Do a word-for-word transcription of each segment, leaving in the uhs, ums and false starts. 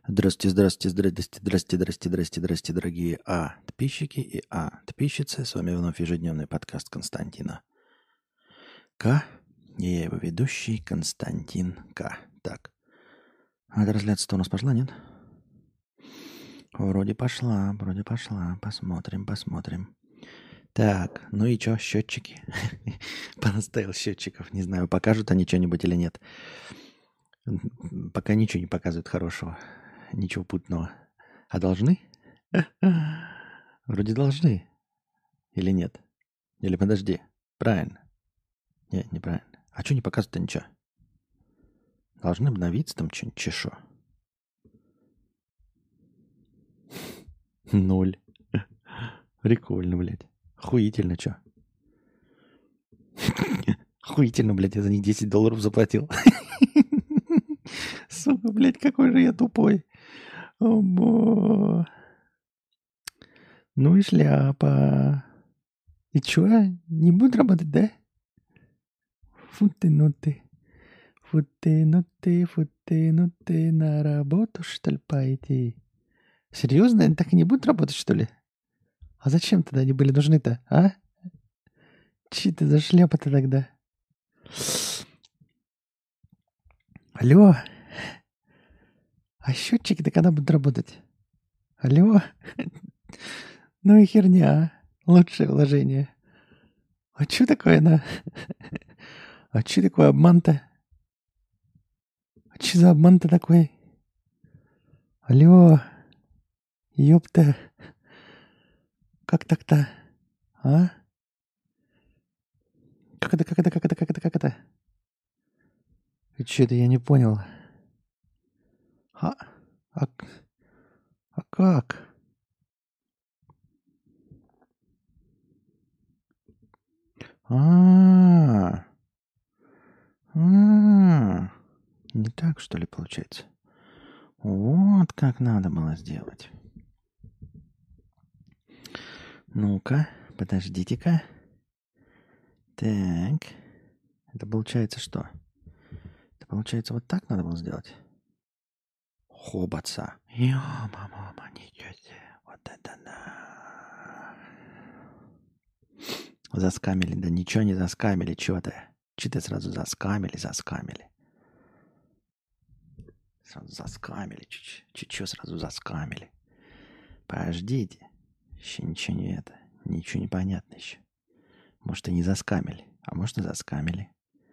Здравствуйте, здравствуйте, здравствуйте, здравствуйте, здравствуйте, здравствуйте, здравствуйте, дорогие А, подписчики и А, подписчицы. С вами вновь ежедневный подкаст Константина К. И я его ведущий Константин К. Так, а трансляция-то у нас пошла, нет? Вроде пошла, вроде пошла. Посмотрим, посмотрим. Так, ну и что, счетчики? Понаставил счетчиков. Не знаю, покажут они что-нибудь или нет. Пока ничего не показывают хорошего. Ничего путного. А должны? Вроде должны. Или нет? Или подожди. Правильно. Нет, неправильно. А что не показывают-то ничего? Должны обновиться там что-нибудь, чешо. Ноль. Прикольно, блядь. Хуительно, что? Хуительно, блядь, я за них десять долларов заплатил. Сука, блядь, какой же я тупой. Оба. Ну и шляпа. И чё? Не будет работать, да? Фу ты, ну ты. Фу ты, ну ты, фу ты, ну ты. На работу, что ли, пойти? Серьезно? Они так и не будут работать, что ли? А зачем тогда они были нужны-то, а? Че это за шляпа-то тогда? Алло? А счетчики-то когда будут работать? Алло? Ну и херня. Лучшее вложение. А что такое на... А что такое обман-то? А что за обман-то такой? Алло? Ёпта. Как так-то? А? Как это, как это, как это, как это, как это? И что это, я не понял. А? А, а как? А, а, не так, что ли, получается? Вот как надо было сделать. Ну-ка, подождите-ка. Так. Это получается что? Это получается вот так надо было сделать? Хобаца. Ё-мама, ничего себе. Вот это да. Заскамили. Да ничего не заскамили. Чё ты? Чё ты сразу заскамили, заскамили? Сразу заскамили. Чё сразу заскамили? Подождите. Еще ничего не это. Ничего не понятно еще. Может, и не заскамили. А может, и заскамили.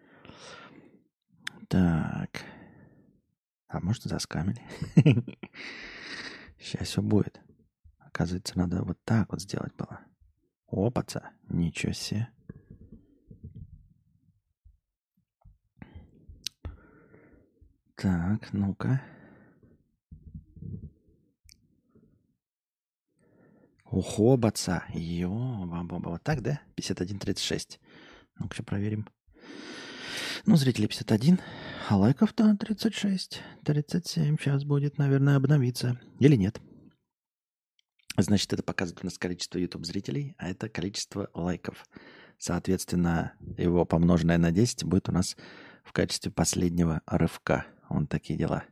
Так. А может, и заскамили. Сейчас все будет. Оказывается, надо вот так вот сделать было. Опаца. Ничего себе. Так, ну-ка. Ухобаца. Ё-баба. Вот так, да? пятьдесят один тридцать шесть. Ну-ка, проверим. Ну, зрители пятьдесят один. А лайков-то тридцать шесть. тридцать семь. Сейчас будет, наверное, обновиться. Или нет. Значит, это показывает у нас количество YouTube-зрителей, а это количество лайков. Соответственно, его помноженное на десять будет у нас в качестве последнего рывка. Вон такие дела.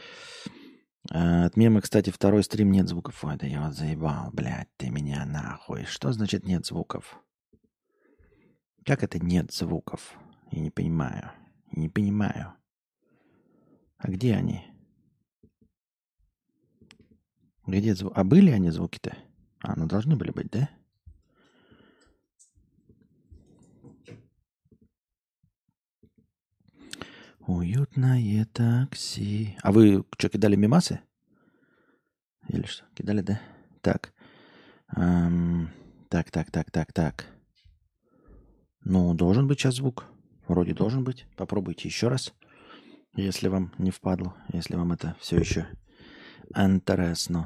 От мема, кстати, второй стрим нет звуков. Ой, да я вот заебал, блядь, ты меня нахуй. Что значит нет звуков? Как это нет звуков? Я не понимаю. Я не понимаю. А где они? Где звуки? А были они звуки-то? А, ну должны были быть, да? Уютное такси. А вы что, кидали мемасы? Или что? Кидали, да? Так. Эм, так, так, так, так, так. Ну, должен быть сейчас звук. Вроде должен быть. Попробуйте еще раз. Если вам не впадло. Если вам это все еще интересно.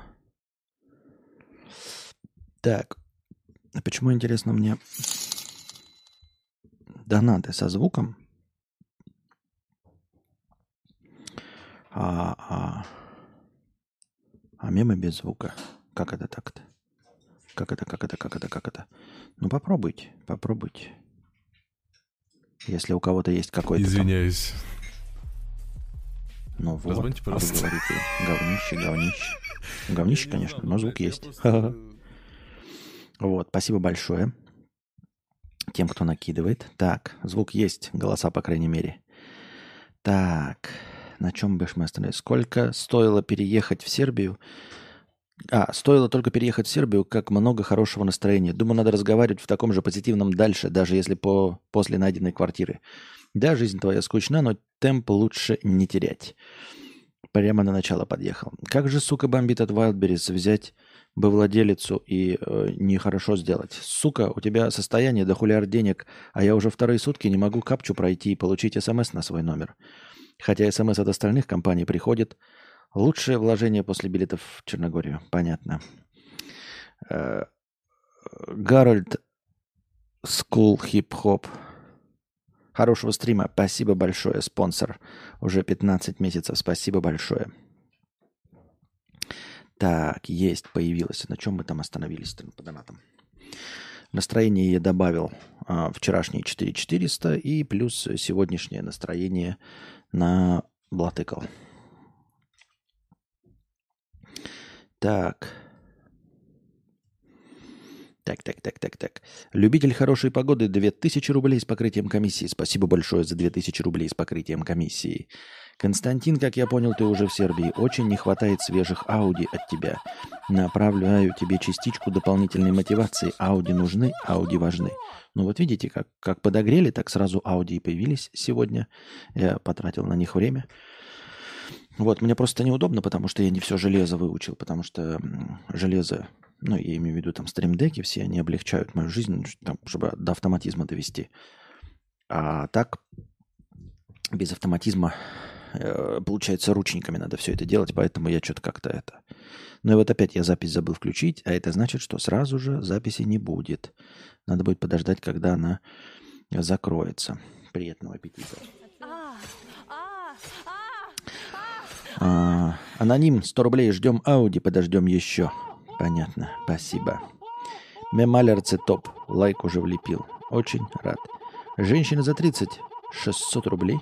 Так. А почему, интересно, мне донаты со звуком? А, а, а мемы без звука. Как это так-то? Как это, как это, как это, как это? Ну, попробуйте, попробуйте. Если у кого-то есть какой-то... Извиняюсь. Ну вот, Позвоните, а вы пожалуйста. говорите, говнище, говнище. Говнище, Я не конечно, знаю, но блядь, звук я есть. просто... Вот, спасибо большое тем, кто накидывает. Так, звук есть, голоса, по крайней мере. Так, на чем бы мы остановились? Сколько стоило переехать в Сербию? А, стоило только переехать в Сербию, как много хорошего настроения. Думаю, надо разговаривать в таком же позитивном дальше, даже если по, после найденной квартиры. Да, жизнь твоя скучна, но темп лучше не терять. Прямо на начало подъехал. Как же, сука, бомбит от Wildberries взять бы владелицу и э, нехорошо сделать? Сука, у тебя состояние до хуляр денег, а я уже вторые сутки не могу капчу пройти и получить смс на свой номер. Хотя смс от остальных компаний приходит. Лучшее вложение после билетов в Черногорию. Понятно. Э, Гарольд Скул Хип-Хоп. Хорошего стрима. Спасибо большое, спонсор. Уже пятнадцать месяцев. Спасибо большое. Так, есть, появилось. На чем мы там остановились по донатам? Настроение я добавил а, вчерашние четыре тысячи четыреста и плюс сегодняшнее настроение на Блатыкал. Так. Так, так, так, так, так. Любитель хорошей погоды две тысячи рублей с покрытием комиссии. Спасибо большое за две тысячи рублей с покрытием комиссии. Константин, как я понял, ты уже в Сербии. Очень не хватает свежих Ауди от тебя. Направляю тебе частичку дополнительной мотивации. Ауди нужны, Ауди важны. Ну вот видите, как, как подогрели, так сразу Ауди и появились сегодня. Я потратил на них время. Вот, мне просто неудобно, потому что я не все железо выучил, потому что железо, ну, я имею в виду там стримдеки все, они облегчают мою жизнь, там, чтобы до автоматизма довести. А так, без автоматизма, э, получается, ручниками надо все это делать, поэтому я что-то как-то это... Ну и вот опять я запись забыл включить, а это значит, что сразу же записи не будет. Надо будет подождать, когда она закроется. Приятного аппетита. А, аноним, сто рублей, ждем Ауди, подождем еще. Понятно, спасибо. Мемалерце топ, лайк уже влепил. Очень рад. Женщина за тридцать, шестьсот рублей.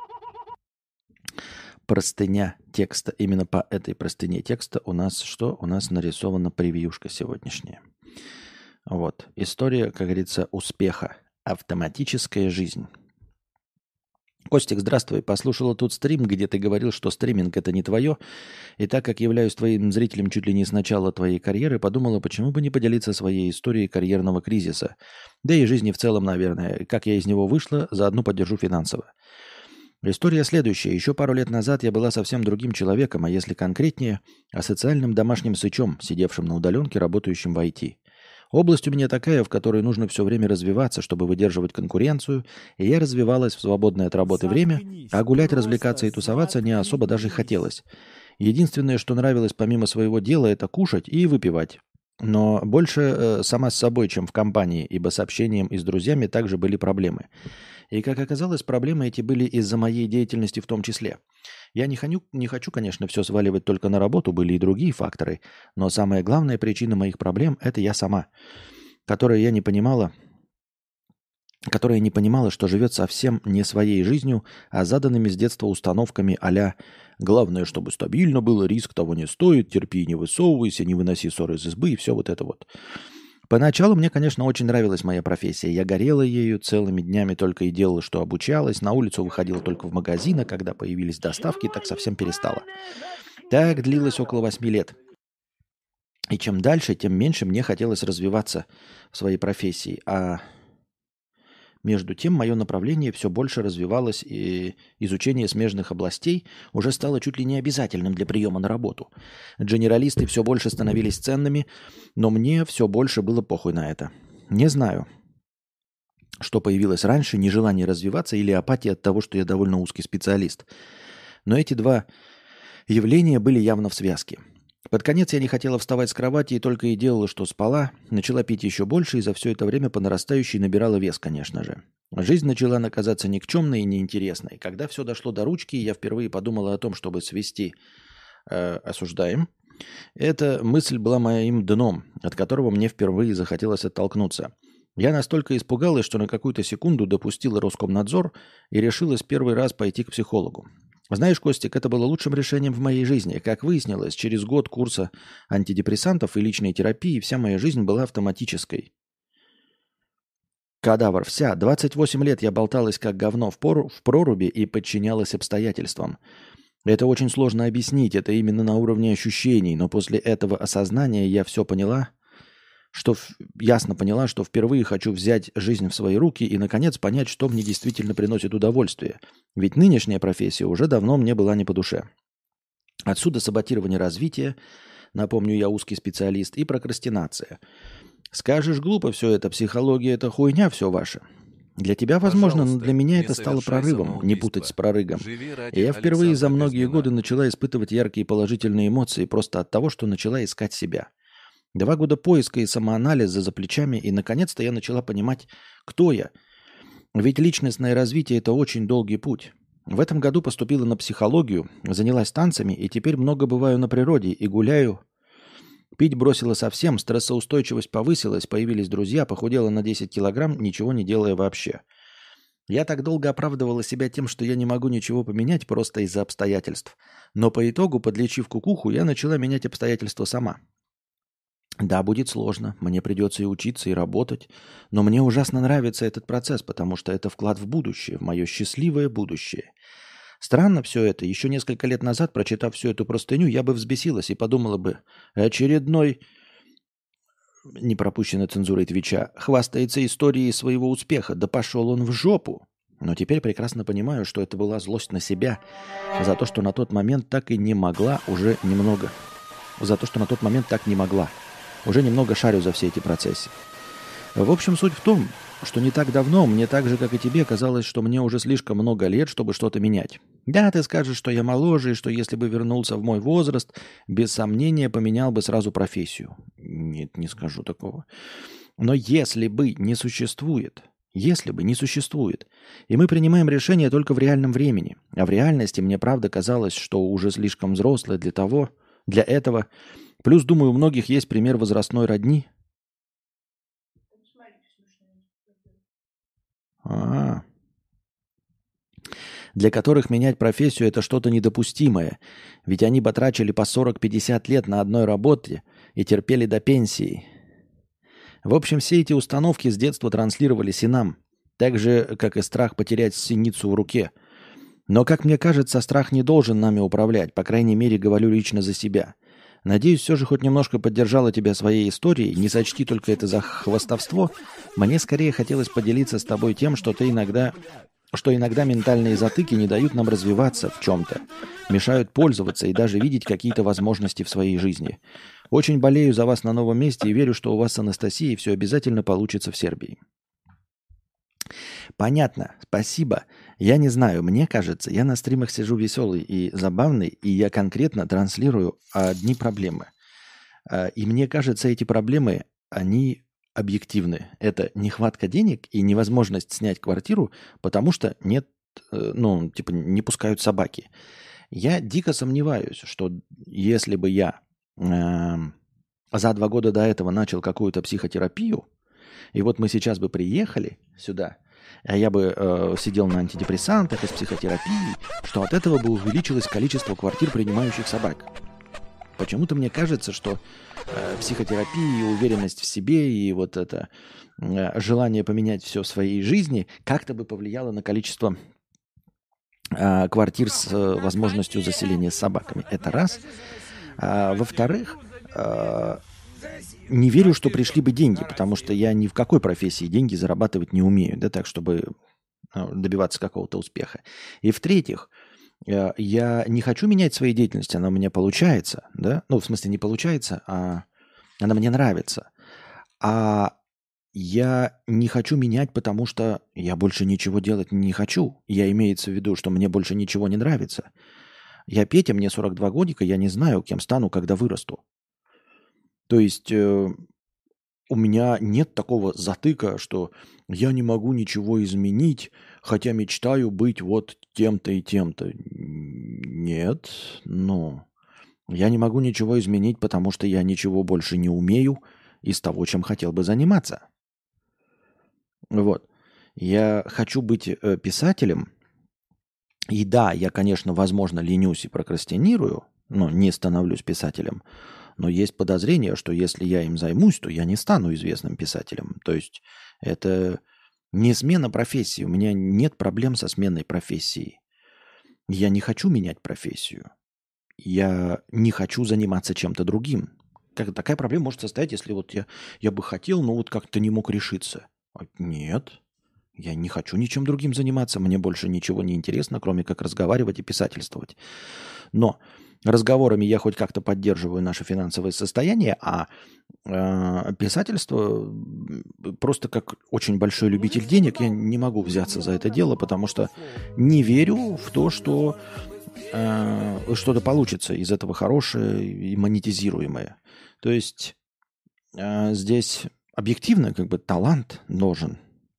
Простыня текста. Именно по этой простыне текста у нас что? У нас нарисована превьюшка сегодняшняя. Вот. История, как говорится, успеха. Автоматическая жизнь. Костик, здравствуй. Послушала тут стрим, где ты говорил, что стриминг это не твое. И так как являюсь твоим зрителем чуть ли не с начала твоей карьеры, подумала, почему бы не поделиться своей историей карьерного кризиса. Да и жизни в целом, наверное. Как я из него вышла, заодно поддержу финансово. История следующая. Еще пару лет назад я была совсем другим человеком, а если конкретнее, асоциальным домашним сычом, сидевшим на удаленке, работающим в ай ти. Область у меня такая, в которой нужно все время развиваться, чтобы выдерживать конкуренцию, и я развивалась в свободное от работы время, а гулять, развлекаться и тусоваться не особо даже хотелось. Единственное, что нравилось помимо своего дела, это кушать и выпивать. Но больше э, сама с собой, чем в компании, ибо с общением и с друзьями также были проблемы. И, как оказалось, проблемы эти были из-за моей деятельности в том числе. Я не, хоню, не хочу, конечно, все сваливать только на работу, были и другие факторы, но самая главная причина моих проблем – это я сама, которая я не понимала, которая не понимала, что живет совсем не своей жизнью, а заданными с детства установками а-ля «главное, чтобы стабильно было, риск того не стоит, терпи, не высовывайся, не выноси ссоры из избы» и все вот это вот. Поначалу мне, конечно, очень нравилась моя профессия. Я горела ею, целыми днями только и делала, что обучалась. На улицу выходила только в магазин, а когда появились доставки, так совсем перестала. Так длилось около восьми лет. И чем дальше, тем меньше мне хотелось развиваться в своей профессии. А между тем мое направление все больше развивалось, и изучение смежных областей уже стало чуть ли не обязательным для приема на работу. Дженералисты все больше становились ценными, но мне все больше было похуй на это. Не знаю, что появилось раньше, нежелание развиваться или апатия от того, что я довольно узкий специалист. Но эти два явления были явно в связке. Под конец я не хотела вставать с кровати и только и делала, что спала, начала пить еще больше и за все это время по нарастающей набирала вес, конечно же. Жизнь начала наказаться никчемной и неинтересной. Когда все дошло до ручки, я впервые подумала о том, чтобы свести э, «осуждаем». Эта мысль была моим дном, от которого мне впервые захотелось оттолкнуться. Я настолько испугалась, что на какую-то секунду допустила Роскомнадзор и решилась первый раз пойти к психологу. Знаешь, Костик, это было лучшим решением в моей жизни. Как выяснилось, через год курса антидепрессантов и личной терапии вся моя жизнь была автоматической. Кадавр, вся. двадцать восемь лет я болталась как говно в, пору, в проруби и подчинялась обстоятельствам. Это очень сложно объяснить, это именно на уровне ощущений, но после этого осознания я все поняла, что ясно поняла, что впервые хочу взять жизнь в свои руки и, наконец, понять, что мне действительно приносит удовольствие. Ведь нынешняя профессия уже давно мне была не по душе. Отсюда саботирование развития, напомню, я узкий специалист, и прокрастинация. Скажешь глупо все это, психология – это хуйня все ваше. Для тебя, возможно, но для меня это стало прорывом, не путать с прорыгом. И я впервые за многие годы начала испытывать яркие положительные эмоции просто от того, что начала искать себя. Два года поиска и самоанализа за плечами, и наконец-то я начала понимать, кто я. Ведь личностное развитие – это очень долгий путь. В этом году поступила на психологию, занялась танцами, и теперь много бываю на природе и гуляю. Пить бросила совсем, стрессоустойчивость повысилась, появились друзья, похудела на десять килограмм, ничего не делая вообще. Я так долго оправдывала себя тем, что я не могу ничего поменять просто из-за обстоятельств. Но по итогу, подлечив кукуху, я начала менять обстоятельства сама. Да, будет сложно, мне придется и учиться, и работать, но мне ужасно нравится этот процесс, потому что это вклад в будущее, в мое счастливое будущее. Странно все это. Еще несколько лет назад, прочитав всю эту простыню, я бы взбесилась и подумала бы, очередной, не пропущенной цензурой Твича, хвастается историей своего успеха, да пошел он в жопу. Но теперь прекрасно понимаю, что это была злость на себя за то, что на тот момент так и не могла уже немного. За то, что на тот момент так не могла. Уже немного шарю за все эти процессы. В общем, суть в том, что не так давно мне так же, как и тебе, казалось, что мне уже слишком много лет, чтобы что-то менять. Да, ты скажешь, что я моложе, и что если бы вернулся в мой возраст, без сомнения поменял бы сразу профессию. Нет, не скажу такого. Но если бы не существует, если бы не существует, и мы принимаем решения только в реальном времени, а в реальности мне правда казалось, что уже слишком взрослая для того, для этого. Плюс, думаю, у многих есть пример возрастной родни. А-а-а. Для которых менять профессию – это что-то недопустимое. Ведь они батрачили по сорок-пятьдесят лет на одной работе и терпели до пенсии. В общем, все эти установки с детства транслировались и нам. Так же, как и страх потерять синицу в руке. Но, как мне кажется, страх не должен нами управлять. По крайней мере, говорю лично за себя. Надеюсь, все же хоть немножко поддержала тебя своей историей. Не сочти только это за хвастовство. Мне скорее хотелось поделиться с тобой тем, что ты иногда, что иногда ментальные затыки не дают нам развиваться в чем-то, мешают пользоваться и даже видеть какие-то возможности в своей жизни. Очень болею за вас на новом месте и верю, что у вас с Анастасией все обязательно получится в Сербии. Понятно, спасибо. Я не знаю, мне кажется, я на стримах сижу веселый и забавный, и я конкретно транслирую одни проблемы. И мне кажется, эти проблемы, они объективны. Это нехватка денег и невозможность снять квартиру, потому что нет, ну, типа, не пускают собаки. Я дико сомневаюсь, что если бы я э, за два года до этого начал какую-то психотерапию, и вот мы сейчас бы приехали сюда, а я бы э, сидел на антидепрессантах и с психотерапией, что от этого бы увеличилось количество квартир, принимающих собак. Почему-то мне кажется, что э, психотерапия и уверенность в себе и вот это э, желание поменять все в своей жизни как-то бы повлияло на количество э, квартир с э, возможностью заселения с собаками. Это раз. А, во-вторых, э, не верю, что пришли бы деньги, потому что я ни в какой профессии деньги зарабатывать не умею, да, так, чтобы добиваться какого-то успеха. И в-третьих, я не хочу менять своей деятельности, она у меня получается, да, ну, в смысле, не получается, а она мне нравится. А я не хочу менять, потому что я больше ничего делать не хочу. Я имеется в виду, что мне больше ничего не нравится. Я Петя, мне сорок два годика, я не знаю, кем стану, когда вырасту. То есть э, у меня нет такого затыка, что я не могу ничего изменить, хотя мечтаю быть вот тем-то и тем-то. Нет, ну, я не могу ничего изменить, потому что я ничего больше не умею из того, чем хотел бы заниматься. Вот. Я хочу быть э, писателем, И да, я, конечно, возможно, ленюсь и прокрастинирую, но не становлюсь писателем. Но есть подозрение, что если я им займусь, то я не стану известным писателем. То есть это не смена профессии. У меня нет проблем со сменой профессии. Я не хочу менять профессию. Я не хочу заниматься чем-то другим. Как, такая проблема может состоять, если вот я, я бы хотел, но вот как-то не мог решиться. А нет, я не хочу ничем другим заниматься. Мне больше ничего не интересно, кроме как разговаривать и писательствовать. Но разговорами я хоть как-то поддерживаю наше финансовое состояние, а э, писательство м, просто как очень большой любитель денег я не могу взяться за это дело, потому что не верю в то, что э, что-то получится из этого хорошее и монетизируемое. То есть э, здесь объективно как бы талант нужен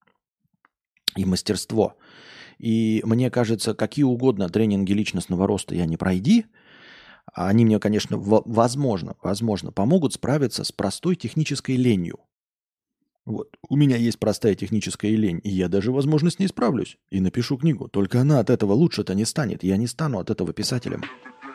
и мастерство. И мне кажется, какие угодно тренинги личностного роста я не пройди, они мне, конечно, в- возможно, возможно, помогут справиться с простой технической ленью. Вот. У меня есть простая техническая лень, и я даже, возможно, с ней справлюсь и напишу книгу. Только она от этого лучше-то не станет. Я не стану от этого писателем.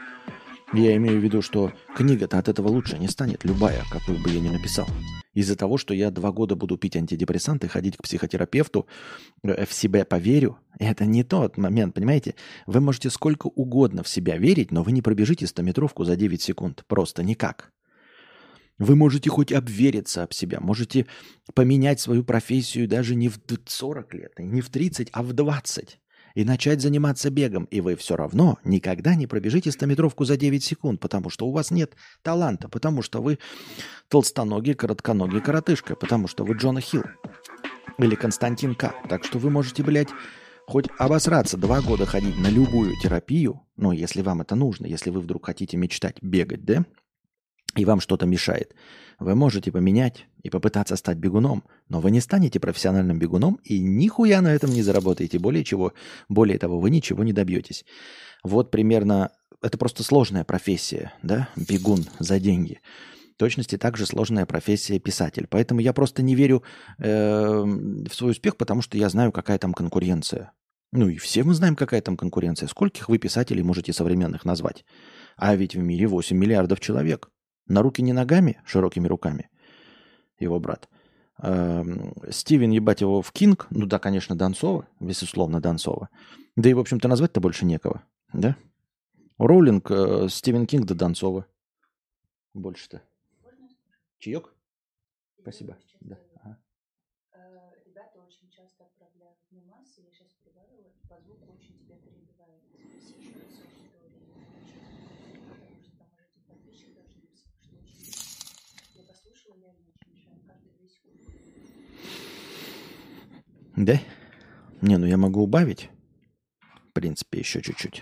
Я имею в виду, что книга-то от этого лучше не станет, любая, какую бы я ни написал. Из-за того, что я два года буду пить антидепрессанты, ходить к психотерапевту, э, в себя поверю, это не тот момент, понимаете? Вы можете сколько угодно в себя верить, но вы не пробежите стометровку за девять секунд. Просто никак. Вы можете хоть обвериться об себя, можете поменять свою профессию даже не в сорок лет, не в тридцать, а в двадцать. И начать заниматься бегом. И вы все равно никогда не пробежите стометровку за девять секунд, потому что у вас нет таланта, потому что вы толстоногий, коротконогий коротышка, потому что вы Джона Хилл или Константин К. Так что вы можете, блядь, хоть обосраться два года ходить на любую терапию, ну, если вам это нужно, если вы вдруг хотите мечтать бегать, да, и вам что-то мешает, вы можете поменять и попытаться стать бегуном, но вы не станете профессиональным бегуном и нихуя на этом не заработаете. Более чего, более того, вы ничего не добьетесь. Вот примерно, это просто сложная профессия, да, бегун за деньги. В точности также сложная профессия писатель. Поэтому я просто не верю э, в свой успех, потому что я знаю, какая там конкуренция. Ну и все мы знаем, какая там конкуренция. Скольких вы писателей можете современных назвать? А ведь в мире восемь миллиардов человек. На руки не ногами, широкими руками, его брат. Эм, Стивен, ебать его, в Кинг, ну да, конечно, Донцова, безусловно, Донцова. Да и, в общем-то, назвать-то больше некого, да? Роулинг, э, Стивен Кинг да Донцова. Больше-то. Чаек? Спасибо. Да. Ага. Ребята очень часто отправляют на массы. Я сейчас прибавила, и по звуку очень тебя перебивает. Спроси еще раз аудиторию, потому что там уже эти подписчики должны быть слышно очень. Я послушала, я не очень мешаю. Каждые две секунды. Да? Не, ну я могу убавить. В принципе, еще чуть-чуть.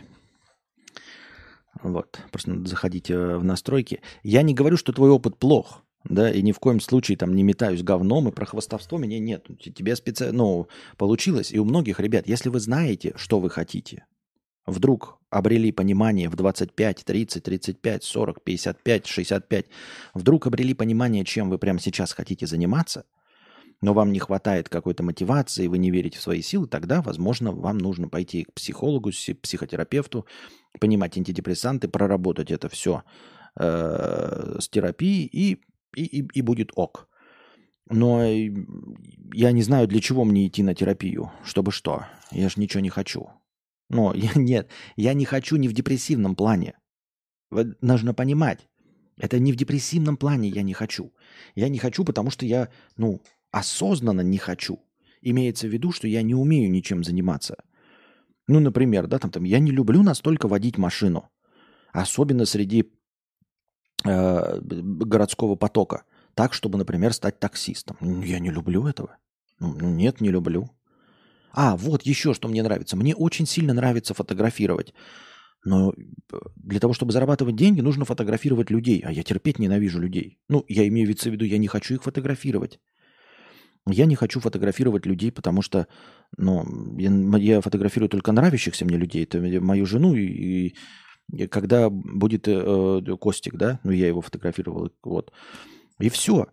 Вот. Просто надо заходить э, в настройки. Я не говорю, что твой опыт плох. Да, и ни в коем случае там не метаюсь говном, и про хвастовство меня нет. Тебе специально, ну, получилось. И у многих ребят, если вы знаете, что вы хотите, вдруг обрели понимание в двадцать пять, тридцать, тридцать пять, сорок, пятьдесят пять, шестьдесят пять, вдруг обрели понимание, чем вы прямо сейчас хотите заниматься, но вам не хватает какой-то мотивации, вы не верите в свои силы, тогда, возможно, вам нужно пойти к психологу, психотерапевту, понимать антидепрессанты, проработать это все э, с терапией, и, и, и, и будет ок. Но я не знаю, для чего мне идти на терапию. Чтобы что? Я же ничего не хочу. Но я, нет, я не хочу не в депрессивном плане. Вот нужно понимать, это не в депрессивном плане я не хочу. Я не хочу, потому что я, ну, осознанно не хочу. Имеется в виду, что я не умею ничем заниматься. Ну, например, да, там, там я не люблю настолько водить машину. Особенно среди э, городского потока. Так, чтобы, например, стать таксистом. Я не люблю этого. Ну, нет, не люблю. А, вот еще что мне нравится. Мне очень сильно нравится фотографировать. Но для того, чтобы зарабатывать деньги, нужно фотографировать людей. А я терпеть ненавижу людей. Ну, я имею в виду, я не хочу их фотографировать. Я не хочу фотографировать людей, потому что ну, я, я фотографирую только нравящихся мне людей. Это мою жену. И, и когда будет э, Костик, да, ну, я его фотографировал. Вот. И все.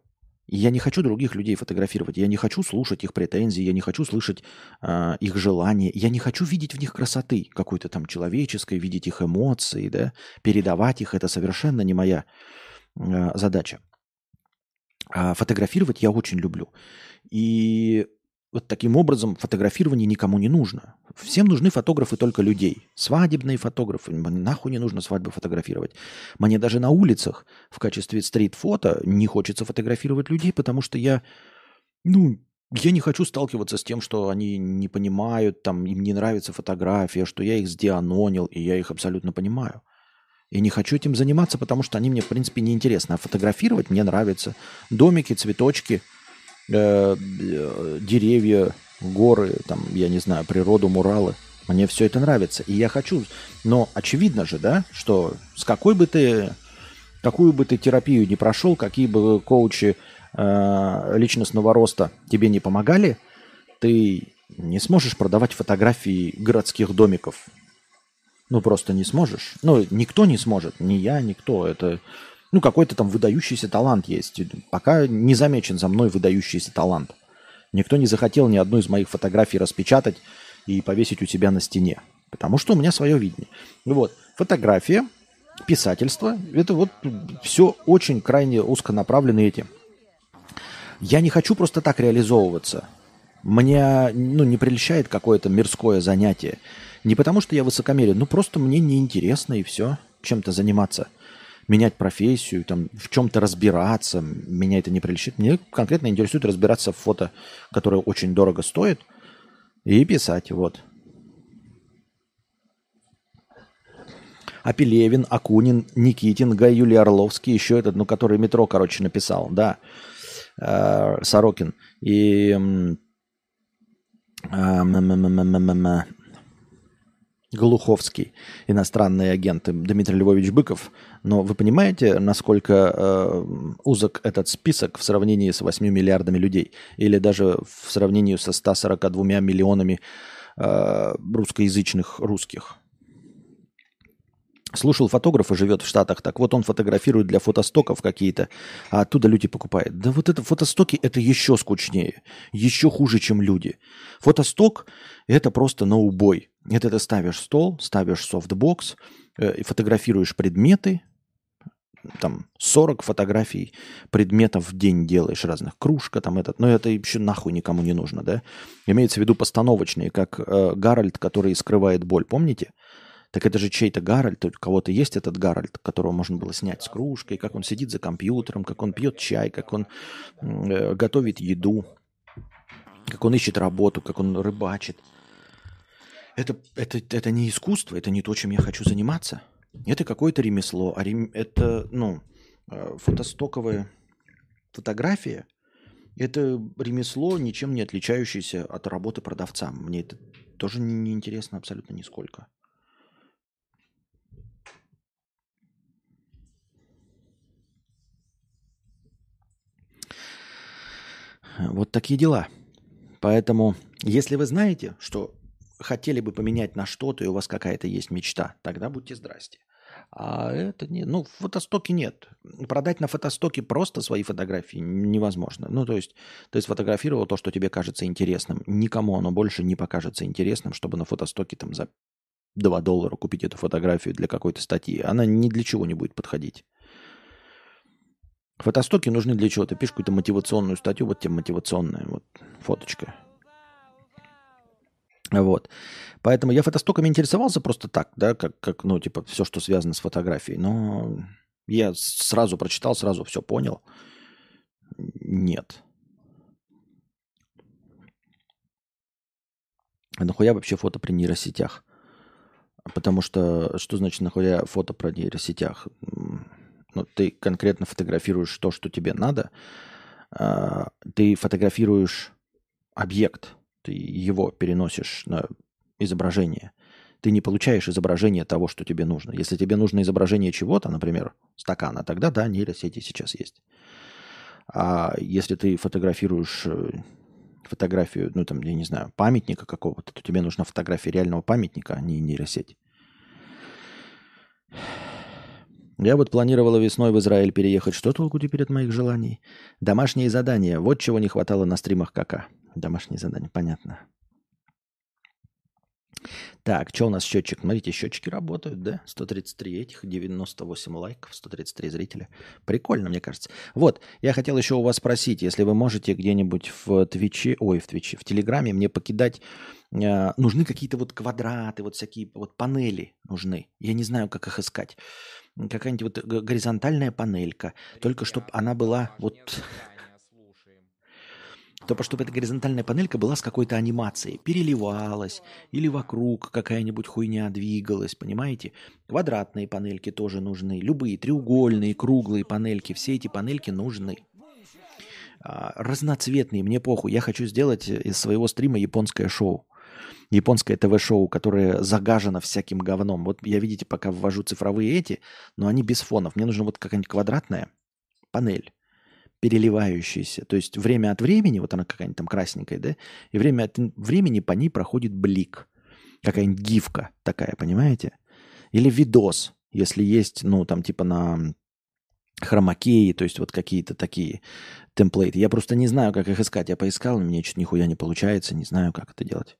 И я не хочу других людей фотографировать, я не хочу слушать их претензии, я не хочу слышать э, их желания, я не хочу видеть в них красоты какой-то там человеческой, видеть их эмоции, да, передавать их. Это совершенно не моя э, задача. А фотографировать я очень люблю. И вот таким образом фотографирование никому не нужно. Всем нужны фотографы только людей. Свадебные фотографы. Мне нахуй не нужно свадьбы фотографировать. Мне даже на улицах в качестве стрит-фото не хочется фотографировать людей, потому что я, ну, я не хочу сталкиваться с тем, что они не понимают, там, им не нравится фотография, что я их сдианонил, и я их абсолютно понимаю. И не хочу этим заниматься, потому что они мне, в принципе, не интересны. А фотографировать мне нравится. Домики, цветочки, э, деревья, горы, там, я не знаю, природу, муралы. Мне все это нравится. И я хочу... Но очевидно же, да, что с какой бы ты... Какую бы ты терапию не прошел, какие бы коучи э, личностного роста тебе не помогали, ты не сможешь продавать фотографии городских домиков. Ну, просто не сможешь. Ну, никто не сможет. Ни я, никто. Это, ну, какой-то там выдающийся талант есть. Пока не замечен за мной выдающийся талант. Никто не захотел ни одну из моих фотографий распечатать и повесить у себя на стене. Потому что у меня свое видение. Вот. Фотография, писательство. Это вот все очень крайне узконаправлено этим. Я не хочу просто так реализовываться. Мне, ну, не прельщает какое-то мирское занятие. Не потому, что я высокомерен, ну просто мне неинтересно и все, чем-то заниматься. Менять профессию, там, в чем-то разбираться, меня это не прельщает. Мне конкретно интересует разбираться в фото, которое очень дорого стоит, и писать, вот. А Пелевин, Акунин, Никитин, Гай Юлий Орловский, еще этот, ну, который метро, короче, написал, да, э, Сорокин. И... Э, Глуховский, иностранные агенты, Дмитрий Львович Быков. Но вы понимаете, насколько э, узок этот список в сравнении с восьмью миллиардами людей? Или даже в сравнении со ста сорока двумя миллионами э, русскоязычных русских? Слушал фотографа, живет в Штатах, так вот он фотографирует для фотостоков какие-то, а оттуда люди покупают. Да вот это фотостоки, это еще скучнее, еще хуже, чем люди. Фотосток – это просто на убой. Это ты ставишь стол, ставишь софтбокс, э, фотографируешь предметы, там сорок фотографий предметов в день делаешь разных, кружка там этот, но это еще нахуй никому не нужно, да? Имеется в виду постановочные, как э, Гарольд, который скрывает боль, помните? Так это же чей-то Гарольд, у кого-то есть этот Гарольд, которого можно было снять с кружкой, как он сидит за компьютером, как он пьет чай, как он э, готовит еду, как он ищет работу, как он рыбачит. Это, это, это не искусство, это не то, чем я хочу заниматься. Это какое-то ремесло, а рем... это, ну, э, фотостоковая фотография. Это ремесло, ничем не отличающееся от работы продавца. Мне это тоже не интересно абсолютно нисколько. Вот такие дела. Поэтому, если вы знаете, что хотели бы поменять на что-то, и у вас какая-то есть мечта, тогда будьте здрасте. А это не... Ну, в фотостоке нет. Продать на фотостоке просто свои фотографии невозможно. Ну, то есть, ты сфотографировал то, что тебе кажется интересным. Никому оно больше не покажется интересным, чтобы на фотостоке там за два доллара купить эту фотографию для какой-то статьи. Она ни для чего не будет подходить. Фотостоки нужны для чего? Ты пишешь какую-то мотивационную статью, вот тебе мотивационная вот фоточка. Вот. Поэтому я фотостоками интересовался просто так, да, как, как, ну, типа, все, что связано с фотографией. Но я сразу прочитал, сразу все понял. Нет. А нахуя вообще фото при нейросетях? Потому что, что значит нахуя фото про нейросетях? Ну, ты конкретно фотографируешь то, что тебе надо. Ты фотографируешь объект. Ты его переносишь на изображение. Ты не получаешь изображение того, что тебе нужно. Если тебе нужно изображение чего-то, например, стакана, тогда да, нейросети сейчас есть. А если ты фотографируешь фотографию, ну там, я не знаю, памятника какого-то, то тебе нужна фотография реального памятника, а не нейросеть. Я вот планировала весной в Израиль переехать. Что толку теперь от моих желаний? Домашние задания. Вот чего не хватало на стримах КК. Домашние задания, понятно. Так, что у нас счетчик? Смотрите, счетчики работают, да? сто тридцать три этих, девяносто восемь лайков, сто тридцать три зрителя. Прикольно, мне кажется. Вот, я хотел еще у вас спросить, если вы можете где-нибудь в Твиче, ой, в Твиче, в Телеграме мне покидать, э, нужны какие-то вот квадраты, вот всякие вот панели нужны. Я не знаю, как их искать. Какая-нибудь вот г- горизонтальная панелька, только чтобы она была вот... Только чтобы эта горизонтальная панелька была с какой-то анимацией, переливалась, или вокруг какая-нибудь хуйня двигалась, понимаете? Квадратные панельки тоже нужны, любые треугольные, круглые панельки, все эти панельки нужны. А, разноцветные, мне похуй, я хочу сделать из своего стрима японское шоу. Японское ТВ-шоу, которое загажено всяким говном. Вот я, видите, пока ввожу цифровые эти, но они без фонов. Мне нужна вот какая-нибудь квадратная панель, переливающаяся. То есть время от времени, вот она какая-нибудь там красненькая, да, и время от времени по ней проходит блик. Какая-нибудь гифка такая, понимаете? Или видос, если есть, ну, там типа на хромакее, то есть вот какие-то такие темплейты. Я просто не знаю, как их искать. Я поискал, но мне что-то нихуя не получается, не знаю, как это делать.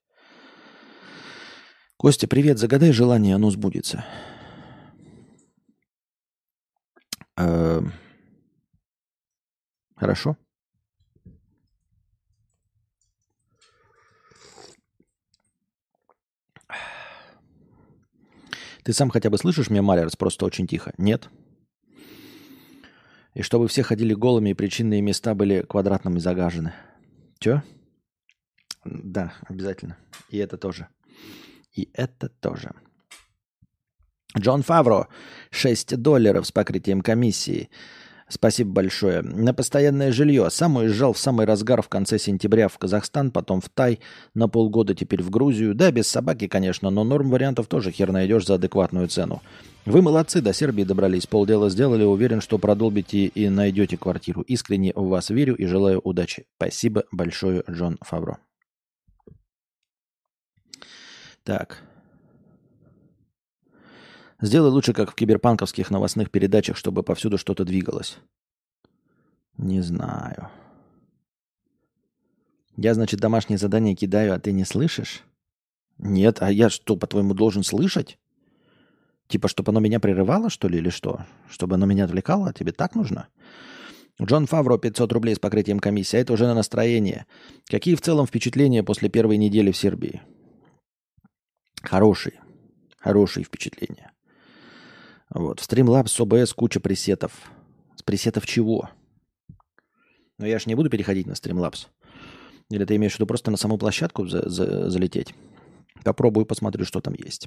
Костя, привет, загадай желание, оно сбудется. Эм, Хорошо. Ты сам хотя бы слышишь меня, Малерс, просто очень тихо? Нет? И чтобы все ходили голыми и причинные места были квадратными загажены. Чё? Да, обязательно. И это тоже. И это тоже. Джон Фавро, шесть долларов с покрытием комиссии. Спасибо большое. На постоянное жилье. Сам уезжал в самый разгар в конце сентября в Казахстан, потом в Тай, на полгода теперь в Грузию. Да, без собаки, конечно, но норм вариантов тоже хер найдешь за адекватную цену. Вы молодцы, до Сербии добрались, полдела сделали. Уверен, что продолбите и найдете квартиру. Искренне в вас верю и желаю удачи. Спасибо большое, Джон Фавро. Так. Сделай лучше, как в киберпанковских новостных передачах, чтобы повсюду что-то двигалось. Не знаю. Я, значит, домашнее задание кидаю, а ты не слышишь? Нет, а я что, по-твоему, должен слышать? Типа, чтобы оно меня прерывало, что ли, или что? Чтобы оно меня отвлекало? Тебе так нужно? Джон Фавро, пятьсот рублей с покрытием комиссии. А это уже на настроение. Какие в целом впечатления после первой недели в Сербии? Хорошие. Хорошие впечатления. Вот. В Streamlabs с о бэ эс куча пресетов. С пресетов чего? Но я же не буду переходить на Streamlabs. Или ты имеешь в виду просто на саму площадку за- за- залететь? Попробую, посмотрю, что там есть.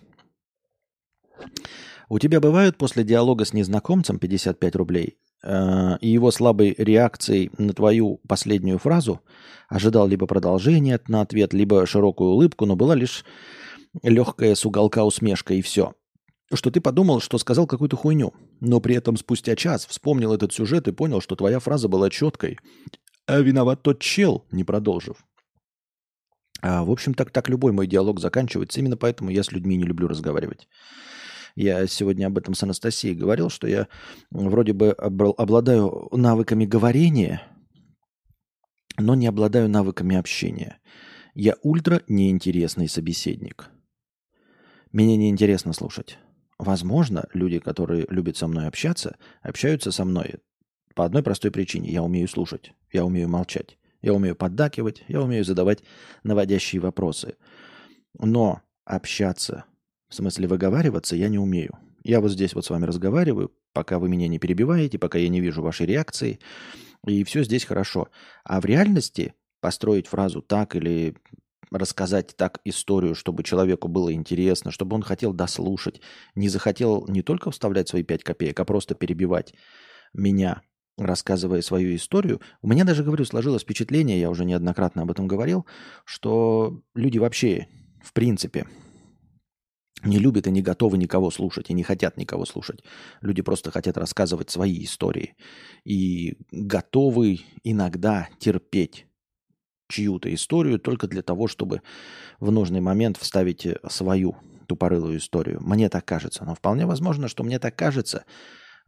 У тебя бывают после диалога с незнакомцем пятьдесят пять рублей э, и его слабой реакцией на твою последнюю фразу ожидал либо продолжения на ответ, либо широкую улыбку, но была лишь легкая с уголка усмешка и все. Что ты подумал, что сказал какую-то хуйню, но при этом спустя час вспомнил этот сюжет и понял, что твоя фраза была четкой, а виноват тот чел, не продолжив. А, в общем, так, так любой мой диалог заканчивается. Именно поэтому я с людьми не люблю разговаривать. Я сегодня об этом с Анастасией говорил, что я вроде бы обладаю навыками говорения, но не обладаю навыками общения. Я ультра неинтересный собеседник. Меня неинтересно слушать. Возможно, люди, которые любят со мной общаться, общаются со мной по одной простой причине. Я умею слушать, я умею молчать, я умею поддакивать, я умею задавать наводящие вопросы. Но общаться, в смысле выговариваться, я не умею. Я вот здесь вот с вами разговариваю, пока вы меня не перебиваете, пока я не вижу вашей реакции, и все здесь хорошо. А в реальности построить фразу так или рассказать так историю, чтобы человеку было интересно, чтобы он хотел дослушать, не захотел не только вставлять свои пять копеек, а просто перебивать меня, рассказывая свою историю. У меня даже, говорю, сложилось впечатление, я уже неоднократно об этом говорил, что люди вообще, в принципе, не любят и не готовы никого слушать, и не хотят никого слушать. Люди просто хотят рассказывать свои истории. И готовы иногда терпеть чью-то историю только для того, чтобы в нужный момент вставить свою тупорылую историю. Мне так кажется. Но вполне возможно, что мне так кажется,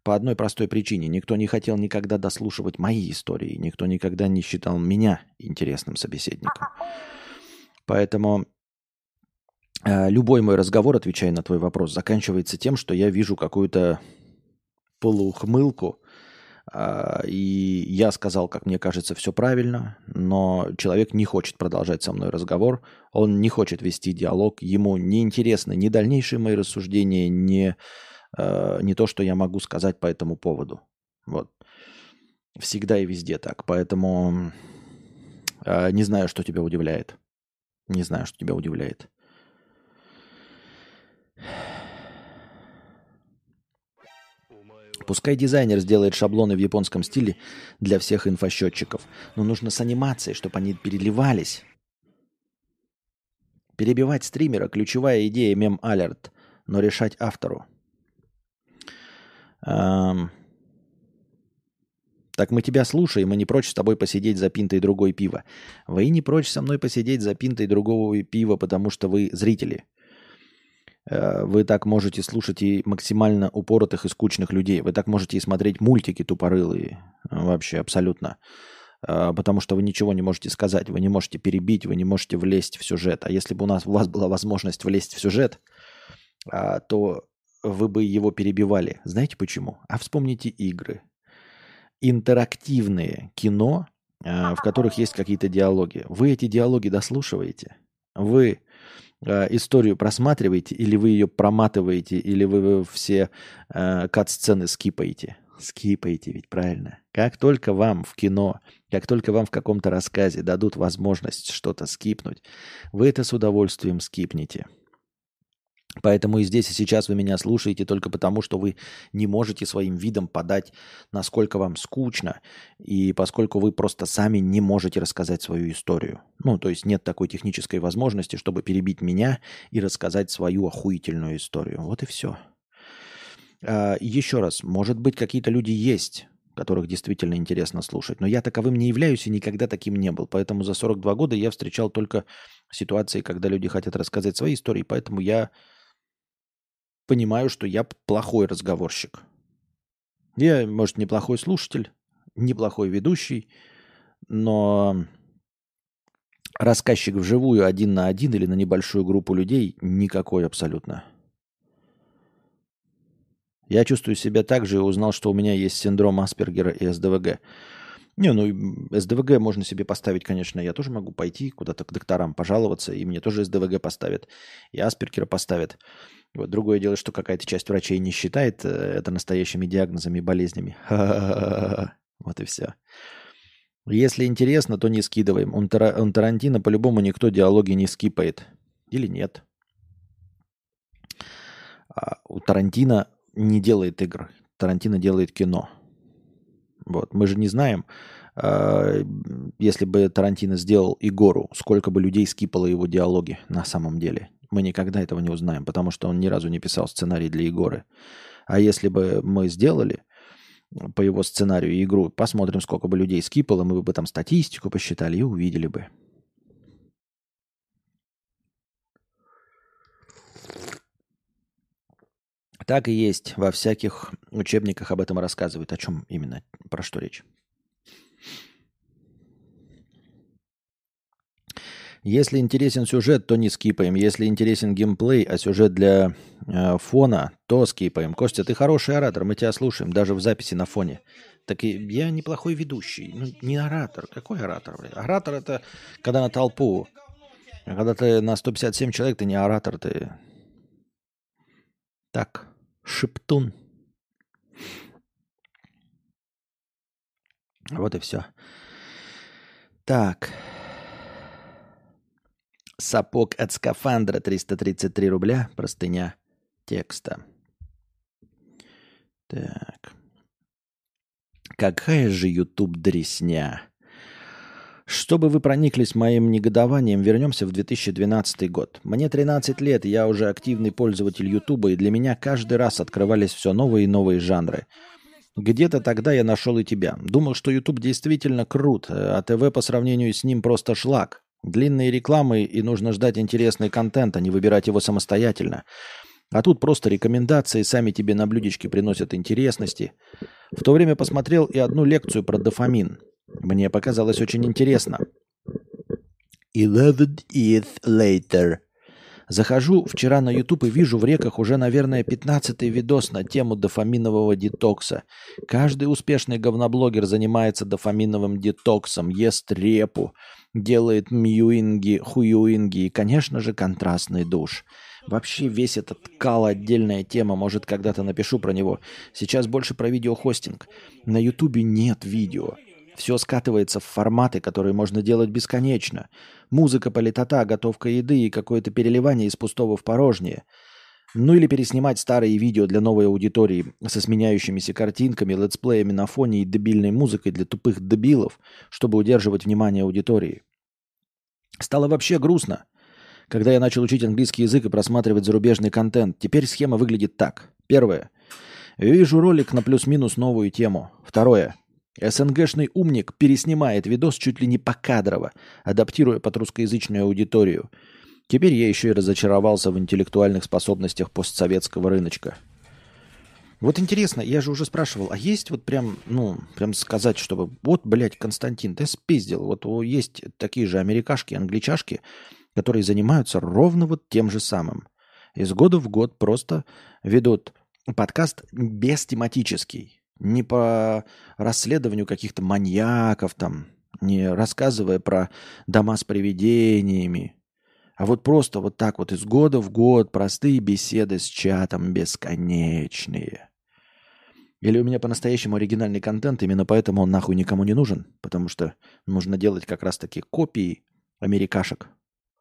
по одной простой причине. Никто не хотел никогда дослушивать мои истории. Никто никогда не считал меня интересным собеседником. Поэтому э, любой мой разговор, отвечая на твой вопрос, заканчивается тем, что я вижу какую-то полуухмылку, э, и я сказал, как мне кажется, все правильно, но человек не хочет продолжать со мной разговор, он не хочет вести диалог, ему не интересны ни дальнейшие мои рассуждения, ни, э, ни то, что я могу сказать по этому поводу. Вот. Всегда и везде так. Поэтому э, не знаю, что тебя удивляет. Не знаю, что тебя удивляет. Пускай дизайнер сделает шаблоны в японском стиле для всех инфосчетчиков, но нужно с анимацией, чтобы они переливались. Перебивать стримера – ключевая идея мем-алерт, но решать автору. Эм... Так мы тебя слушаем, мы не прочь с тобой посидеть за пинтой другой пива. Вы не прочь со мной посидеть за пинтой другого пива, потому что вы зрители. Вы так можете слушать и максимально упоротых и скучных людей. Вы так можете и смотреть мультики тупорылые. Вообще абсолютно. Потому что вы ничего не можете сказать. Вы не можете перебить, вы не можете влезть в сюжет. А если бы у нас у вас была возможность влезть в сюжет, то вы бы его перебивали. Знаете почему? А вспомните игры. Интерактивные кино, в которых есть какие-то диалоги. Вы эти диалоги дослушиваете? Вы историю просматриваете, или вы ее проматываете, или вы все э, кат-сцены скипаете? Скипаете ведь, правильно? Как только вам в кино, как только вам в каком-то рассказе дадут возможность что-то скипнуть, вы это с удовольствием скипнете. Поэтому и здесь, и сейчас вы меня слушаете только потому, что вы не можете своим видом подать, насколько вам скучно, и поскольку вы просто сами не можете рассказать свою историю. Ну, то есть нет такой технической возможности, чтобы перебить меня и рассказать свою охуительную историю. Вот и все. А, еще раз, может быть, какие-то люди есть, которых действительно интересно слушать, но я таковым не являюсь и никогда таким не был. Поэтому за сорок два года я встречал только ситуации, когда люди хотят рассказать свои истории, поэтому я понимаю, что я плохой разговорщик. Я, может, неплохой слушатель, неплохой ведущий, но рассказчик вживую один на один или на небольшую группу людей никакой абсолютно. Я чувствую себя так же и узнал, что у меня есть синдром Аспергера и эс дэ вэ гэ. Не, ну эс дэ вэ гэ можно себе поставить, конечно. Я тоже могу пойти куда-то к докторам пожаловаться, и мне тоже эс дэ вэ гэ поставят, и Аспергера поставят. Вот. Другое дело, что какая-то часть врачей не считает это настоящими диагнозами и болезнями. Вот и все. Если интересно, то не скидываем. У Тарантино по-любому никто диалоги не скипает. Или нет? А у Тарантино не делает игр. Тарантино делает кино. Вот. Мы же не знаем, если бы Тарантино сделал Игору, сколько бы людей скипало его диалоги на самом деле. Мы никогда этого не узнаем, потому что он ни разу не писал сценарий для Егоры. А если бы мы сделали по его сценарию игру, посмотрим, сколько бы людей скипало, мы бы там статистику посчитали и увидели бы. Так и есть. Во всяких учебниках об этом рассказывают. О чем именно? Про что речь? Если интересен сюжет, то не скипаем. Если интересен геймплей, а сюжет для э, фона, то скипаем. Костя, ты хороший оратор, мы тебя слушаем, даже в записи на фоне. Так и я неплохой ведущий. Ну, не оратор. Какой оратор? Блин? Оратор — это когда на толпу. А когда ты на сто пятьдесят семь человек, ты не оратор, ты... Так, шептун. Вот и все. Так... Сапог от скафандра триста тридцать три рубля. Простыня текста. Так. Какая же YouTube дресня. Чтобы вы прониклись моим негодованием, вернемся в две тысячи двенадцатый год. Мне тринадцать лет, я уже активный пользователь YouTube, и для меня каждый раз открывались все новые и новые жанры. Где-то тогда я нашел и тебя. Думал, что YouTube действительно крут, а ТВ по сравнению с ним просто шлак. Длинные рекламы, и нужно ждать интересный контент, а не выбирать его самостоятельно. А тут просто рекомендации, сами тебе на блюдечке приносят интересности. В то время посмотрел и одну лекцию про дофамин. Мне показалось очень интересно. Eleven years later. Захожу вчера на YouTube и вижу в реках уже, наверное, пятнадцатый видос на тему дофаминового детокса. Каждый успешный говноблогер занимается дофаминовым детоксом, ест репу, делает мьюинги, хуюинги и, конечно же, контрастный душ. Вообще весь этот кал отдельная тема, может, когда-то напишу про него. Сейчас больше про видеохостинг. На YouTube нет видео. Все скатывается в форматы, которые можно делать бесконечно. Музыка, политота, готовка еды и какое-то переливание из пустого в порожнее. Ну или переснимать старые видео для новой аудитории со сменяющимися картинками, летсплеями на фоне и дебильной музыкой для тупых дебилов, чтобы удерживать внимание аудитории. Стало вообще грустно, когда я начал учить английский язык и просматривать зарубежный контент. Теперь схема выглядит так. Первое. Вижу ролик на плюс-минус новую тему. Второе. СНГшный умник переснимает видос чуть ли не покадрово, адаптируя под русскоязычную аудиторию. Теперь я еще и разочаровался в интеллектуальных способностях постсоветского рыночка. Вот интересно, я же уже спрашивал, а есть вот прям, ну, прям сказать, чтобы, вот, блядь, Константин, ты спиздил, вот есть такие же америкашки, англичашки, которые занимаются ровно вот тем же самым. Из года в год просто ведут подкаст бестематический. Не по расследованию каких-то маньяков, там, не рассказывая про дома с привидениями, а вот просто вот так вот из года в год простые беседы с чатом бесконечные. Или у меня по-настоящему оригинальный контент, именно поэтому он нахуй никому не нужен, потому что нужно делать как раз-таки копии америкашек.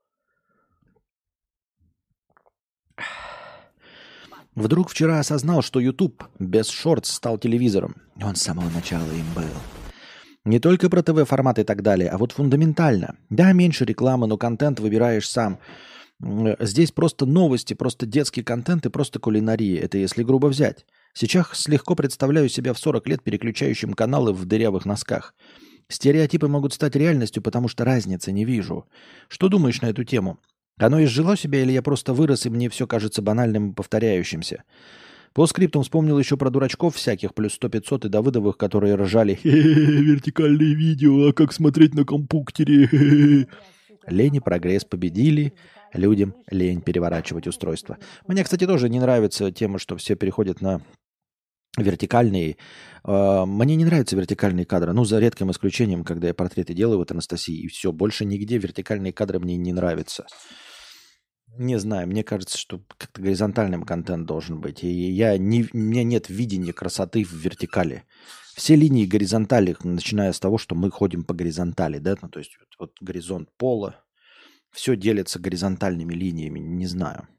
Вдруг вчера осознал, что YouTube без шортс стал телевизором. Он с самого начала им был. Не только про ТВ-формат и так далее, а вот фундаментально. Да, меньше рекламы, но контент выбираешь сам. Здесь просто новости, просто детский контент и просто кулинария. Это если грубо взять. Сейчас легко представляю себя в сорок лет переключающим каналы в дырявых носках. Стереотипы могут стать реальностью, потому что разницы не вижу. Что думаешь на эту тему? Оно изжило себя, или я просто вырос, и мне все кажется банальным и повторяющимся? По скриптам вспомнил еще про дурачков всяких, плюс сто пятьсот и Давыдовых, которые ржали. Вертикальные видео, а как смотреть на компьютере? Лень и прогресс победили. Людям лень переворачивать устройство. Мне, кстати, тоже не нравится тема, что все переходят на вертикальные. Мне не нравятся вертикальные кадры. Ну, за редким исключением, когда я портреты делаю вот Анастасии, и все. Больше нигде вертикальные кадры мне не нравятся. Не знаю, мне кажется, что как-то горизонтальным контент должен быть. И я не, у меня нет видения красоты в вертикали. Все линии горизонтали, начиная с того, что мы ходим по горизонтали, да, ну, то есть вот, вот горизонт пола, все делится горизонтальными линиями, не знаю.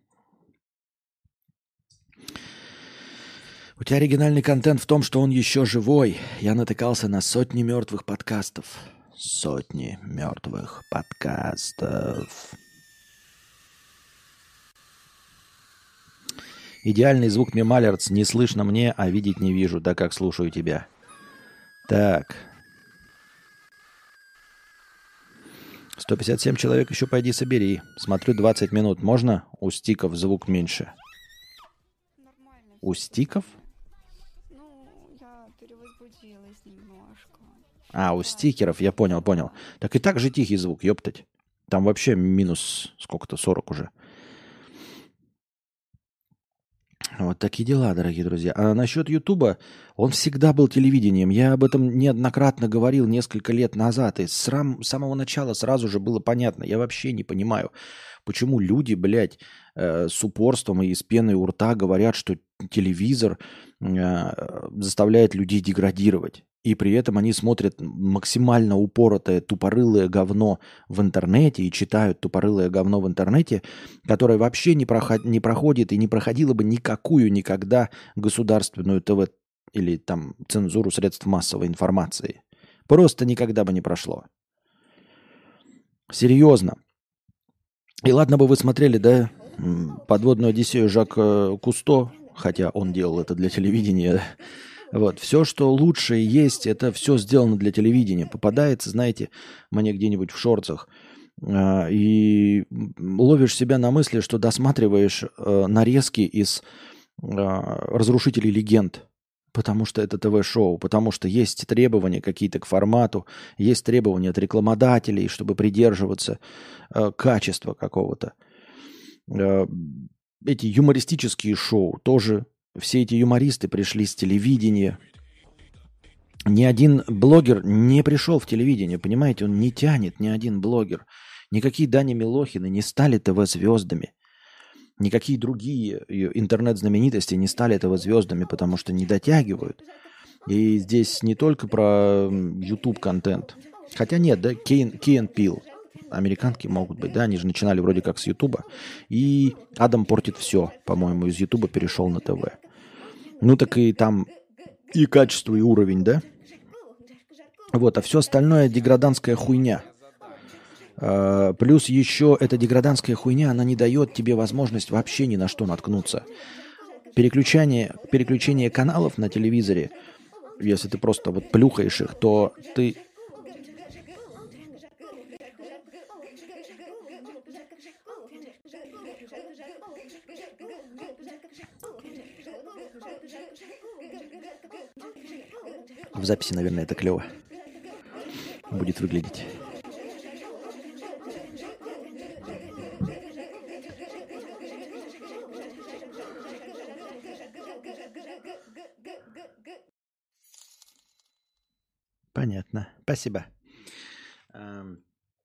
У тебя оригинальный контент в том, что он еще живой. Я натыкался на сотни мертвых подкастов. Сотни мертвых подкастов. Идеальный звук Мемалерц не слышно мне, а видеть не вижу, так как слушаю тебя. Так. сто пятьдесят семь человек еще пойди собери. Смотрю двадцать минут. Можно? У стиков звук меньше. Нормально. У стиков? Ну, я перевозбудилась немножко. А, у стикеров, я понял, понял. Так и так же тихий звук, ёптать. Там вообще минус сколько-то, сорок уже. Вот такие дела, дорогие друзья. А насчет Ютуба, он всегда был телевидением. Я об этом неоднократно говорил несколько лет назад. И с рам- самого начала сразу же было понятно. Я вообще не понимаю, почему люди, блядь, э, с упорством и с пеной у рта говорят, что телевизор э, заставляет людей деградировать. И при этом они смотрят максимально упоротое тупорылое говно в интернете и читают тупорылое говно в интернете, которое вообще не, проход, не проходит и не проходило бы никакую никогда государственную ТВ или там цензуру средств массовой информации. Просто никогда бы не прошло. Серьезно. И ладно бы вы смотрели, да, «Подводную Одиссею» Жак Кусто, хотя он делал это для телевидения. Вот, все, что лучшее есть, это все сделано для телевидения. Попадается, знаете, мне где-нибудь в шортах э, и ловишь себя на мысли, что досматриваешь э, нарезки из э, «Разрушителей легенд», потому что это ТВ-шоу, потому что есть требования какие-то к формату, есть требования от рекламодателей, чтобы придерживаться э, качества какого-то. Э, эти юмористические шоу тоже, все эти юмористы пришли с телевидения. Ни один блогер не пришел в телевидение, понимаете, он не тянет, ни один блогер. Никакие Дани Милохины не стали ТВ-звездами. Никакие другие интернет-знаменитости не стали ТВ-звездами, потому что не дотягивают. И здесь не только про YouTube-контент. Хотя нет, да, Key and Peele. Американки могут быть, да, они же начинали вроде как с Ютуба. И Адам портит все, по-моему, из Ютуба перешел на ТВ. Ну так и там и качество, и уровень, да? Вот, а все остальное деграданская хуйня. Uh, плюс еще эта деграданская хуйня, она не дает тебе возможность вообще ни на что наткнуться. Переключение, переключение каналов на телевизоре, если ты просто вот плюхаешь их, то ты... В записи, наверное, это клево будет выглядеть. Понятно. Спасибо. Эм...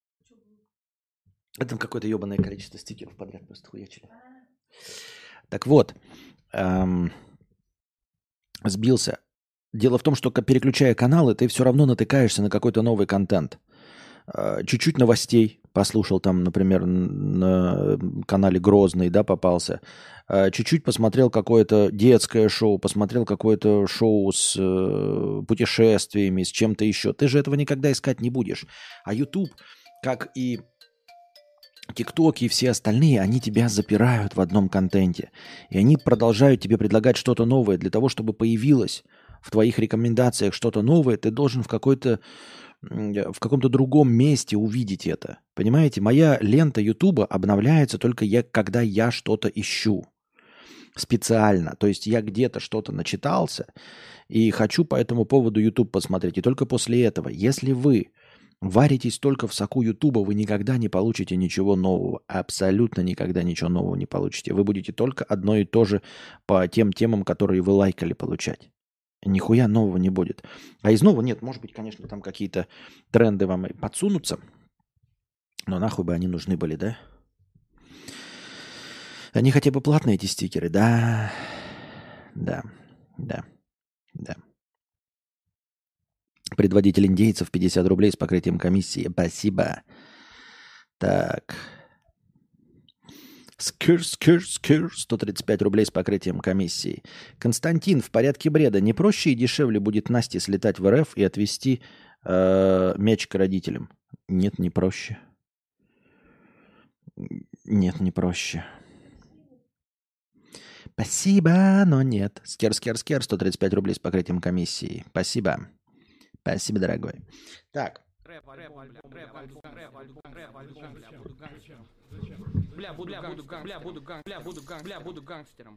Это какое-то ебаное количество стикеров подряд просто хуячили. Так вот. Эм... Сбился. Дело в том, что переключая каналы, ты все равно натыкаешься на какой-то новый контент. Э, чуть-чуть новостей послушал там, например, на канале Грозный, да, попался. Э, чуть-чуть посмотрел какое-то детское шоу, посмотрел какое-то шоу с э, путешествиями, с чем-то еще. Ты же этого никогда искать не будешь. А YouTube, как и ТикТок и все остальные, они тебя запирают в одном контенте. И они продолжают тебе предлагать что-то новое. Для того, чтобы появилось в твоих рекомендациях что-то новое, ты должен в какой-то в каком-то другом месте увидеть это. Понимаете, моя лента Ютуба обновляется только я, когда я что-то ищу специально. То есть я где-то что-то начитался и хочу по этому поводу YouTube посмотреть. И только после этого, если вы варитесь только в соку Ютуба, вы никогда не получите ничего нового. Абсолютно никогда ничего нового не получите. Вы будете только одно и то же по тем темам, которые вы лайкали, получать. Нихуя нового не будет. А из нового нет. Может быть, конечно, там какие-то тренды вам и подсунутся. Но нахуй бы они нужны были, да? Они хотя бы платные, эти стикеры. Да, да, да, да. Предводитель индейцев пятьдесят рублей с покрытием комиссии. Спасибо. Так. Скир, скир, скир. сто тридцать пять рублей с покрытием комиссии. Константин, в порядке бреда. Не проще и дешевле будет Насте слетать в РФ и отвезти э, мяч к родителям? Нет, не проще. Нет, не проще. Спасибо, но нет. Скер, скер, скер. сто тридцать пять рублей с покрытием комиссии. Спасибо. Спасибо, дорогой. Так. Бля, буду, бля, буду, бля, буду, бля, буду, бля, буду гангстером.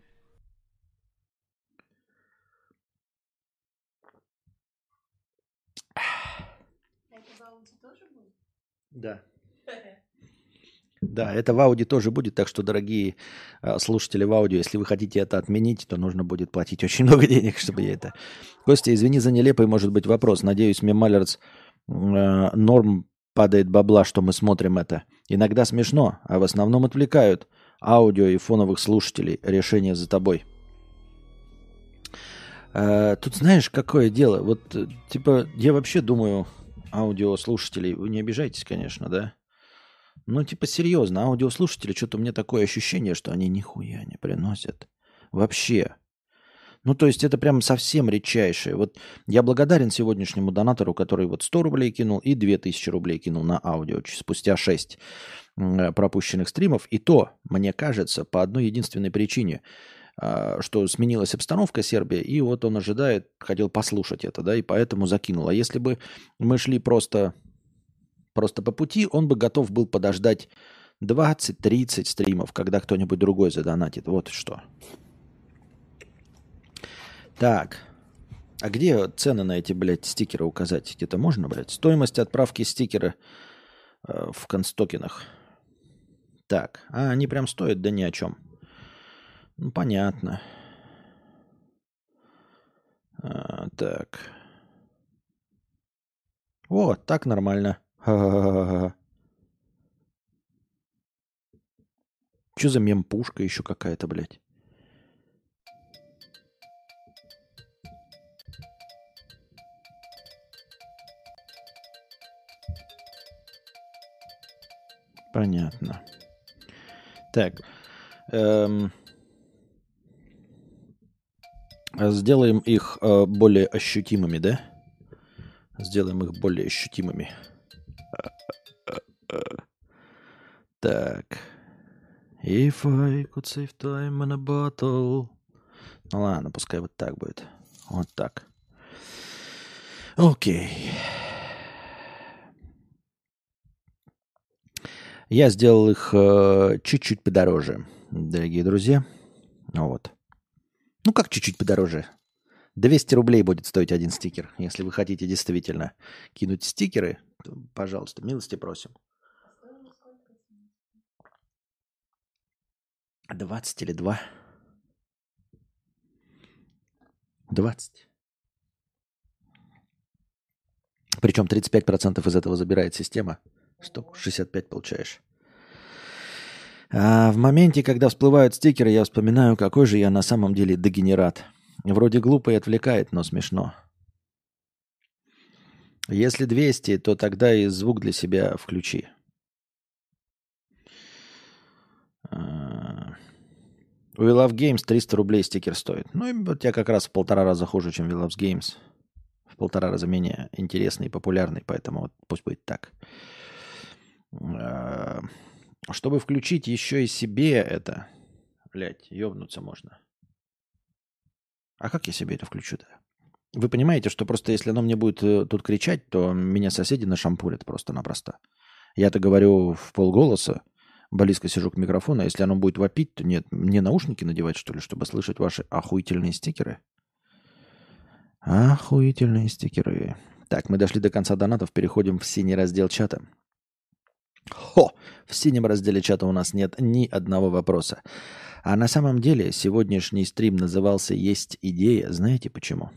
Это в ауди тоже будет? Да. Да, это в ауди тоже будет, так что, дорогие э, слушатели в аудио, если вы хотите это отменить, то нужно будет платить очень много денег, чтобы я это... Костя, извини за нелепый, может быть, вопрос. Надеюсь, Мемалерс э, норм падает бабла, что мы смотрим это. Иногда смешно, а в основном отвлекают аудио и фоновых слушателей. Решение за тобой. Э, тут знаешь, какое дело? Вот, э, типа, я вообще думаю, аудиослушателей, вы не обижайтесь, конечно, да? Ну, типа, серьезно, аудиослушатели, что-то у меня такое ощущение, что они нихуя не приносят. Вообще. Ну, то есть это прям совсем редчайшее. Вот я благодарен сегодняшнему донатору, который вот сто рублей кинул и две тысячи рублей кинул на аудио спустя шесть пропущенных стримов. И то, мне кажется, по одной единственной причине, что сменилась обстановка Сербии, и вот он ожидает, хотел послушать это, да, и поэтому закинул. А если бы мы шли просто Просто по пути он бы готов был подождать двадцать-тридцать стримов, когда кто-нибудь другой задонатит. Вот что. Так. А где цены на эти, блядь, стикеры указать? Где-то можно, блядь? Стоимость отправки стикера э, в констокенах. Так. А, они прям стоят? Да ни о чем. Ну, понятно. А, так. О, так нормально. Ха-ха-ха-ха. Что за мем-пушка еще какая-то, блядь? Понятно. Так. Эм, сделаем их э, более ощутимыми, да? Сделаем их более ощутимыми. Так. If I could save time in a bottle. Ну ладно, пускай вот так будет. Вот так. Окей. Я сделал их э, чуть-чуть подороже, дорогие друзья. Вот. Ну как чуть-чуть подороже? двести рублей будет стоить один стикер. Если вы хотите действительно кинуть стикеры, то, пожалуйста, милости просим. двадцать или два? двадцать. Причем тридцать пять процентов из этого забирает система. сто шестьдесят пять получаешь. А в моменте, когда всплывают стикеры, я вспоминаю, какой же я на самом деле дегенерат. Вроде глупо и отвлекает, но смешно. Если двести, то тогда и звук для себя включи. У We Love Games триста рублей стикер стоит. Ну, и вот я как раз в полтора раза хуже, чем We Love Games. В полтора раза менее интересный и популярный, поэтому вот пусть будет так. Чтобы включить еще и себе это... Блядь, ёбнуться можно. А как я себе это включу-то? Вы понимаете, что просто если оно мне будет тут кричать, то меня соседи нашампурят просто-напросто. Я-то говорю в полголоса, близко сижу к микрофону, а если оно будет вопить, то нет, мне наушники надевать, что ли, чтобы слышать ваши охуительные стикеры? Охуительные стикеры. Так, мы дошли до конца донатов, переходим в синий раздел чата. Хо! В синем разделе чата у нас нет ни одного вопроса. А на самом деле сегодняшний стрим назывался «Есть идея». Знаете почему?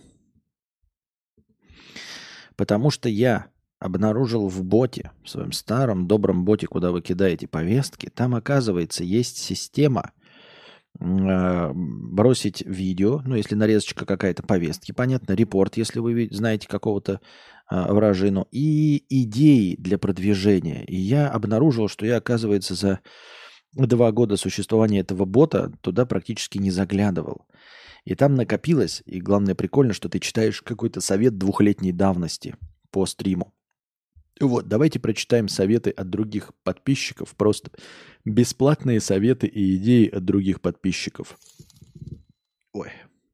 Потому что я обнаружил в боте, в своем старом добром боте, куда вы кидаете повестки, там, оказывается, есть система э, бросить видео, ну, если нарезочка какая-то повестки, понятно, репорт, если вы знаете какого-то э, вражину, и идеи для продвижения. И я обнаружил, что я, оказывается, за два года существования этого бота туда практически не заглядывал. И там накопилось, и главное прикольно, что ты читаешь какой-то совет двухлетней давности по стриму. Вот, давайте прочитаем советы от других подписчиков, просто бесплатные советы и идеи от других подписчиков. Ой.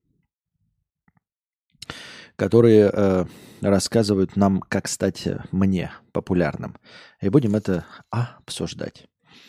Которые э, рассказывают нам, как стать мне популярным. И будем это обсуждать.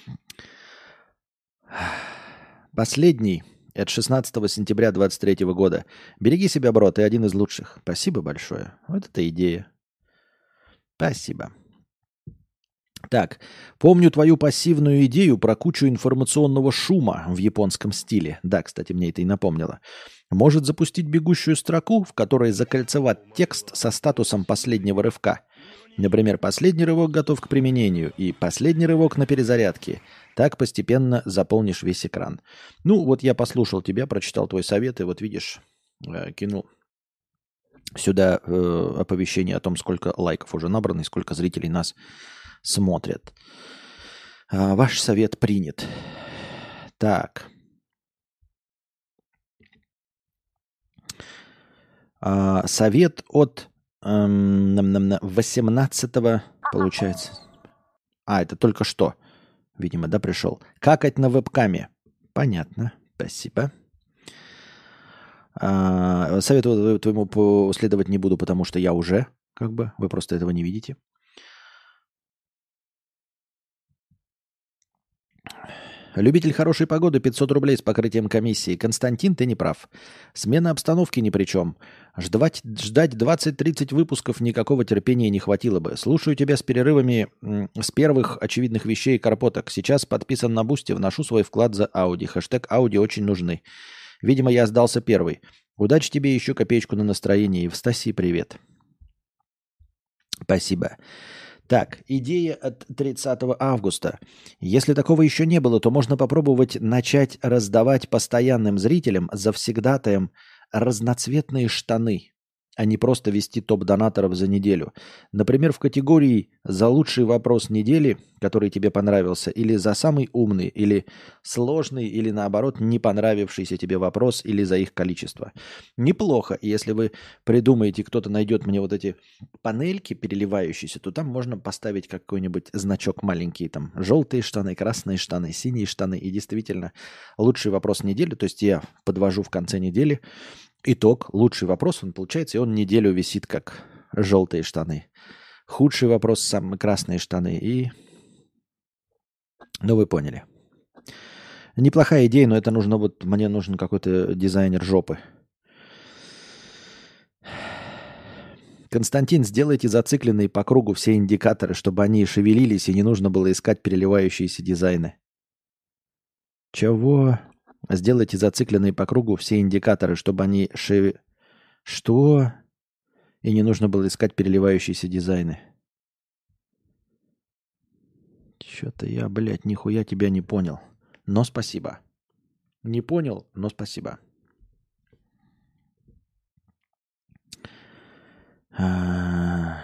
Последний. Это шестнадцатого сентября двадцать третьего года. Береги себя, бро, ты один из лучших. Спасибо большое. Вот это идея. Спасибо. Так, помню твою пассивную идею про кучу информационного шума в японском стиле. Да, кстати, мне это и напомнило. Может запустить бегущую строку, в которой закольцевать текст со статусом последнего рывка. Например, последний рывок готов к применению и последний рывок на перезарядке. Так постепенно заполнишь весь экран. Ну, вот я послушал тебя, прочитал твой совет, и вот видишь, э, кинул сюда э, оповещение о том, сколько лайков уже набрано и сколько зрителей нас смотрят. А, ваш совет принят. Так. А, совет от эм, восемнадцатого, получается. А, это только что. Видимо, да, пришел. Какать на вебкаме. Понятно. Спасибо. А, совету твоему последовать не буду, потому что я уже, как бы, вы просто этого не видите. Любитель хорошей погоды пятьсот рублей с покрытием комиссии. Константин, ты не прав. Смена обстановки ни при чем. Ждать, ждать двадцать-тридцать выпусков никакого терпения не хватило бы. Слушаю тебя с перерывами м, с первых очевидных вещей и карпоток. Сейчас подписан на Бусти, вношу свой вклад за Ауди. Хэштег Ауди очень нужны. Видимо, я сдался первый. Удачи тебе, еще копеечку на настроение. Евстасий, привет. Спасибо. Так, идея от тридцатого августа. Если такого еще не было, то можно попробовать начать раздавать постоянным зрителям, завсегдатаям, разноцветные штаны, а не просто вести топ донаторов за неделю. Например, в категории «За лучший вопрос недели», который тебе понравился, или «За самый умный», или «Сложный», или наоборот, не понравившийся тебе вопрос, или «За их количество». Неплохо, если вы придумаете, кто-то найдет мне вот эти панельки переливающиеся, то там можно поставить какой-нибудь значок маленький, там желтые штаны, красные штаны, синие штаны. И действительно, лучший вопрос недели, то есть я подвожу в конце недели итог, лучший вопрос, он получается, и он неделю висит как желтые штаны. Худший вопрос, самые красные штаны. И, ну, вы поняли. Неплохая идея, но это нужно, вот мне нужен какой-то дизайнер жопы. Константин, сделайте зацикленные по кругу все индикаторы, чтобы они шевелились и не нужно было искать переливающиеся дизайны. Чего? Сделайте зацикленные по кругу все индикаторы, чтобы они шев... Что? И не нужно было искать переливающиеся дизайны. Что-то я, блядь, нихуя тебя не понял. Но спасибо. Не понял, но спасибо. А...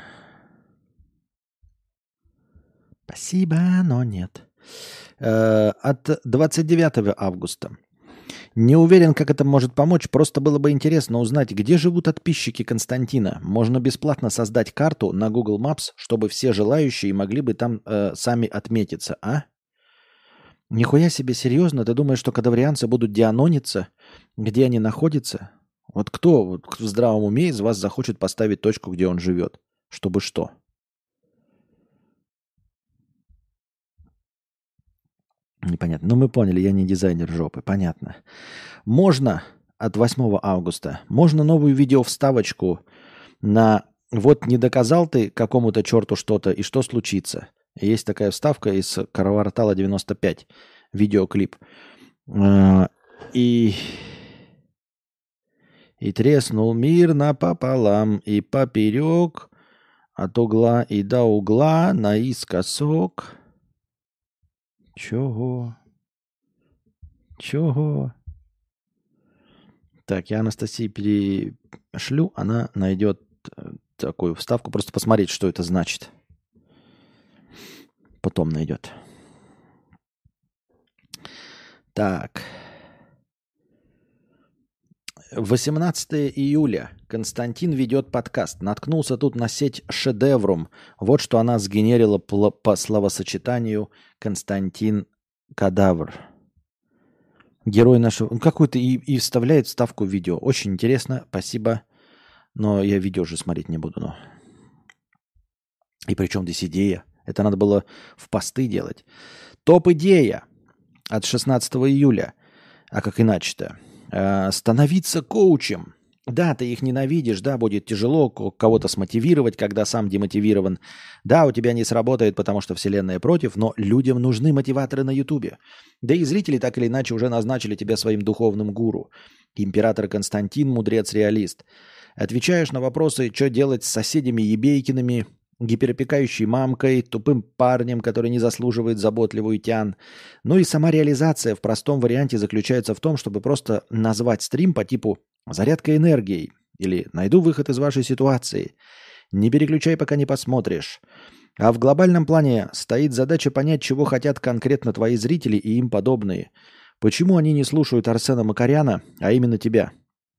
Спасибо, но нет. Э, от двадцать девятого августа. Не уверен, как это может помочь, просто было бы интересно узнать, где живут подписчики Константина. Можно бесплатно создать карту на Google Maps, чтобы все желающие могли бы там э, сами отметиться, а? Нихуя себе, серьезно? Ты думаешь, что кадаврианцы будут дианониться, где они находятся? Вот кто вот, в здравом уме из вас захочет поставить точку, где он живет? Чтобы что? Непонятно. Ну, мы поняли, я не дизайнер жопы. Понятно. Можно от восьмого августа, можно новую видеовставочку на «Вот не доказал ты какому-то черту что-то, и что случится». Есть такая вставка из «Квартала девяносто пять», видеоклип. И... И треснул мир напополам, и поперек, от угла и до угла, наискосок... Чего? Чего? Так, я Анастасии перешлю, она найдет такую вставку, просто посмотреть, что это значит. Потом найдет. Так. восемнадцатого июля. Константин ведет подкаст. Наткнулся тут на сеть Шедеврум. Вот что она сгенерила по словосочетанию Константин Кадавр. Герой нашего... Какой-то и, и вставляет вставку видео. Очень интересно. Спасибо. Но я видео уже смотреть не буду. Но... И причем здесь идея. Это надо было в посты делать. Топ-идея от шестнадцатого июля. А как иначе-то? Становиться коучем. Да, ты их ненавидишь, да, будет тяжело кого-то смотивировать, когда сам демотивирован. Да, у тебя не сработает, потому что вселенная против, но людям нужны мотиваторы на Ютубе. Да и зрители так или иначе уже назначили тебя своим духовным гуру. Император Константин, мудрец-реалист. Отвечаешь на вопросы, что делать с соседями Ебейкиными, гиперопекающей мамкой, тупым парнем, который не заслуживает заботливую тян. Ну и сама реализация в простом варианте заключается в том, чтобы просто назвать стрим по типу «Зарядка энергией» или «Найду выход из вашей ситуации». Не переключай, пока не посмотришь. А в глобальном плане стоит задача понять, чего хотят конкретно твои зрители и им подобные. Почему они не слушают Арсена Макаряна, а именно тебя?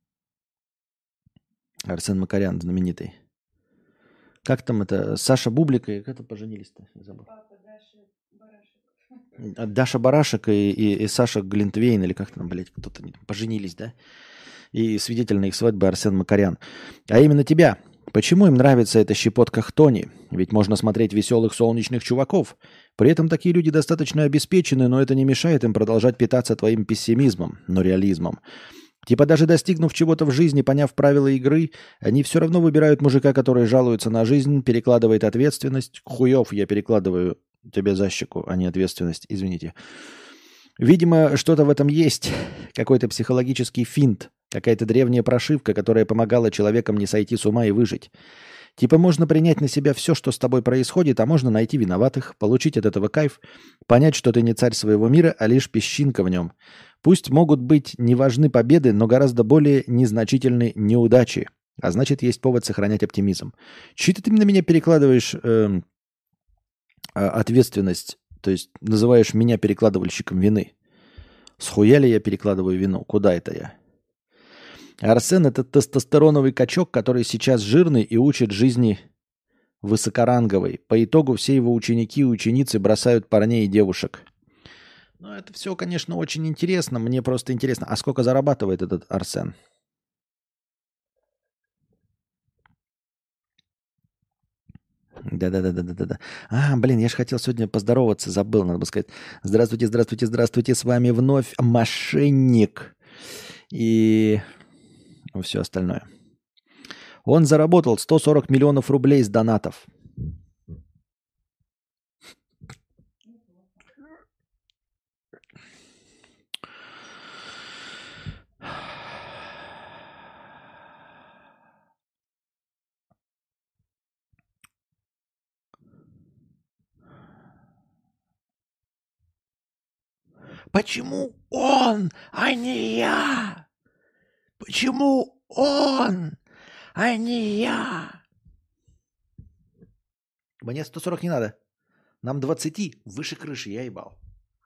Арсен Макарян знаменитый. Как там это? Саша Бублика и как это поженились-то? Я забыл. Папа Даша Барашек. Даша Барашек и, и, и Саша Глинтвейн, или как там, блядь, кто-то поженились, да? И свидетель на их свадьбы Арсен Макарян. А именно тебя. Почему им нравится эта щепотка хтони? Ведь можно смотреть веселых солнечных чуваков. При этом такие люди достаточно обеспечены, но это не мешает им продолжать питаться твоим пессимизмом, но реализмом. Типа даже достигнув чего-то в жизни, поняв правила игры, они все равно выбирают мужика, который жалуется на жизнь, перекладывает ответственность. Хуев я перекладываю тебе за щеку, а не ответственность, извините. Видимо, что-то в этом есть. Какой-то психологический финт, какая-то древняя прошивка, которая помогала человекам не сойти с ума и выжить. Типа можно принять на себя все, что с тобой происходит, а можно найти виноватых, получить от этого кайф, понять, что ты не царь своего мира, а лишь песчинка в нем. Пусть могут быть не важны победы, но гораздо более незначительны неудачи. А значит, есть повод сохранять оптимизм. Чьи-то ты на меня перекладываешь э, ответственность, то есть называешь меня перекладывальщиком вины. Схуя ли я перекладываю вину? Куда это я? Арсен – это тестостероновый качок, который сейчас жирный и учит жизни высокоранговой. По итогу все его ученики и ученицы бросают парней и девушек. Ну, это все, конечно, очень интересно. Мне просто интересно, а сколько зарабатывает этот Арсен? Да-да-да-да-да-да. А, блин, я же хотел сегодня поздороваться, забыл, надо бы сказать. Здравствуйте, здравствуйте, здравствуйте, с вами вновь мошенник. И все остальное. Он заработал сто сорок миллионов рублей с донатов. Почему он, а не я? Почему он, а не я? Мне сто сорок не надо. Нам двадцать выше крыши, я ебал.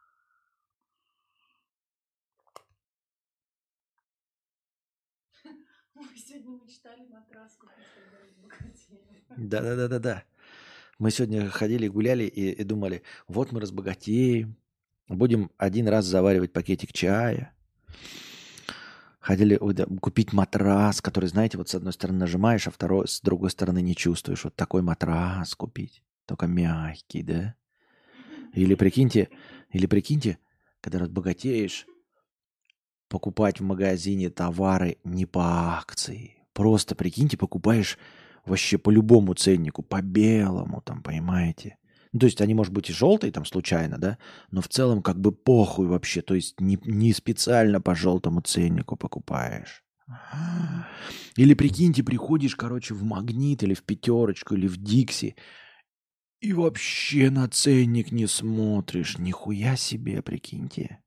Мы сегодня мечтали матрас купить, когда разбогатели. Да-да-да-да-да. Мы сегодня ходили, гуляли и, и думали, вот мы разбогатеем, будем один раз заваривать пакетик чая. Ходили купить матрас, который, знаете, вот с одной стороны нажимаешь, а второй, с другой стороны не чувствуешь. Вот такой матрас купить, только мягкий, да? Или прикиньте, или прикиньте, когда разбогатеешь, покупать в магазине товары не по акции. Просто, прикиньте, покупаешь вообще по любому ценнику, по белому, там, понимаете? Ну, то есть они, может быть, и желтые там случайно, да? Но в целом как бы похуй вообще. То есть не, не специально по желтому ценнику покупаешь. Или прикиньте, приходишь, короче, в Магнит или в Пятерочку или в Дикси и вообще на ценник не смотришь. Нихуя себе, прикиньте.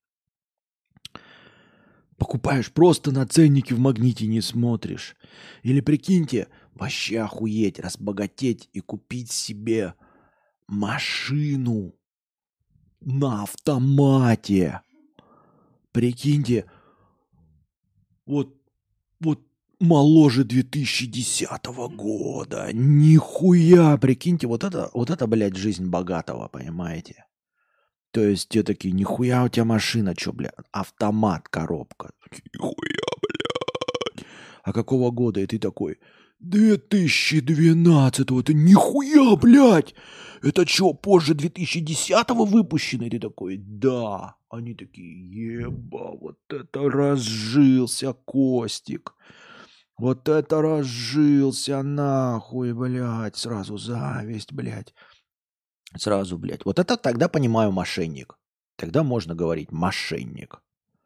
Покупаешь просто на ценнике в Магните не смотришь. Или прикиньте, вообще охуеть, разбогатеть и купить себе машину на автомате. Прикиньте, вот, вот моложе две тысячи десятого года. Нихуя, прикиньте, вот это, вот это, блядь, жизнь богатого, понимаете? То есть те такие, нихуя у тебя машина, чё, блядь, автомат, коробка. Нихуя, блядь. А какого года? И ты такой, две тысячи двенадцатого, ты нихуя, блядь. Это чё, позже две тысячи десятого выпущено? И ты такой, да. Они такие, еба, вот это разжился Костик. Вот это разжился нахуй, блядь. Сразу зависть, блядь. Сразу, блядь. Вот это тогда понимаю мошенник. Тогда можно говорить мошенник.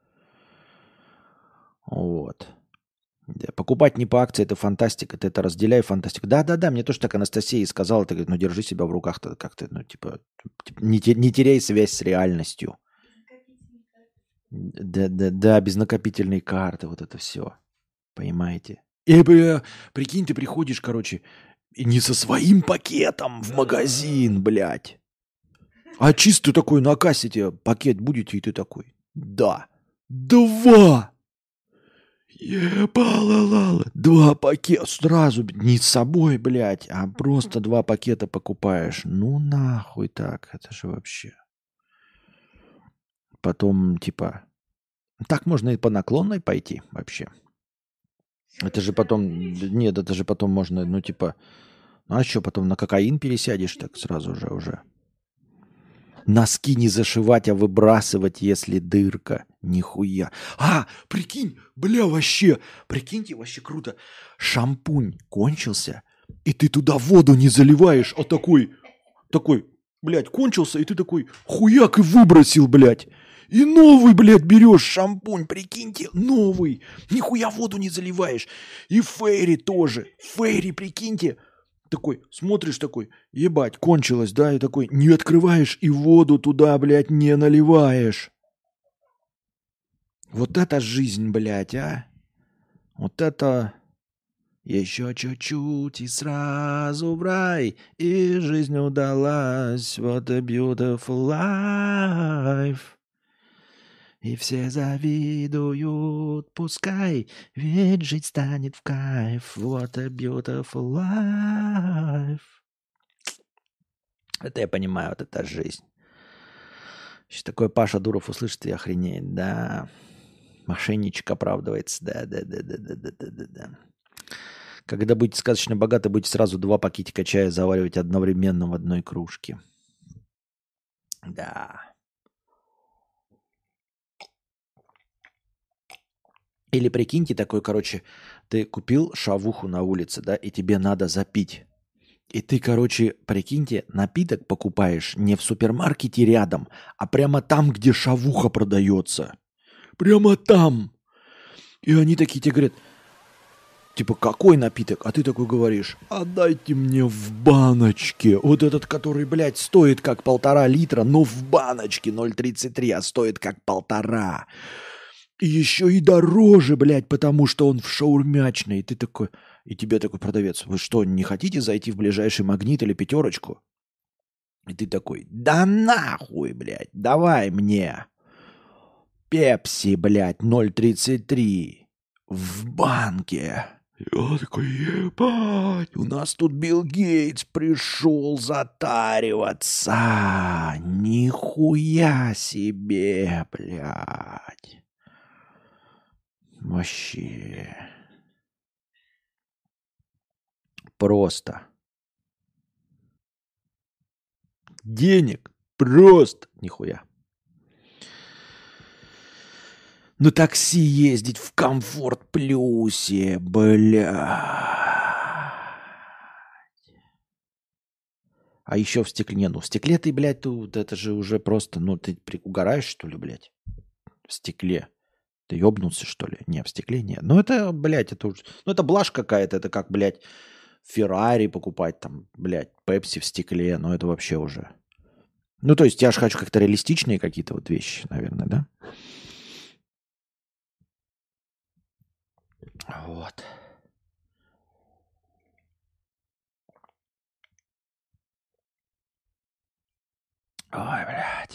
Вот. Да, покупать не по акции – это фантастика. Ты это разделяй, фантастика. Да-да-да, мне тоже так Анастасия сказала. Ты говорит, ну держи себя в руках как-то, ну типа, типа не, те, не теряй связь с реальностью. Да-да-да, без накопительной карты, вот это все. Понимаете? И, бля, прикинь, ты приходишь, короче, и не со своим пакетом в магазин, блядь. А чисто такой на кассе тебе пакет будете, и ты такой, да, два. Ебала-лала. Два пакета сразу, не с собой, блядь, а просто два пакета покупаешь. Ну нахуй так, это же вообще. Потом, типа, так можно и по наклонной пойти вообще. Это же потом... Нет, это же потом можно, ну типа... Ну а что, потом на кокаин пересядешь так сразу же уже? Носки не зашивать, а выбрасывать, если дырка. Нихуя. А, прикинь, бля, вообще. Прикиньте, вообще круто. Шампунь кончился, и ты туда воду не заливаешь, а такой, такой, блядь, кончился, и ты такой, хуяк, и выбросил, блядь. И новый, блядь, берешь шампунь, прикиньте, новый. Нихуя воду не заливаешь. И Фейри тоже. Фейри, прикиньте. Такой, смотришь такой, ебать, кончилось, да, и такой, не открываешь и воду туда, блядь, не наливаешь. Вот это жизнь, блядь, а? Вот это... Еще чуть-чуть и сразу в рай, и жизнь удалась, what a beautiful life. И все завидуют, пускай, ведь жить станет в кайф. What a beautiful life. Это я понимаю, вот это жизнь. Сейчас такой Паша Дуров услышит и охренеет. Да, мошенничек оправдывается. Да, да, да, да, да, да, да, да. Когда будете сказочно богаты, будете сразу два пакетика чая заваривать одновременно в одной кружке. Да. Или прикиньте такой, короче, ты купил шавуху на улице, да, и тебе надо запить. И ты, короче, прикиньте, напиток покупаешь не в супермаркете рядом, а прямо там, где шавуха продается. Прямо там. И они такие тебе говорят, типа, какой напиток? А ты такой говоришь, отдайте мне в баночке. Вот этот, который, блядь, стоит как полтора литра, но в баночке ноль тридцать три, а стоит как полтора. И еще и дороже, блядь, потому что он в шаурмячной. И ты такой, и тебе такой продавец, вы что, не хотите зайти в ближайший Магнит или Пятерочку? И ты такой, да нахуй, блядь, давай мне Пепси, блядь, ноль тридцать три в банке. Я такой, ебать, у нас тут Билл Гейтс пришел затариваться. Нихуя себе, блядь. Вообще. Просто. Денег просто нихуя. На такси ездить в Комфорт Плюсе, бля. А еще в стекле. Ну, в стекле ты, блядь, тут это же уже просто, ну, ты угораешь, что ли, блядь? В стекле. Ты ёбнулся, что ли? Не, в стекле нет. Ну, это, блядь, это уже... Ну, это блажь какая-то. Это как, блядь, Феррари покупать, там, блядь, Пепси в стекле. Ну, это вообще уже... Ну, то есть я же хочу как-то реалистичные какие-то вот вещи, наверное, да? Вот. Ой, блядь.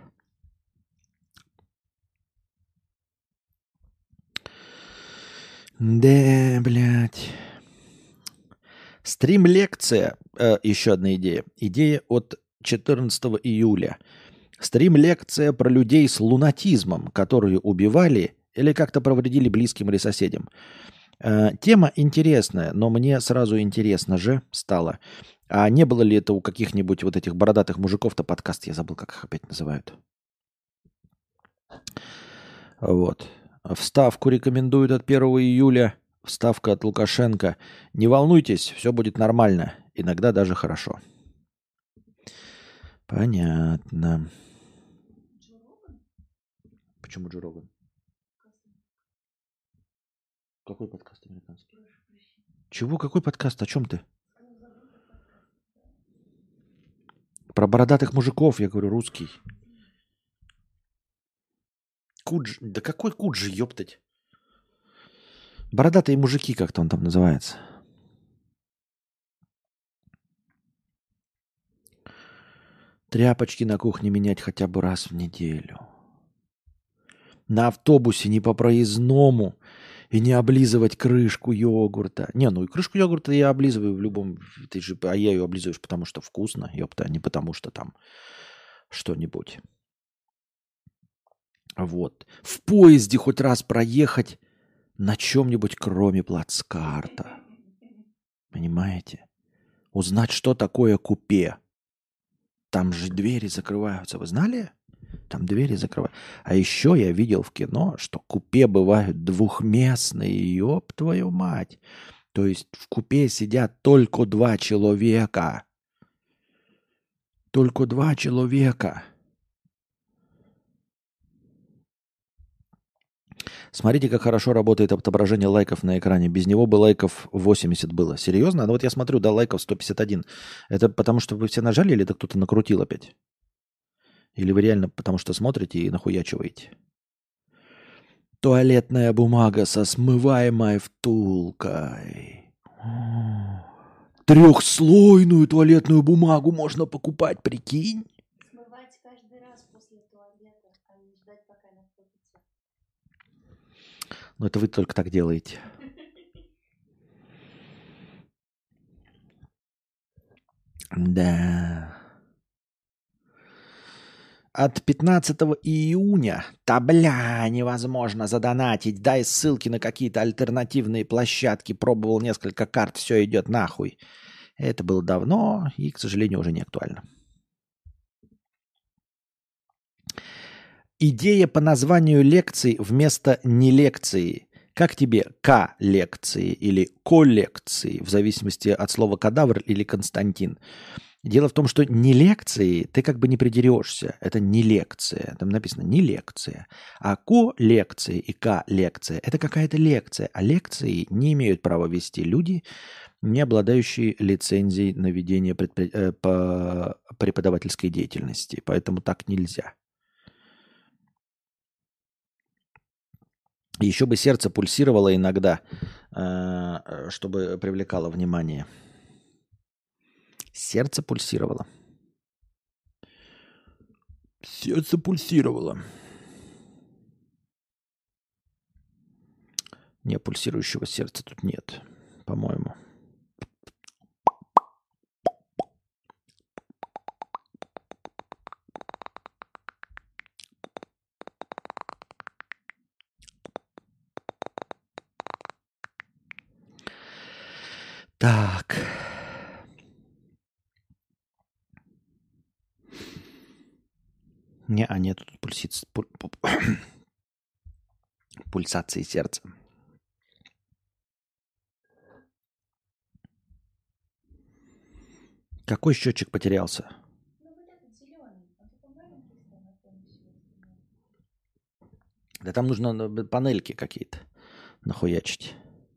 Да, блядь. Стрим-лекция. Э, еще одна идея. Идея от четырнадцатого июля. Стрим-лекция про людей с лунатизмом, которые убивали или как-то повредили близким или соседям. Э, тема интересная, но мне сразу интересно же стало. А не было ли это у каких-нибудь вот этих бородатых мужиков-то подкаст? Я забыл, как их опять называют. Вот. Вставку рекомендуют от первого июля. Вставка от Лукашенко. Не волнуйтесь, все будет нормально. Иногда даже хорошо. Понятно. Почему Джо Роган? Какой подкаст американский? Чего? Какой подкаст? О чем ты? Про бородатых мужиков, я говорю, русский. Кудж... Да какой Куджи, ёптать? Бородатые мужики, как-то он там называется. Тряпочки на кухне менять хотя бы раз в неделю. На автобусе не по проездному и не облизывать крышку йогурта. Не, ну и крышку йогурта я облизываю в любом... Ты же... А я ее облизываешь, потому что вкусно, ёпта, а не потому что там что-нибудь. Вот. В поезде хоть раз проехать на чем-нибудь, кроме плацкарта. Понимаете? Узнать, что такое купе. Там же двери закрываются. Вы знали? Там двери закрываются. А еще я видел в кино, что купе бывают двухместные. Ёб твою мать. То есть в купе сидят только два человека. Только два человека. Смотрите, как хорошо работает отображение лайков на экране. Без него бы лайков восемьдесят было. Серьезно? Ну вот я смотрю, да, лайков сто пятьдесят один. Это потому, что вы все нажали, или это кто-то накрутил опять? Или вы реально потому, что смотрите и нахуячиваете? Туалетная бумага со смываемой втулкой. Трехслойную туалетную бумагу можно покупать, прикинь? Смывать каждый раз после туалета, а не ждать, пока накопится. Ну это вы только так делаете. Да. От пятнадцатого июня, да бля, невозможно задонатить. Дай ссылки на какие-то альтернативные площадки. Пробовал несколько карт, все идет нахуй. Это было давно и, к сожалению, уже не актуально. Идея по названию лекции вместо не лекции. Как тебе К-лекции или коллекции, в зависимости от слова кадавр или Константин? Дело в том, что не лекции ты как бы не придерешься. Это не лекция. Там написано не лекция. А ко-лекции и к-лекция – это какая-то лекция. А лекции не имеют права вести люди, не обладающие лицензией на ведение предпри... э, по преподавательской деятельности. Поэтому так нельзя. Еще бы сердце пульсировало иногда, э, чтобы привлекало внимание. Сердце пульсировало. Сердце пульсировало. Не, пульсирующего сердца тут нет, по-моему. Так. Не, а нет, тут пульсиц... пуль... пульсации сердца. Какой счетчик потерялся? Ну вот этот зеленый, он такой маленький стал на фоне всего остального. Да там нужно панельки какие-то нахуячить.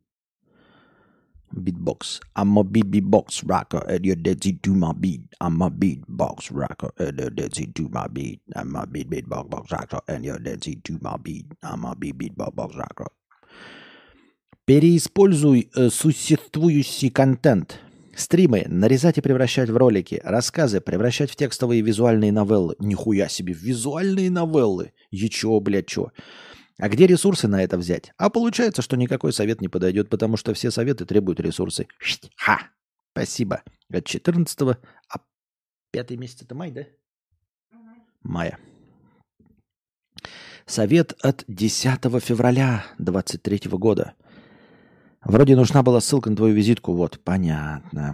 Beatbox. I'm a beatbox rocker and you're dead to my beat. I'm a beatbox rocker and you're dead to my beat. I'm a beatbox rocker and you're dead to my beat. I'm a beatbox rocker. Переиспользуй э, существующий контент. Стримы нарезать и превращать в ролики. Рассказы превращать в текстовые и визуальные новеллы. Нихуя себе, визуальные новеллы. Ечё, блядь, чё? А где ресурсы на это взять? А получается, что никакой совет не подойдет, потому что все советы требуют ресурсы. Ха! Спасибо. От четырнадцатого, а пятый месяц это май, да? Угу. Мая. Совет от десятого февраля двадцать третьего года. Вроде нужна была ссылка на твою визитку. Вот, понятно.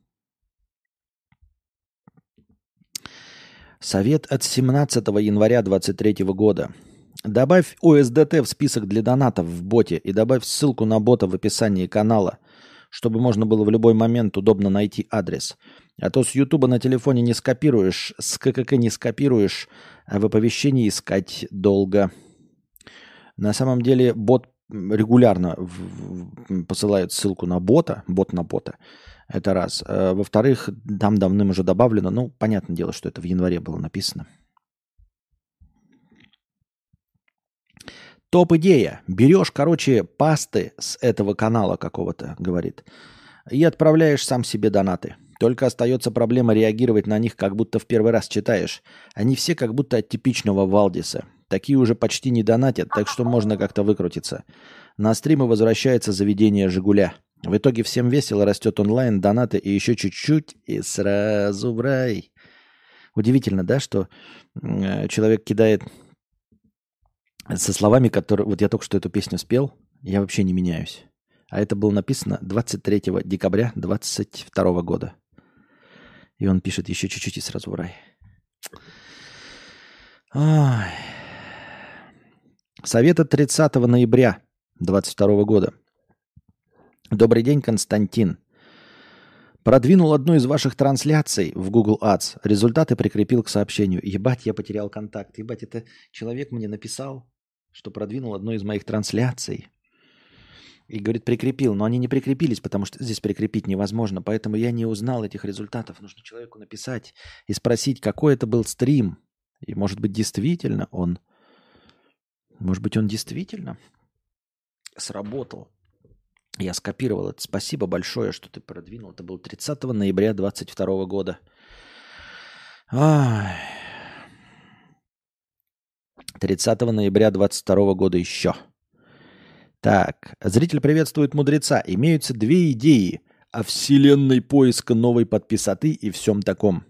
Совет от семнадцатого января двадцать третьего года. Добавь о эс ди ти в список для донатов в боте и добавь ссылку на бота в описании канала, чтобы можно было в любой момент удобно найти адрес. А то с Ютуба на телефоне не скопируешь, с ККК не скопируешь, а в оповещении искать долго. На самом деле бот регулярно в- в- посылает ссылку на бота, бот на бота. Это раз. А, во-вторых, там давным уже добавлено, ну, понятное дело, что это в январе было написано. Топ-идея. Берешь, короче, пасты с этого канала какого-то, говорит, и отправляешь сам себе донаты. Только остается проблема реагировать на них, как будто в первый раз читаешь. Они все как будто от типичного Валдиса. Такие уже почти не донатят, так что можно как-то выкрутиться. На стримы возвращается заведение «Жигуля». В итоге всем весело, растет онлайн, донаты и еще чуть-чуть, и сразу в рай. Удивительно, да, что э, человек кидает со словами, которые... Вот я только что эту песню спел, Я вообще не меняюсь. А это было написано двадцать третьего декабря двадцать второго года. И он пишет еще чуть-чуть и сразу в рай. Ой. Совет от тридцатого ноября двадцать второго года. Добрый день, Константин. Продвинул одну из ваших трансляций в Google Ads. Результаты прикрепил к сообщению. Ебать, я потерял контакт. Ебать, это человек мне написал, что продвинул одну из моих трансляций. И говорит, прикрепил. Но они не прикрепились, потому что здесь прикрепить невозможно. Поэтому я не узнал этих результатов. Нужно человеку написать и спросить, какой это был стрим. И может быть действительно он... Может быть он действительно сработал. Я скопировал это. Спасибо большое, что ты продвинул. Это было тридцатого ноября двадцать второго года. Ай. тридцатого ноября двадцать второго года еще. Так. Зритель приветствует мудреца. Имеются две идеи о вселенной поиска новой подписоты и всем таком.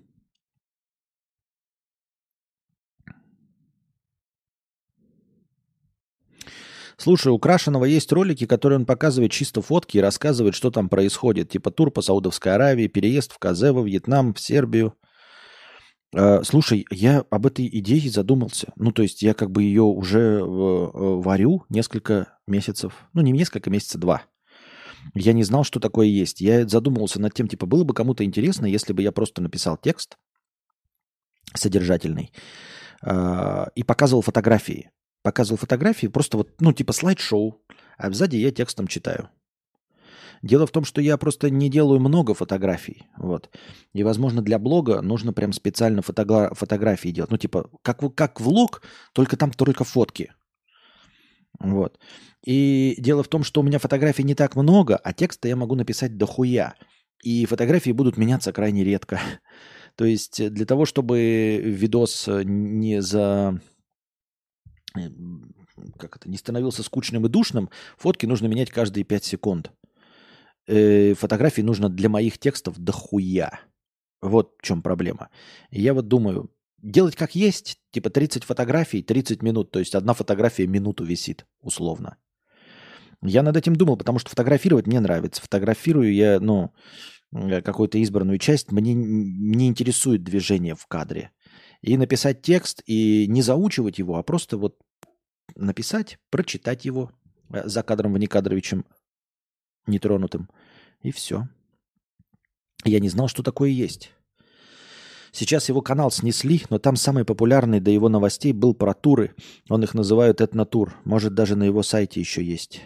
Слушай, у Крашеного есть ролики, которые он показывает чисто фотки и рассказывает, что там происходит. Типа тур по Саудовской Аравии, переезд в Казе, во Вьетнам, в Сербию. Э, слушай, я об этой идее задумался. Ну, то есть я как бы ее уже э, варю несколько месяцев. Ну, не несколько месяцев, два. Я не знал, что такое есть. Я задумывался над тем, типа, было бы кому-то интересно, если бы я просто написал текст содержательный э, и показывал фотографии. Показывал фотографии, просто вот, ну, типа слайд-шоу, а сзади я текстом читаю. Дело в том, что я просто не делаю много фотографий, вот. И, возможно, для блога нужно прям специально фотогра- фотографии делать. Ну, типа, как, как влог, только там только фотки. Вот. И дело в том, что у меня фотографий не так много, а текста я могу написать дохуя. И фотографии будут меняться крайне редко. То есть для того, чтобы видос не за... как это, не становился скучным и душным, фотки нужно менять каждые пять секунд. Э, фотографий нужно для моих текстов дохуя. Вот в чем проблема. И я вот думаю, делать как есть, типа тридцать фотографий, тридцать минут, то есть одна фотография минуту висит, условно. Я над этим думал, потому что фотографировать мне нравится. Фотографирую я, ну, какую-то избранную часть, мне не интересует движение в кадре. И написать текст, и не заучивать его, а просто вот написать, прочитать его за кадром Внекадровичем нетронутым. И все. Я не знал, что такое есть. Сейчас его канал снесли, но там самый популярный до его новостей был про туры. Он их называют этнотур. Может, даже на его сайте еще есть.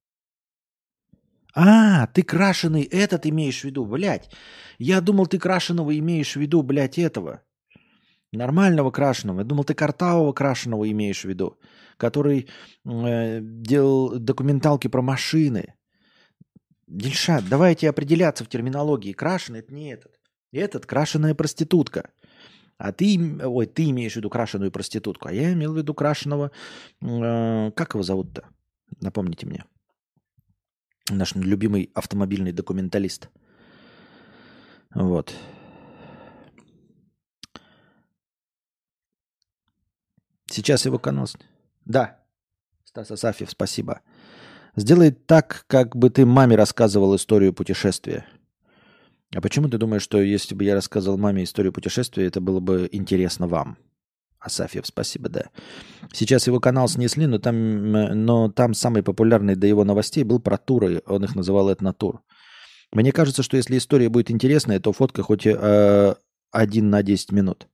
А, ты крашеный этот имеешь в виду, блядь. Я думал, ты крашеного имеешь в виду, блядь, этого. Нормального крашеного. Я думал, ты картавого крашеного имеешь в виду, который э, делал документалки про машины. Дильшат, давайте определяться в терминологии. Крашеный – это не этот. Этот – крашеная проститутка. А ты, ой, ты имеешь в виду крашеную проститутку, а я имел в виду крашеного, э, как его зовут-то? Напомните мне. Наш любимый автомобильный документалист. Вот. Сейчас его канал... Да, Стас Асафьев, спасибо. Сделай так, как бы ты маме рассказывал историю путешествия. А почему ты думаешь, что если бы я рассказывал маме историю путешествия, это было бы интересно вам? Асафьев, спасибо, да. Сейчас его канал снесли, но там, но там самый популярный до его новостей был про туры. Он их называл этнотур. Мне кажется, что если история будет интересная, то фотка хоть э, один на десять минут.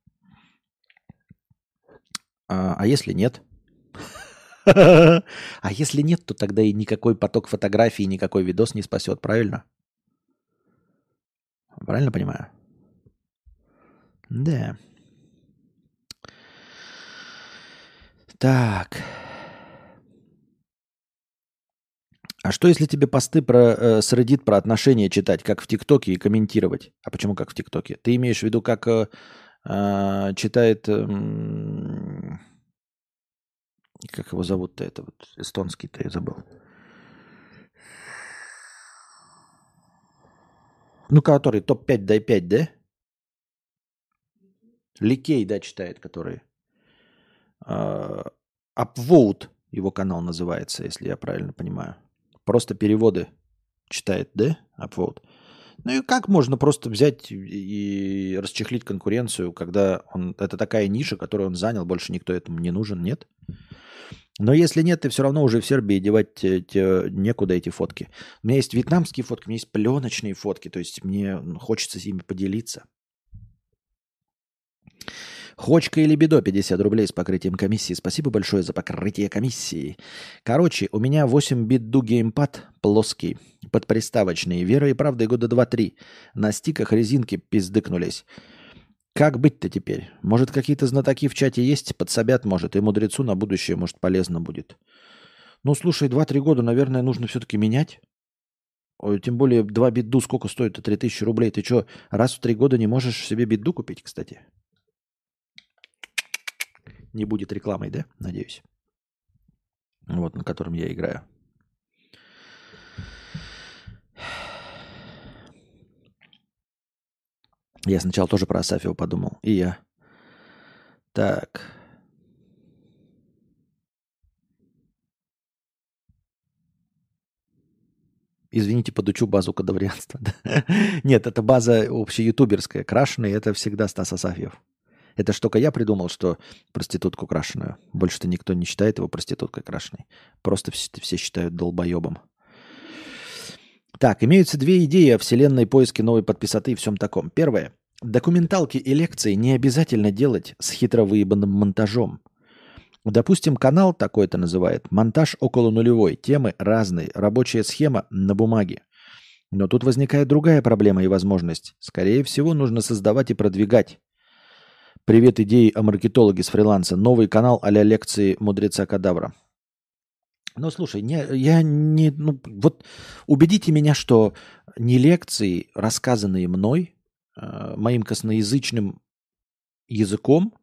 А, а если нет? А если нет, то тогда и никакой поток фотографий, никакой видос не спасет, правильно? Правильно понимаю? Да. Так. А что, если тебе посты про, э, с Reddit про отношения читать, как в ТикТоке, и комментировать? А почему как в ТикТоке? Ты имеешь в виду, как э, э, читает... Э, как его зовут-то, это вот эстонский-то я забыл. Ну, который топ пять дай пять, да? Ликей, да, читает, который. Upvote. его канал называется, если я правильно понимаю. Просто переводы читает, да, Upvote. Ну и как можно просто взять и расчехлить конкуренцию, когда он, это такая ниша, которую он занял, больше никто этому не нужен, нет? Но если нет, ты все равно уже в Сербии девать те- те- некуда эти фотки. У меня есть вьетнамские фотки, у меня есть пленочные фотки, то есть мне хочется с ними поделиться. Хочка или бедо, пятьдесят рублей с покрытием комиссии. Спасибо большое за покрытие комиссии. Короче, у меня восемь бит ду геймпад плоский, подприставочный. Вера и правда года два-три. На стиках резинки пиздыкнулись. Как быть-то теперь? Может, какие-то знатоки в чате есть? Подсобят, может, и мудрецу на будущее, может, полезно будет. Ну, слушай, два-три года, наверное, нужно все-таки менять. Ой, тем более два бит-ду сколько стоит? три тысячи рублей. Ты что, раз в три года не можешь себе бит-ду купить, кстати? Не будет рекламой, да? Надеюсь. Вот, на котором я играю. Я сначала тоже про Асафьева подумал. И я. Так. Извините, подучу базу кадаврианства. Нет, это база общеютуберская. Крашеный — это всегда Стас Асафьев. Это ж только я придумал, что проститутку крашеную. Больше-то никто не считает его проституткой крашеной. Просто все, все считают долбоебом. Так, имеются две идеи о вселенной поиске новой подписоты и всем таком. Первое. Документалки и лекции не обязательно делать с хитро выебанным монтажом. Допустим, канал такой-то называет «Монтаж около нулевой». Темы разные, рабочая схема на бумаге. Но тут возникает другая проблема и возможность. Скорее всего, нужно создавать и продвигать. Привет идеи о маркетологе с фриланса. Новый канал а-ля лекции мудреца Кадавра. Ну, слушай, не, я не... Ну, вот убедите меня, что не лекции, рассказанные мной, э, моим косноязычным языком,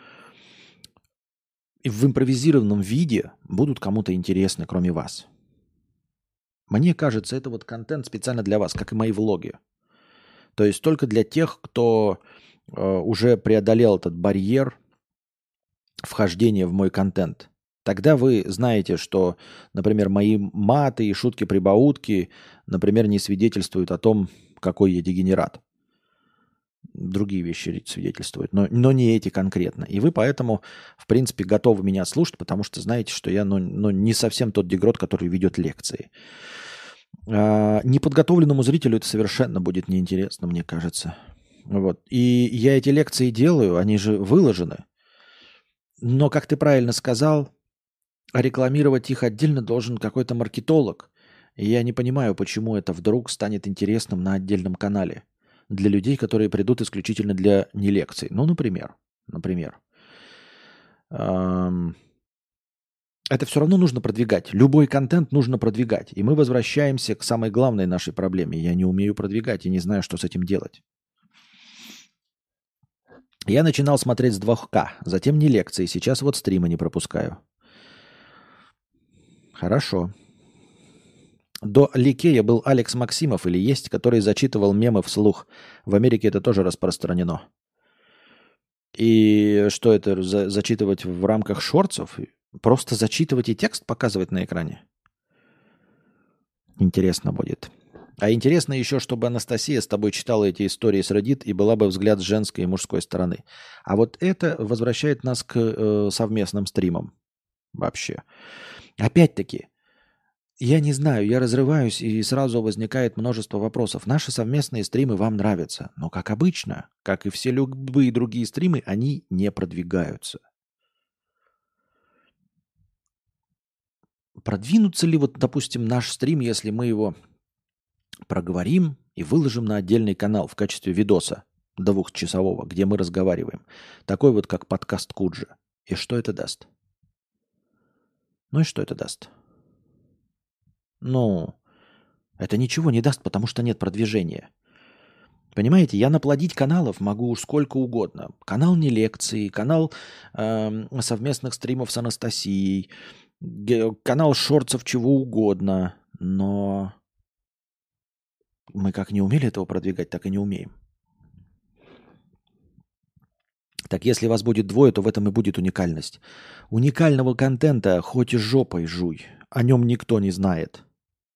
и в импровизированном виде будут кому-то интересны, кроме вас. Мне кажется, это вот контент специально для вас, как и мои влоги. То есть только для тех, кто э, уже преодолел этот барьер вхождения в мой контент. Тогда вы знаете, что, например, мои маты и шутки-прибаутки, например, не свидетельствуют о том, какой я дегенерат. Другие вещи свидетельствуют, но, но не эти конкретно. И вы поэтому, в принципе, готовы меня слушать, потому что знаете, что я ну, ну, не совсем тот дегрот, который ведет лекции. А, неподготовленному зрителю это совершенно будет неинтересно, мне кажется. Вот. И я эти лекции делаю, они же выложены. Но, как ты правильно сказал, рекламировать их отдельно должен какой-то маркетолог. И я не понимаю, почему это вдруг станет интересным на отдельном канале. Для людей, которые придут исключительно для не лекций. Ну, например. Например. Эм, это все равно нужно продвигать. Любой контент нужно продвигать. И мы возвращаемся к самой главной нашей проблеме. Я не умею продвигать и не знаю, что с этим делать. Я начинал смотреть с два ка, затем не лекции. Сейчас вот стримы не пропускаю. Хорошо. До Ликея был Алекс Максимов или есть, который зачитывал мемы вслух. В Америке это тоже распространено. И что это, за, зачитывать в рамках шортсов? Просто зачитывать и текст показывать на экране? Интересно будет. А интересно еще, чтобы Анастасия с тобой читала эти истории с Reddit и была бы взгляд с женской и мужской стороны. А вот это возвращает нас к э, совместным стримам. Вообще. Опять-таки, я не знаю, я разрываюсь, и сразу возникает множество вопросов. Наши совместные стримы вам нравятся, но, как обычно, как и все любые другие стримы, они не продвигаются. Продвинутся ли, вот, допустим, наш стрим, если мы его проговорим и выложим на отдельный канал в качестве видоса двухчасового, где мы разговариваем. Такой вот, как подкаст Куджи. И что это даст? Ну и что это даст? Ну, это ничего не даст, потому что нет продвижения. Понимаете, я наплодить каналов могу уж сколько угодно. Канал не лекции, канал э, совместных стримов с Анастасией, канал шортсов, чего угодно. Но мы как не умели этого продвигать, так и не умеем. Так если вас будет двое, то в этом и будет уникальность. Уникального контента хоть и жопой жуй. О нем никто не знает.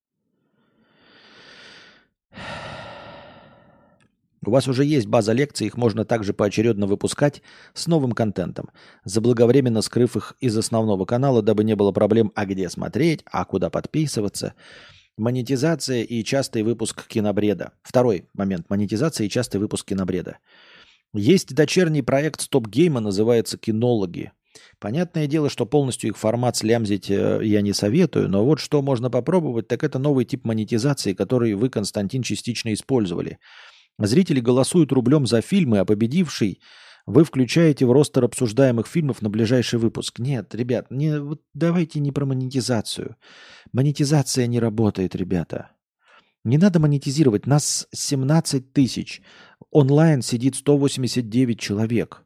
У вас уже есть база лекций, их можно также поочередно выпускать с новым контентом, заблаговременно скрыв их из основного канала, дабы не было проблем, а где смотреть, а куда подписываться. Монетизация и частый выпуск кинобреда. Второй момент. Монетизация и частый выпуск кинобреда. Есть дочерний проект Стоп-гейма, называется «Кинологи». Понятное дело, что полностью их формат слямзить э, я не советую, но вот что можно попробовать, так это новый тип монетизации, который вы, Константин, частично использовали. Зрители голосуют рублем за фильмы, а победивший вы включаете в ростер обсуждаемых фильмов на ближайший выпуск. Нет, ребят, не, вот давайте не про монетизацию. Монетизация не работает, ребята. Не надо монетизировать. Нас семнадцать тысяч. Онлайн сидит сто восемьдесят девять человек.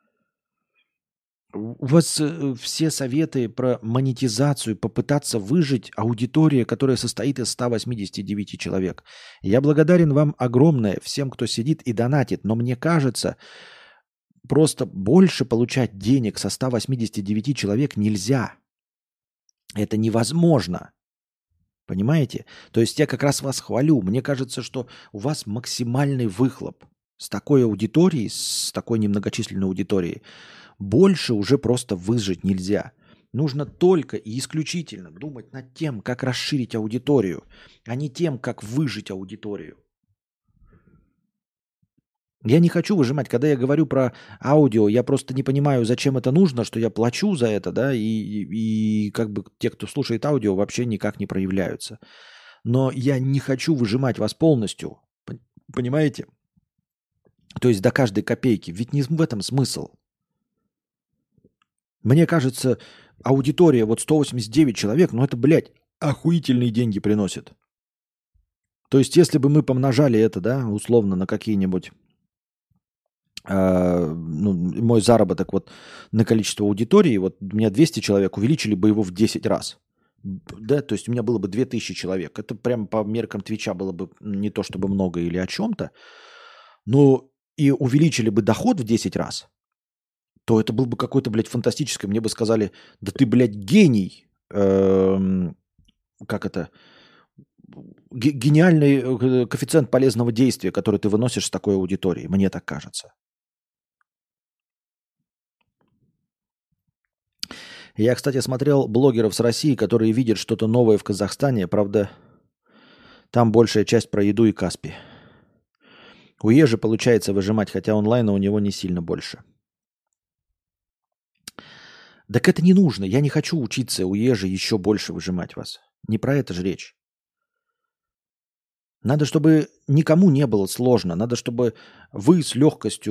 У вас э, все советы про монетизацию, попытаться выжить аудитория, которая состоит из ста восьмидесяти девяти человек. Я благодарен вам огромное, всем, кто сидит и донатит, но мне кажется, просто больше получать денег со ста восьмидесяти девяти человек нельзя. Это невозможно. Понимаете? То есть я как раз вас хвалю. Мне кажется, что у вас максимальный выхлоп с такой аудиторией, с такой немногочисленной аудиторией. Больше уже просто выжить нельзя. Нужно только и исключительно думать над тем, как расширить аудиторию, а не тем, как выжить аудиторию. Я не хочу выжимать. Когда я говорю про аудио, я просто не понимаю, зачем это нужно, что я плачу за это, да, и, и, и как бы те, кто слушает аудио, вообще никак не проявляются. Но я не хочу выжимать вас полностью. Понимаете? То есть до каждой копейки. Ведь не в этом смысл. Мне кажется, аудитория, вот сто восемьдесят девять человек, ну это, блядь, охуительные деньги приносит. То есть если бы мы помножали это, да, условно на какие-нибудь, э, ну, мой заработок вот на количество аудитории, вот у меня двести человек, увеличили бы его в десять раз. Да, то есть у меня было бы две тысячи человек. Это прямо по меркам Твича было бы не то чтобы много или о чем-то, но и увеличили бы доход в десять раз, то это был бы какой-то, блядь, фантастический. Мне бы сказали, да ты, блядь, гений. Эм, как это? Г- гениальный коэффициент полезного действия, который ты выносишь с такой аудиторией. Мне так кажется. Я, кстати, смотрел блогеров с России, которые видят что-то новое в Казахстане. Правда, там большая часть про еду и Каспий. У Ежи получается выжимать, хотя онлайна у него не сильно больше. Так это не нужно. Я не хочу учиться у Ежи еще больше выжимать вас. Не про это же речь. Надо, чтобы никому не было сложно. Надо, чтобы вы с легкостью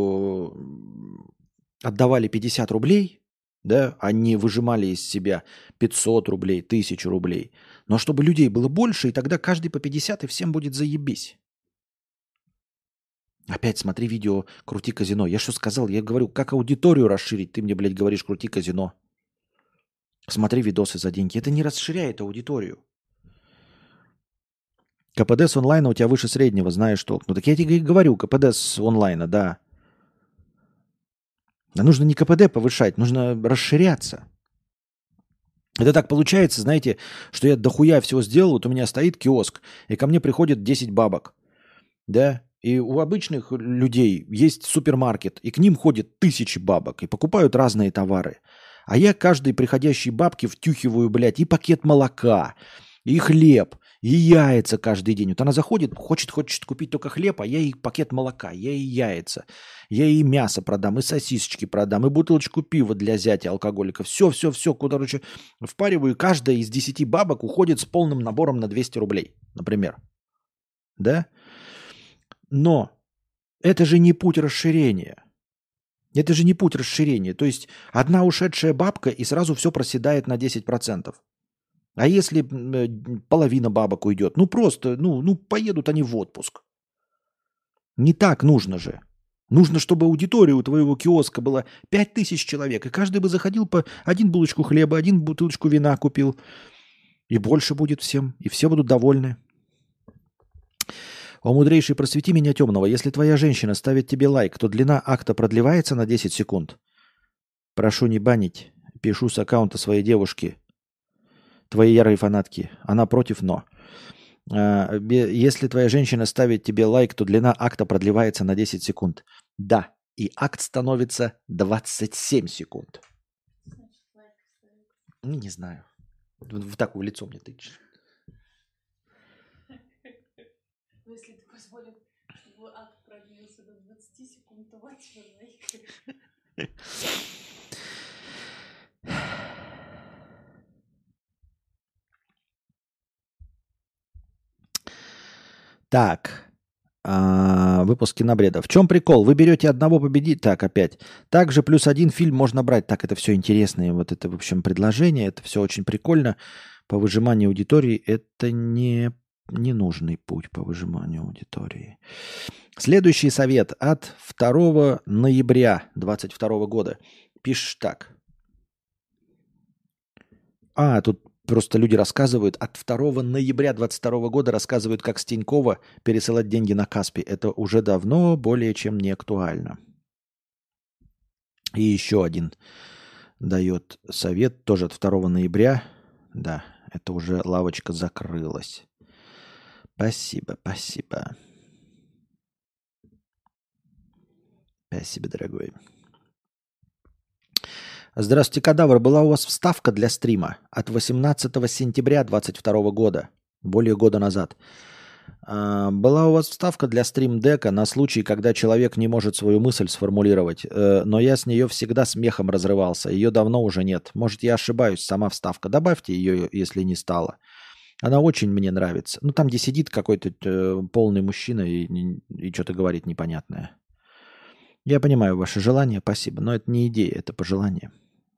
э, отдавали пятьдесят рублей, да, а не выжимали из себя пятьсот рублей, тысячу рублей. Но чтобы людей было больше, и тогда каждый по пятьдесят, и всем будет заебись. Опять смотри видео «Крути казино». Я что сказал? Я говорю, как аудиторию расширить? Ты мне, блядь, говоришь «Крути казино». Смотри видосы за деньги. Это не расширяет аудиторию. КПД с онлайна у тебя выше среднего, знаешь что. Ну так я тебе и говорю, КПД с онлайна, да. Но нужно не КПД повышать, нужно расширяться. Это так получается, знаете, что я дохуя всего сделал, вот у меня стоит киоск, и ко мне приходит десять бабок, да. И у обычных людей есть супермаркет, и к ним ходят тысячи бабок, и покупают разные товары. А я каждой приходящей бабке втюхиваю, блядь, и пакет молока, и хлеб, и яйца каждый день. Вот она заходит, хочет, хочет купить только хлеб, а я ей пакет молока, я ей яйца, я ей мясо продам, и сосисочки продам, и бутылочку пива для зятя алкоголика. Все, все, все, куда, короче, впариваю, и каждая из десяти бабок уходит с полным набором на двести рублей, например. Да? Но это же не путь расширения. Это же не путь расширения. То есть одна ушедшая бабка и сразу все проседает на десять процентов. А если половина бабок уйдет? Ну просто, ну, ну поедут они в отпуск. Не так нужно же. Нужно, чтобы аудитория у твоего киоска была пять тысяч человек. И каждый бы заходил по один булочку хлеба, один бутылочку вина купил. И больше будет всем. И все будут довольны. О, мудрейший, просвети меня темного. Если твоя женщина ставит тебе лайк, то длина акта продлевается на десять секунд? Прошу не банить. Пишу с аккаунта своей девушки. Твоей ярой фанатки. Она против, но. А, бе- Если твоя женщина ставит тебе лайк, то длина акта продлевается на десять секунд. Да. И акт становится двадцать семь секунд. Значит, лайк ставит. Ну, не знаю. В в такое лицо мне тычешь. Но если ты позволил, чтобы акт продлился до двадцати секунд, то вот тебе лайк. Так. А, выпуск кинобреда. В чем прикол? Вы берете одного победить. Так, опять. Также плюс один фильм можно брать. Так, это все интересное. Вот это, в общем, предложение. Это все очень прикольно. По выжиманию аудитории это не ненужный путь по выжиманию аудитории. Следующий совет от второго ноября двадцать второго года. Пишешь так. А, тут просто люди рассказывают. От второго ноября двадцать второго года рассказывают, как с Тинькова пересылать деньги на Каспи. Это уже давно более чем не актуально. И еще один дает совет, тоже от второго ноября. Да, это уже лавочка закрылась. Спасибо, спасибо. Спасибо, дорогой. Здравствуйте, кадавр. Была у вас вставка для стрима от восемнадцатого сентября двадцать второго года, более года назад. А, Была у вас вставка для стрим-дека на случай, когда человек не может свою мысль сформулировать, э, но я с нее всегда смехом разрывался. Ее давно уже нет. Может, я ошибаюсь, сама вставка. Добавьте ее, если не стало. Она очень мне нравится. Ну, там, где сидит какой-то э, полный мужчина и, и, и что-то говорит непонятное. Я понимаю ваше желание, спасибо, но это не идея, это пожелание.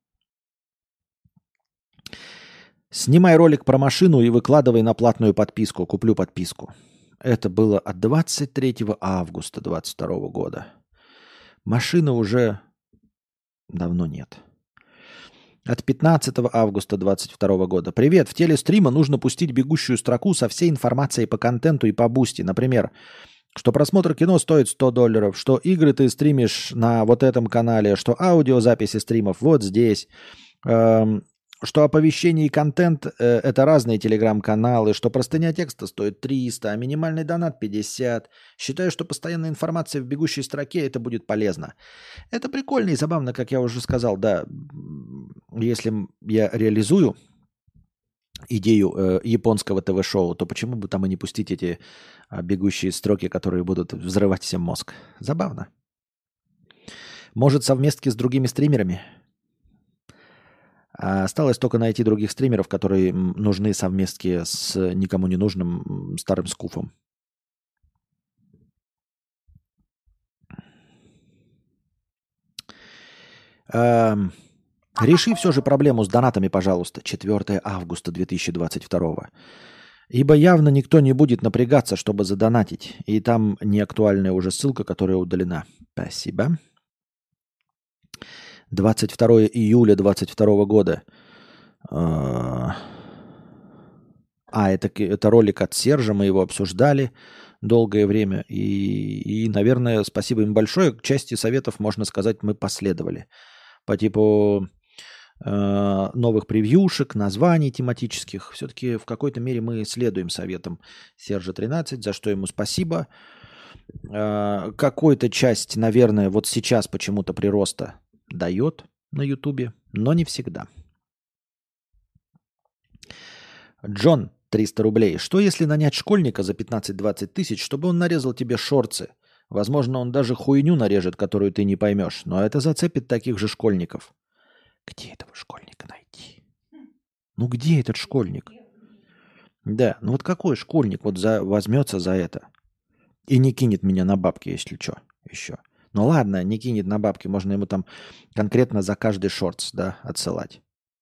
Снимай ролик про машину и выкладывай на платную подписку. Куплю подписку. Это было от двадцать третьего августа двадцать второго года. Машины уже давно нет. От пятнадцатого августа двадцать второго года. Привет, в теле стрима нужно пустить бегущую строку со всей информацией по контенту и по бусти. Например, что просмотр кино стоит сто долларов, что игры ты стримишь на вот этом канале, что аудиозаписи стримов вот здесь, эм, что оповещение и контент э, это разные телеграм-каналы, что простыня текста стоит триста, а минимальный донат пятьдесят. Считаю, что постоянная информация в бегущей строке это будет полезно. Это прикольно и забавно, как я уже сказал, да, если я реализую идею э, японского ТВ-шоу, то почему бы там и не пустить эти а, бегущие строки, которые будут взрывать всем мозг? Забавно. Может, совместки с другими стримерами? А осталось только найти других стримеров, которые нужны совместки с никому не нужным старым скуфом. Эм, реши все же проблему с донатами, пожалуйста. четвёртого августа две тысячи двадцать второго. Ибо явно никто не будет напрягаться, чтобы задонатить. И там не актуальная уже ссылка, которая удалена. Спасибо. двадцать второго июля двадцать второго года. А, это, это ролик от Сержа, мы его обсуждали долгое время. И, и, наверное, спасибо им большое. К части советов, можно сказать, мы последовали. По типу э, новых превьюшек, названий тематических. Все-таки в какой-то мере мы следуем советам Сержа тринадцать, за что ему спасибо. Э, какую-то часть, наверное, вот сейчас почему-то прироста дает на Ютубе, но не всегда. Джон, триста рублей. Что если нанять школьника за пятнадцать-двадцать тысяч, чтобы он нарезал тебе шорцы? Возможно, он даже хуйню нарежет, которую ты не поймешь, но это зацепит таких же школьников. Где этого школьника найти? Ну где этот школьник? Да, ну вот какой школьник вот за, возьмется за это и не кинет меня на бабки, если что, еще? Ну ладно, не кинет на бабки, можно ему там конкретно за каждый шортс, да, отсылать.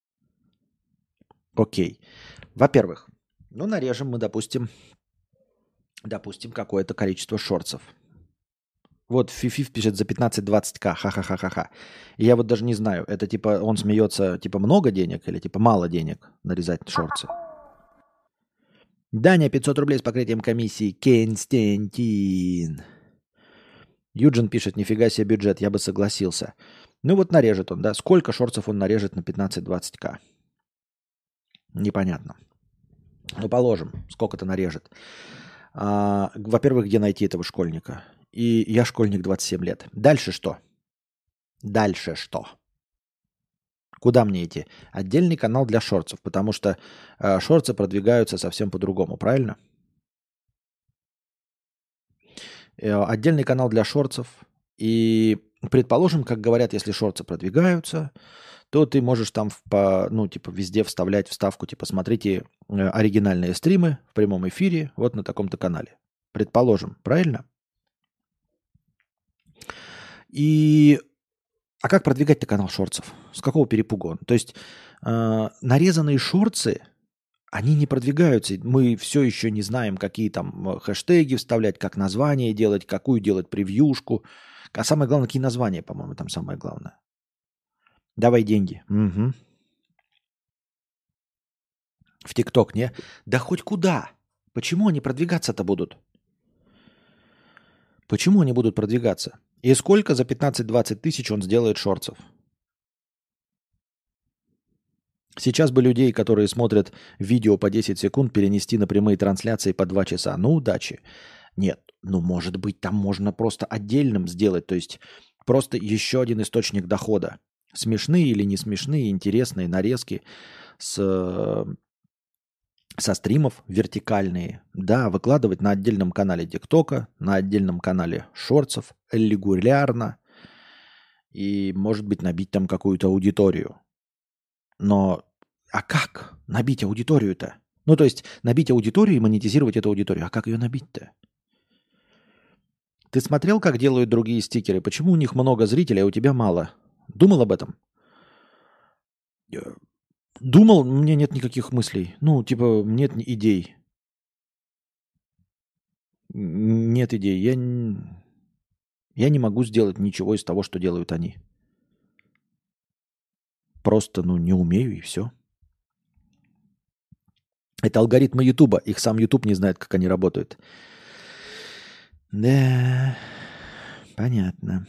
Окей. Во-первых, ну нарежем мы, допустим, допустим, какое-то количество шортсов. Вот Фифиф пишет за пятнадцать-двадцать тысяч, ха-ха-ха-ха-ха. И я вот даже не знаю, это типа он смеется, типа много денег или типа мало денег нарезать шортсы? Даня, пятьсот рублей с покрытием комиссии. Константин. Юджин пишет, нифига себе бюджет, я бы согласился. Ну вот нарежет он, да? Сколько шорцев он нарежет на пятнадцать-двадцать ка? Непонятно. Ну, положим, сколько-то нарежет. А, во-первых, где найти этого школьника? И я школьник двадцать семь лет. Дальше что? Дальше что? Куда мне идти? Отдельный канал для шорцев, потому что э, шорцы продвигаются совсем по-другому, правильно? Э, отдельный канал для шорцев. И предположим, как говорят, если шорцы продвигаются, то ты можешь там в, по, ну, типа, везде вставлять вставку, типа, смотрите э, оригинальные стримы в прямом эфире вот на таком-то канале. Предположим, правильно? И... А как продвигать-то канал шорцев? С какого перепугу он? То есть э, нарезанные шорцы, они не продвигаются. Мы все еще не знаем, какие там хэштеги вставлять, как название делать, какую делать превьюшку. А самое главное, какие названия, по-моему, там самое главное. Давай деньги. Угу. В ТикТок, не? Да хоть куда. Почему они продвигаться-то будут? Почему они будут продвигаться? И сколько за пятнадцать-двадцать тысяч он сделает шорцев? Сейчас бы людей, которые смотрят видео по десять секунд, перенести на прямые трансляции по два часа. Ну, удачи. Нет, ну, может быть, там можно просто отдельным сделать. То есть просто еще один источник дохода. Смешные или не смешные, интересные нарезки с, со стримов вертикальные. Да, выкладывать на отдельном канале ТикТока, на отдельном канале шорцев регулярно. И, может быть, набить там какую-то аудиторию. Но а как набить аудиторию-то? Ну, то есть набить аудиторию и монетизировать эту аудиторию. А как ее набить-то? Ты смотрел, как делают другие стикеры? Почему у них много зрителей, а у тебя мало? Думал об этом? Думал, у меня нет никаких мыслей. Ну, типа, нет идей. Нет идей. Я, я не могу сделать ничего из того, что делают они. Просто, ну, не умею и все. Это алгоритмы Ютуба. Их сам Ютуб не знает, как они работают. Да, понятно.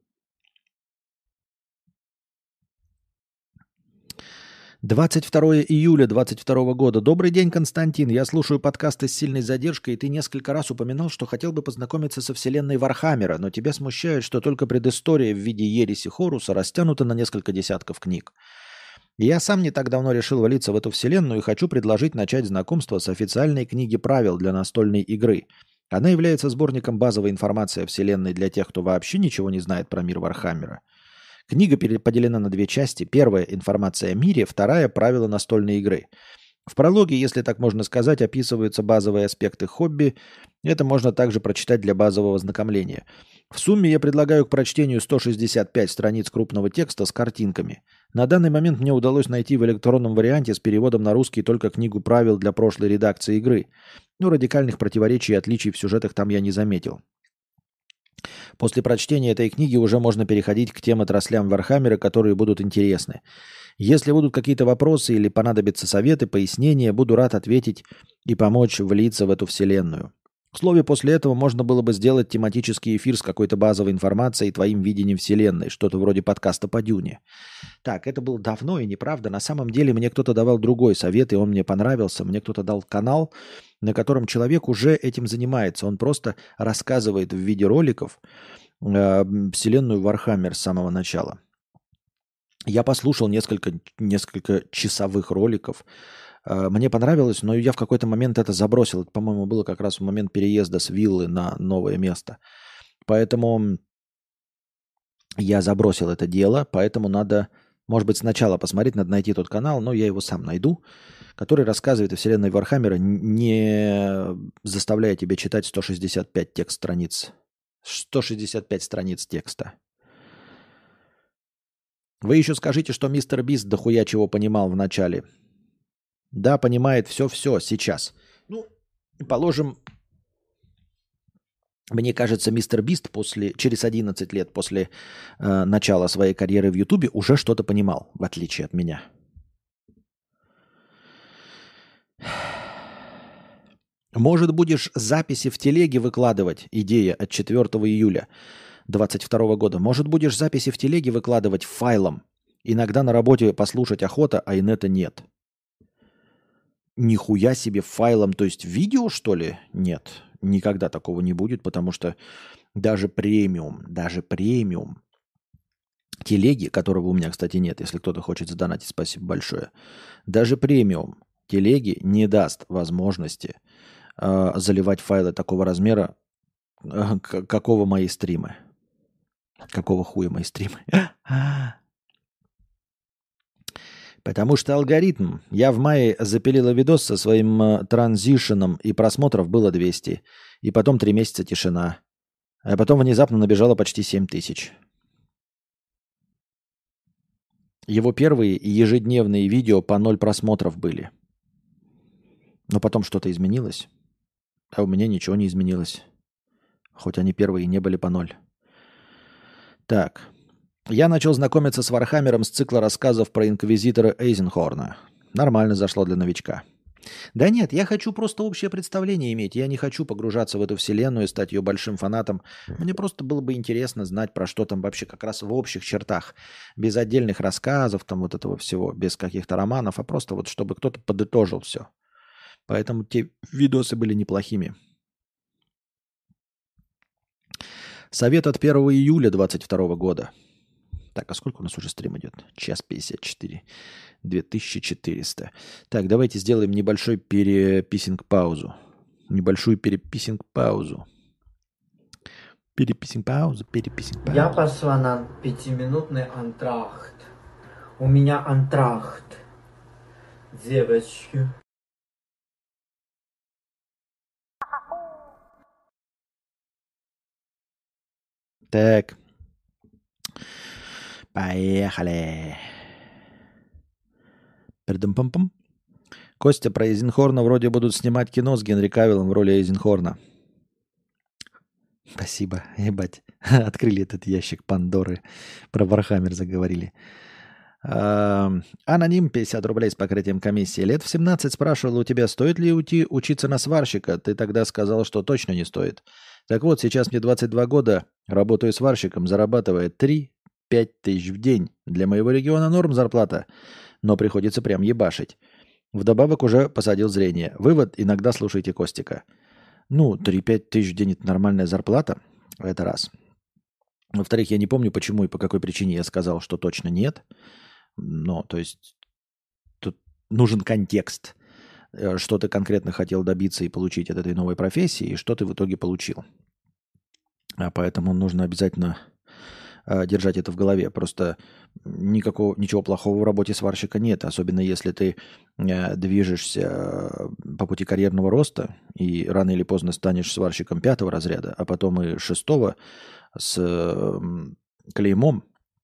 двадцать второе июля двадцать второго года. Добрый день, Константин. Я слушаю подкасты с сильной задержкой, и ты несколько раз упоминал, что хотел бы познакомиться со вселенной Вархаммера, но тебя смущает, что только предыстория в виде ереси Хоруса растянута на несколько десятков книг. Я сам не так давно решил валиться в эту вселенную и хочу предложить начать знакомство с официальной книги правил для настольной игры. Она является сборником базовой информации о вселенной для тех, кто вообще ничего не знает про мир Вархаммера. Книга поделена на две части. Первая – информация о мире, вторая – правила настольной игры. В прологе, если так можно сказать, описываются базовые аспекты хобби. Это можно также прочитать для базового ознакомления. В сумме я предлагаю к прочтению сто шестьдесят пять страниц крупного текста с картинками. На данный момент мне удалось найти в электронном варианте с переводом на русский только книгу правил для прошлой редакции игры. Но радикальных противоречий и отличий в сюжетах там я не заметил. После прочтения этой книги уже можно переходить к тем отраслям Вархаммера, которые будут интересны. Если будут какие-то вопросы или понадобятся советы, пояснения, буду рад ответить и помочь влиться в эту вселенную. К слову, после этого можно было бы сделать тематический эфир с какой-то базовой информацией и твоим видением вселенной, что-то вроде подкаста по Дюне. Так, это было давно и неправда. На самом деле мне кто-то давал другой совет, и он мне понравился. Мне кто-то дал канал, на котором человек уже этим занимается. Он просто рассказывает в виде роликов э, вселенную Вархаммер с самого начала. Я послушал несколько, несколько часовых роликов. Э, мне понравилось, но я в какой-то момент это забросил. Это, по-моему, было как раз в момент переезда с виллы на новое место. Поэтому я забросил это дело, поэтому надо, может быть, сначала посмотреть, надо найти тот канал, но я его сам найду, который рассказывает о вселенной Вархаммера, не заставляя тебя читать сто шестьдесят пять текст страниц. сто шестьдесят пять страниц текста. Вы еще скажите, что мистер Бист дохуя чего понимал в начале. Да, понимает все-все сейчас. Ну, положим, мне кажется, мистер Бист после, через одиннадцать лет после э, начала своей карьеры в Ютубе уже что-то понимал, в отличие от меня. Может, будешь записи в телеге выкладывать? Идея от четвёртого июля двадцать второго года. Может, будешь записи в телеге выкладывать файлом? Иногда на работе послушать охота, а инета нет. Нихуя себе файлом, то есть видео, что ли? Нет, никогда такого не будет, потому что даже премиум, даже премиум телеги, которого у меня, кстати, нет, если кто-то хочет задонатить, спасибо большое, даже премиум телеги не даст возможности э, заливать файлы такого размера, э, к- какого мои стримы. Какого хуя мои стримы? Потому что алгоритм. Я в мае запилила видос со своим э, транзишеном, и просмотров было двести. И потом три месяца тишина. А потом внезапно набежало почти семь тысяч. Его первые и ежедневные видео по ноль просмотров были. Но потом что-то изменилось. А у меня ничего не изменилось. Хоть они первые и не были по ноль. Так. Я начал знакомиться с Вархаммером с цикла рассказов про инквизитора Эйзенхорна. Нормально зашло для новичка. Да нет, я хочу просто общее представление иметь. Я не хочу погружаться в эту вселенную и стать ее большим фанатом. Мне просто было бы интересно знать, про что там вообще как раз в общих чертах. Без отдельных рассказов, там вот этого всего, без каких-то романов, а просто вот чтобы кто-то подытожил все. Поэтому те видосы были неплохими. Совет от первого июля двадцать второго года. Так, а сколько у нас уже стрим идет? Час пятьдесят четыре. две тысячи четыреста. Так, давайте сделаем небольшой переписинг-паузу. Небольшую переписинг-паузу. Переписинг-паузу, переписинг-паузу. Я пошла на пятиминутный антрахт. У меня антрахт. Девочки. Так. Поехали. Пердым-пам-пам. Костя, про Эйзенхорна вроде будут снимать кино с Генри Кавиллом в роли Эйзенхорна. Спасибо, ебать. Открыли этот ящик Пандоры. Про Вархаммер заговорили. А, Аноним пятьдесят рублей с покрытием комиссии. Лет в семнадцать спрашивал у тебя, стоит ли уйти учиться на сварщика. Ты тогда сказал, что точно не стоит. Так вот, сейчас мне двадцать два года, работаю сварщиком, зарабатывая три-пять тысяч в день. Для моего региона норм зарплата, но приходится прям ебашить. Вдобавок уже посадил зрение. Вывод: иногда слушайте Костика. Ну, три-пять тысяч в день – это нормальная зарплата. Это раз. Во-вторых, я не помню, почему и по какой причине я сказал, что точно нет. Но, то есть, тут нужен контекст. э, Что ты конкретно хотел добиться и получить от этой новой профессии, и что ты в итоге получил. А поэтому нужно обязательно э, держать это в голове. Просто никакого, ничего плохого в работе сварщика нет. Особенно если ты э, движешься э, по пути карьерного роста и рано или поздно станешь сварщиком пятого разряда, а потом и шестого с э, клеймом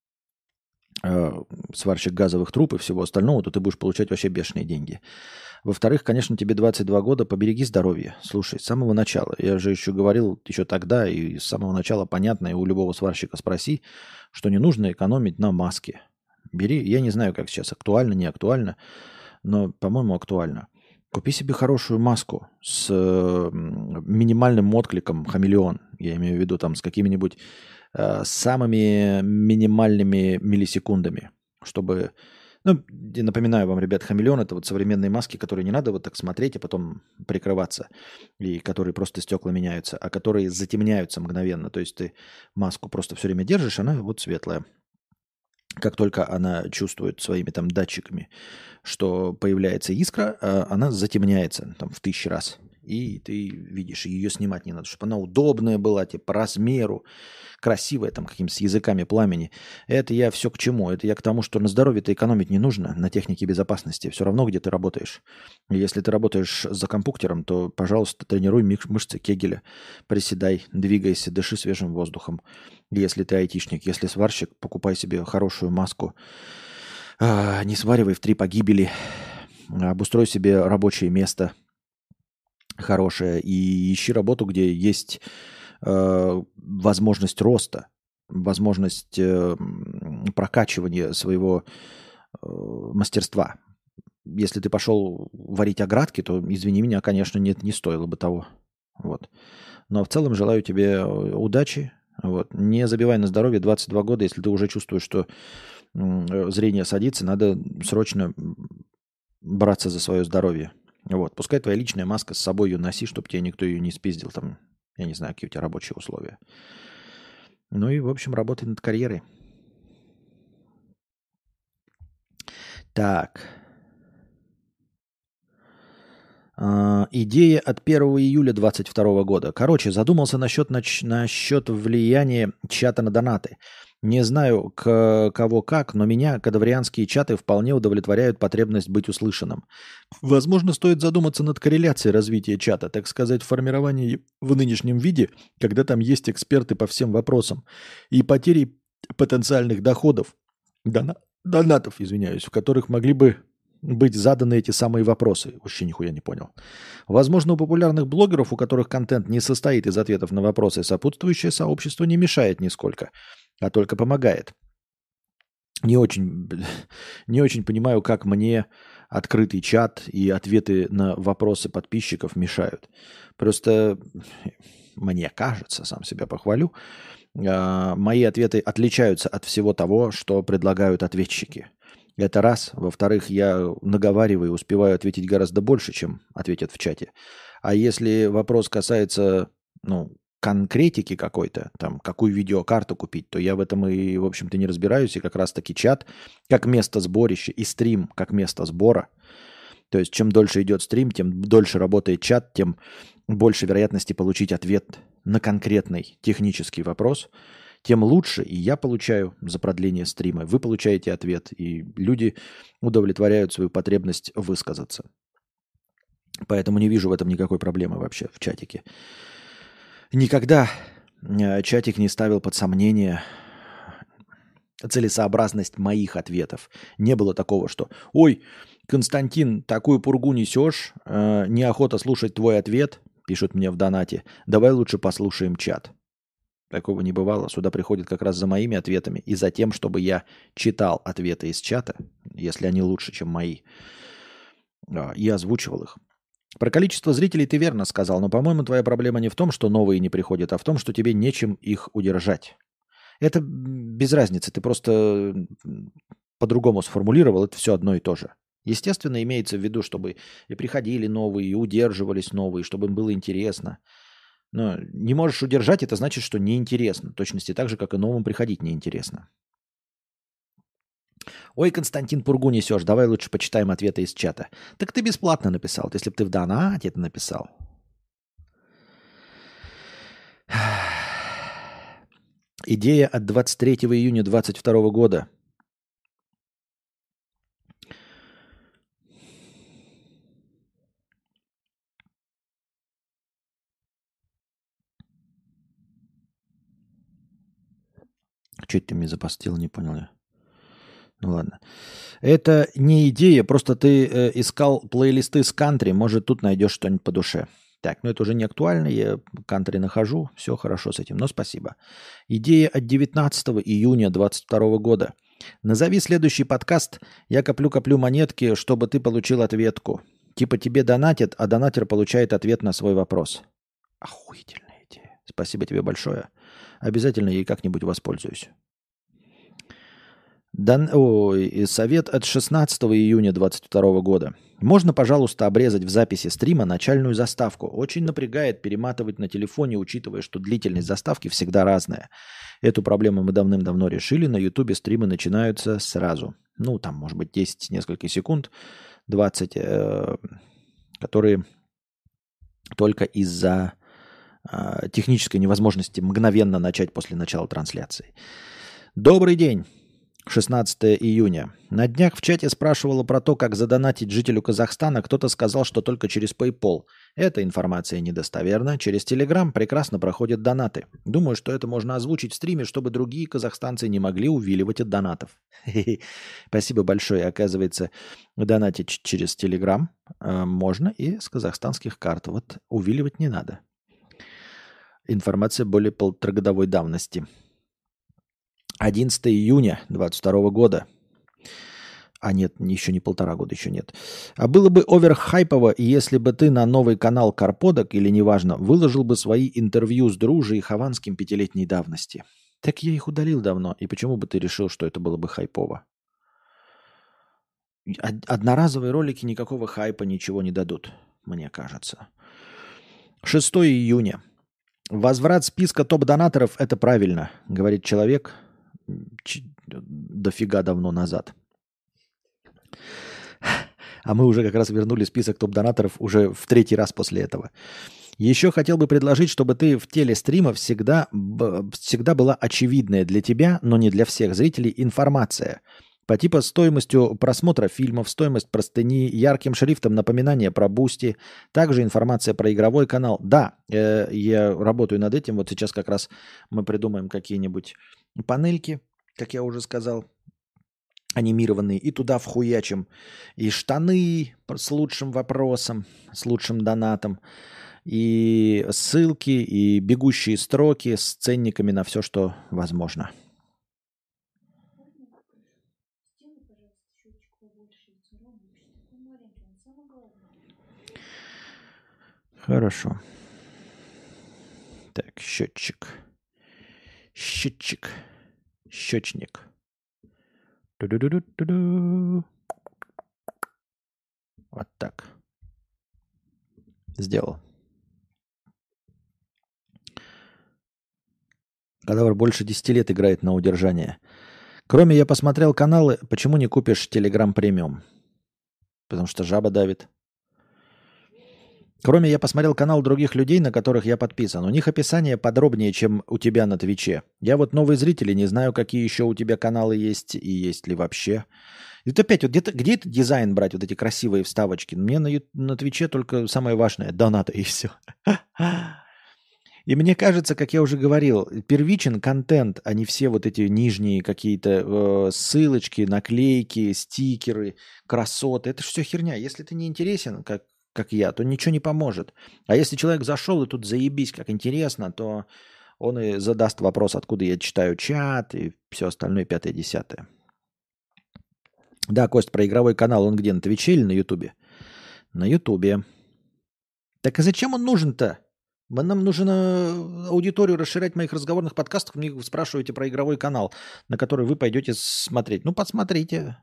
э, сварщик газовых труб и всего остального, то ты будешь получать вообще бешеные деньги. Во-вторых, конечно, тебе двадцать два года, побереги здоровье. Слушай, с самого начала, я же еще говорил еще тогда, и с самого начала понятно, и у любого сварщика спроси, что не нужно экономить на маске. Бери, я не знаю, как сейчас, актуально, не актуально, но, по-моему, актуально. Купи себе хорошую маску с э, минимальным откликом хамелеон. Я имею в виду там с какими-нибудь э, самыми минимальными миллисекундами, чтобы... Ну, и напоминаю вам, ребят, хамелеон – это вот современные маски, которые не надо вот так смотреть, а потом прикрываться, и которые просто стекла меняются, а которые затемняются мгновенно. То есть ты маску просто все время держишь, она вот светлая. Как только она чувствует своими там датчиками, что появляется искра, а она затемняется там в тысячи раз. И ты видишь, ее снимать не надо, чтобы она удобная была, типа по размеру, красивая, там какими-то с языками пламени. Это я все к чему? Это я к тому, что на здоровье-то экономить не нужно, на технике безопасности. Все равно, где ты работаешь. И если ты работаешь за компьютером, то, пожалуйста, тренируй мышцы Кегеля, приседай, двигайся, дыши свежим воздухом. Если ты айтишник, если сварщик, покупай себе хорошую маску. А, не сваривай в три погибели. Обустрой себе рабочее место хорошее и ищи работу, где есть э, возможность роста, возможность э, прокачивания своего э, мастерства. если ты пошел варить оградки, то, извини меня, конечно, нет, не стоило бы того. Вот. Но в целом желаю тебе удачи. Вот. Не забивай на здоровье. двадцать два года, если ты уже чувствуешь, что м, зрение садится, надо срочно браться за свое здоровье. Вот. Пускай твоя личная маска, с собой ее носи, чтобы тебе никто ее не спиздил. Там, я не знаю, какие у тебя рабочие условия. Ну и, в общем, работай над карьерой. Так. А, идея от первого июля двадцать второго года. Короче, задумался насчет, нач... насчет влияния чата на донаты. Не знаю, к кого как, но меня кадаврианские чаты вполне удовлетворяют потребность быть услышанным. Возможно, стоит задуматься над корреляцией развития чата, так сказать, формирования в нынешнем виде, когда там есть эксперты по всем вопросам, и потери потенциальных доходов, дона... донатов, извиняюсь, в которых могли бы быть заданы эти самые вопросы. Вообще нихуя не понял. Возможно, у популярных блогеров, у которых контент не состоит из ответов на вопросы, сопутствующее сообщество не мешает нисколько, а только помогает. Не очень, не очень понимаю, как мне открытый чат и ответы на вопросы подписчиков мешают. Просто мне кажется, сам себя похвалю, мои ответы отличаются от всего того, что предлагают ответчики. Это раз. Во-вторых, я наговариваю, успеваю ответить гораздо больше, чем ответят в чате. А если вопрос касается, ну, конкретики какой-то, там, какую видеокарту купить, то я в этом и, в общем-то, не разбираюсь. И как раз-таки чат как место сборища и стрим как место сбора. То есть, чем дольше идет стрим, тем дольше работает чат, тем больше вероятности получить ответ на конкретный технический вопрос, тем лучше и я получаю за продление стрима, вы получаете ответ, и люди удовлетворяют свою потребность высказаться. Поэтому не вижу в этом никакой проблемы вообще в чатике. Никогда чатик не ставил под сомнение целесообразность моих ответов. Не было такого, что «Ой, Константин, такую пургу несешь, э, неохота слушать твой ответ», пишут мне в донате, «давай лучше послушаем чат». Такого не бывало. Сюда приходят как раз за моими ответами и за тем, чтобы я читал ответы из чата, если они лучше, чем мои, и озвучивал их. Про количество зрителей ты верно сказал, но, по-моему, твоя проблема не в том, что новые не приходят, а в том, что тебе нечем их удержать. Это без разницы, ты просто по-другому сформулировал, это все одно и то же. Естественно, имеется в виду, чтобы и приходили новые, и удерживались новые, чтобы им было интересно. Но не можешь удержать, это значит, что неинтересно. В точности так же, как и новым приходить неинтересно. Ой, Константин, пургу несешь, давай лучше почитаем ответы из чата. Так ты бесплатно написал. Если бы ты в донате это написал. Идея от двадцать третьего июня двадцать второго года. Что это ты мне запостил, не понял я. Ну ладно. Это не идея, просто ты э, искал плейлисты с кантри, может, тут найдешь что-нибудь по душе. Так, ну это уже не актуально, я кантри нахожу, все хорошо с этим, но спасибо. Идея от девятнадцатого июня двадцать второго года. Назови следующий подкаст, я коплю-коплю монетки, чтобы ты получил ответку. Типа тебе донатят, а донатер получает ответ на свой вопрос. Охуительная идея. Спасибо тебе большое. Обязательно ей как-нибудь воспользуюсь. Дан... Ой, совет от шестнадцатого июня двадцать второго года. Можно, пожалуйста, обрезать в записи стрима начальную заставку. Очень напрягает перематывать на телефоне, учитывая, что длительность заставки всегда разная. Эту проблему мы давным-давно решили. На Ютубе стримы начинаются сразу. Ну, там, может быть, десять, несколько секунд, двадцать, э, которые только из-за э, технической невозможности мгновенно начать после начала трансляции. Добрый день. шестнадцатого июня. На днях в чате спрашивала про то, как задонатить жителю Казахстана. Кто-то сказал, что только через PayPal. Эта информация недостоверна. Через Telegram прекрасно проходят донаты. Думаю, что это можно озвучить в стриме, чтобы другие казахстанцы не могли увиливать от донатов. Спасибо большое. Оказывается, донатить через Telegram можно и с казахстанских карт. Вот увиливать не надо. Информация более полуторагодовой давности. одиннадцатого июня двадцать второго года. А нет, еще не полтора года, еще нет. А было бы оверхайпово, если бы ты на новый канал Карподок, или неважно, выложил бы свои интервью с Дружей и Хованским пятилетней давности. Так я их удалил давно. И почему бы ты решил, что это было бы хайпово? Одноразовые ролики никакого хайпа ничего не дадут, мне кажется. шестого июня. Возврат списка топ-донаторов – это правильно, говорит человек ч- дофига давно назад. А мы уже как раз вернули список топ-донаторов уже в третий раз после этого. Еще хотел бы предложить, чтобы ты в теле стрима всегда, всегда была очевидная для тебя, но не для всех зрителей, информация. По типу стоимостью просмотра фильмов, стоимость простыни, ярким шрифтом напоминания про Бусти, также информация про игровой канал. Да, э, я работаю над этим. Вот сейчас как раз мы придумаем какие-нибудь панельки, как я уже сказал, анимированные, и туда вхуячим и штаны с лучшим вопросом, с лучшим донатом, и ссылки, и бегущие строки с ценниками на все, что возможно. Хорошо. Так, счетчик. Счетчик. Счетчник. Ту-ду-ду-ду-ду-ду. Вот так. Сделал. Кадавр больше десяти лет играет на удержание. Кроме я посмотрел каналы, почему не купишь Telegram премиум? Потому что жаба давит. Кроме я посмотрел канал других людей, на которых я подписан. У них описание подробнее, чем у тебя на Твиче. Я вот новый зритель, и не знаю, какие еще у тебя каналы есть, и есть ли вообще. Это опять, вот где-то, где этот дизайн брать, вот эти красивые вставочки? Мне на, на Твиче только самое важное – донаты, и все. И мне кажется, как я уже говорил, первичен контент, а не все вот эти нижние какие-то э, ссылочки, наклейки, стикеры, красоты. Это же все херня. Если ты не интересен, как как я, то ничего не поможет. А если человек зашел и тут заебись, как интересно, то он и задаст вопрос, откуда я читаю чат и все остальное, пятое-десятое. Да, Кость, про игровой канал, он где, на Твиче или на Ютубе? На Ютубе. Так и зачем он нужен-то? Нам нужно аудиторию расширять моих разговорных подкастов. Мне спрашиваете про игровой канал, на который вы пойдете смотреть. Ну, посмотрите.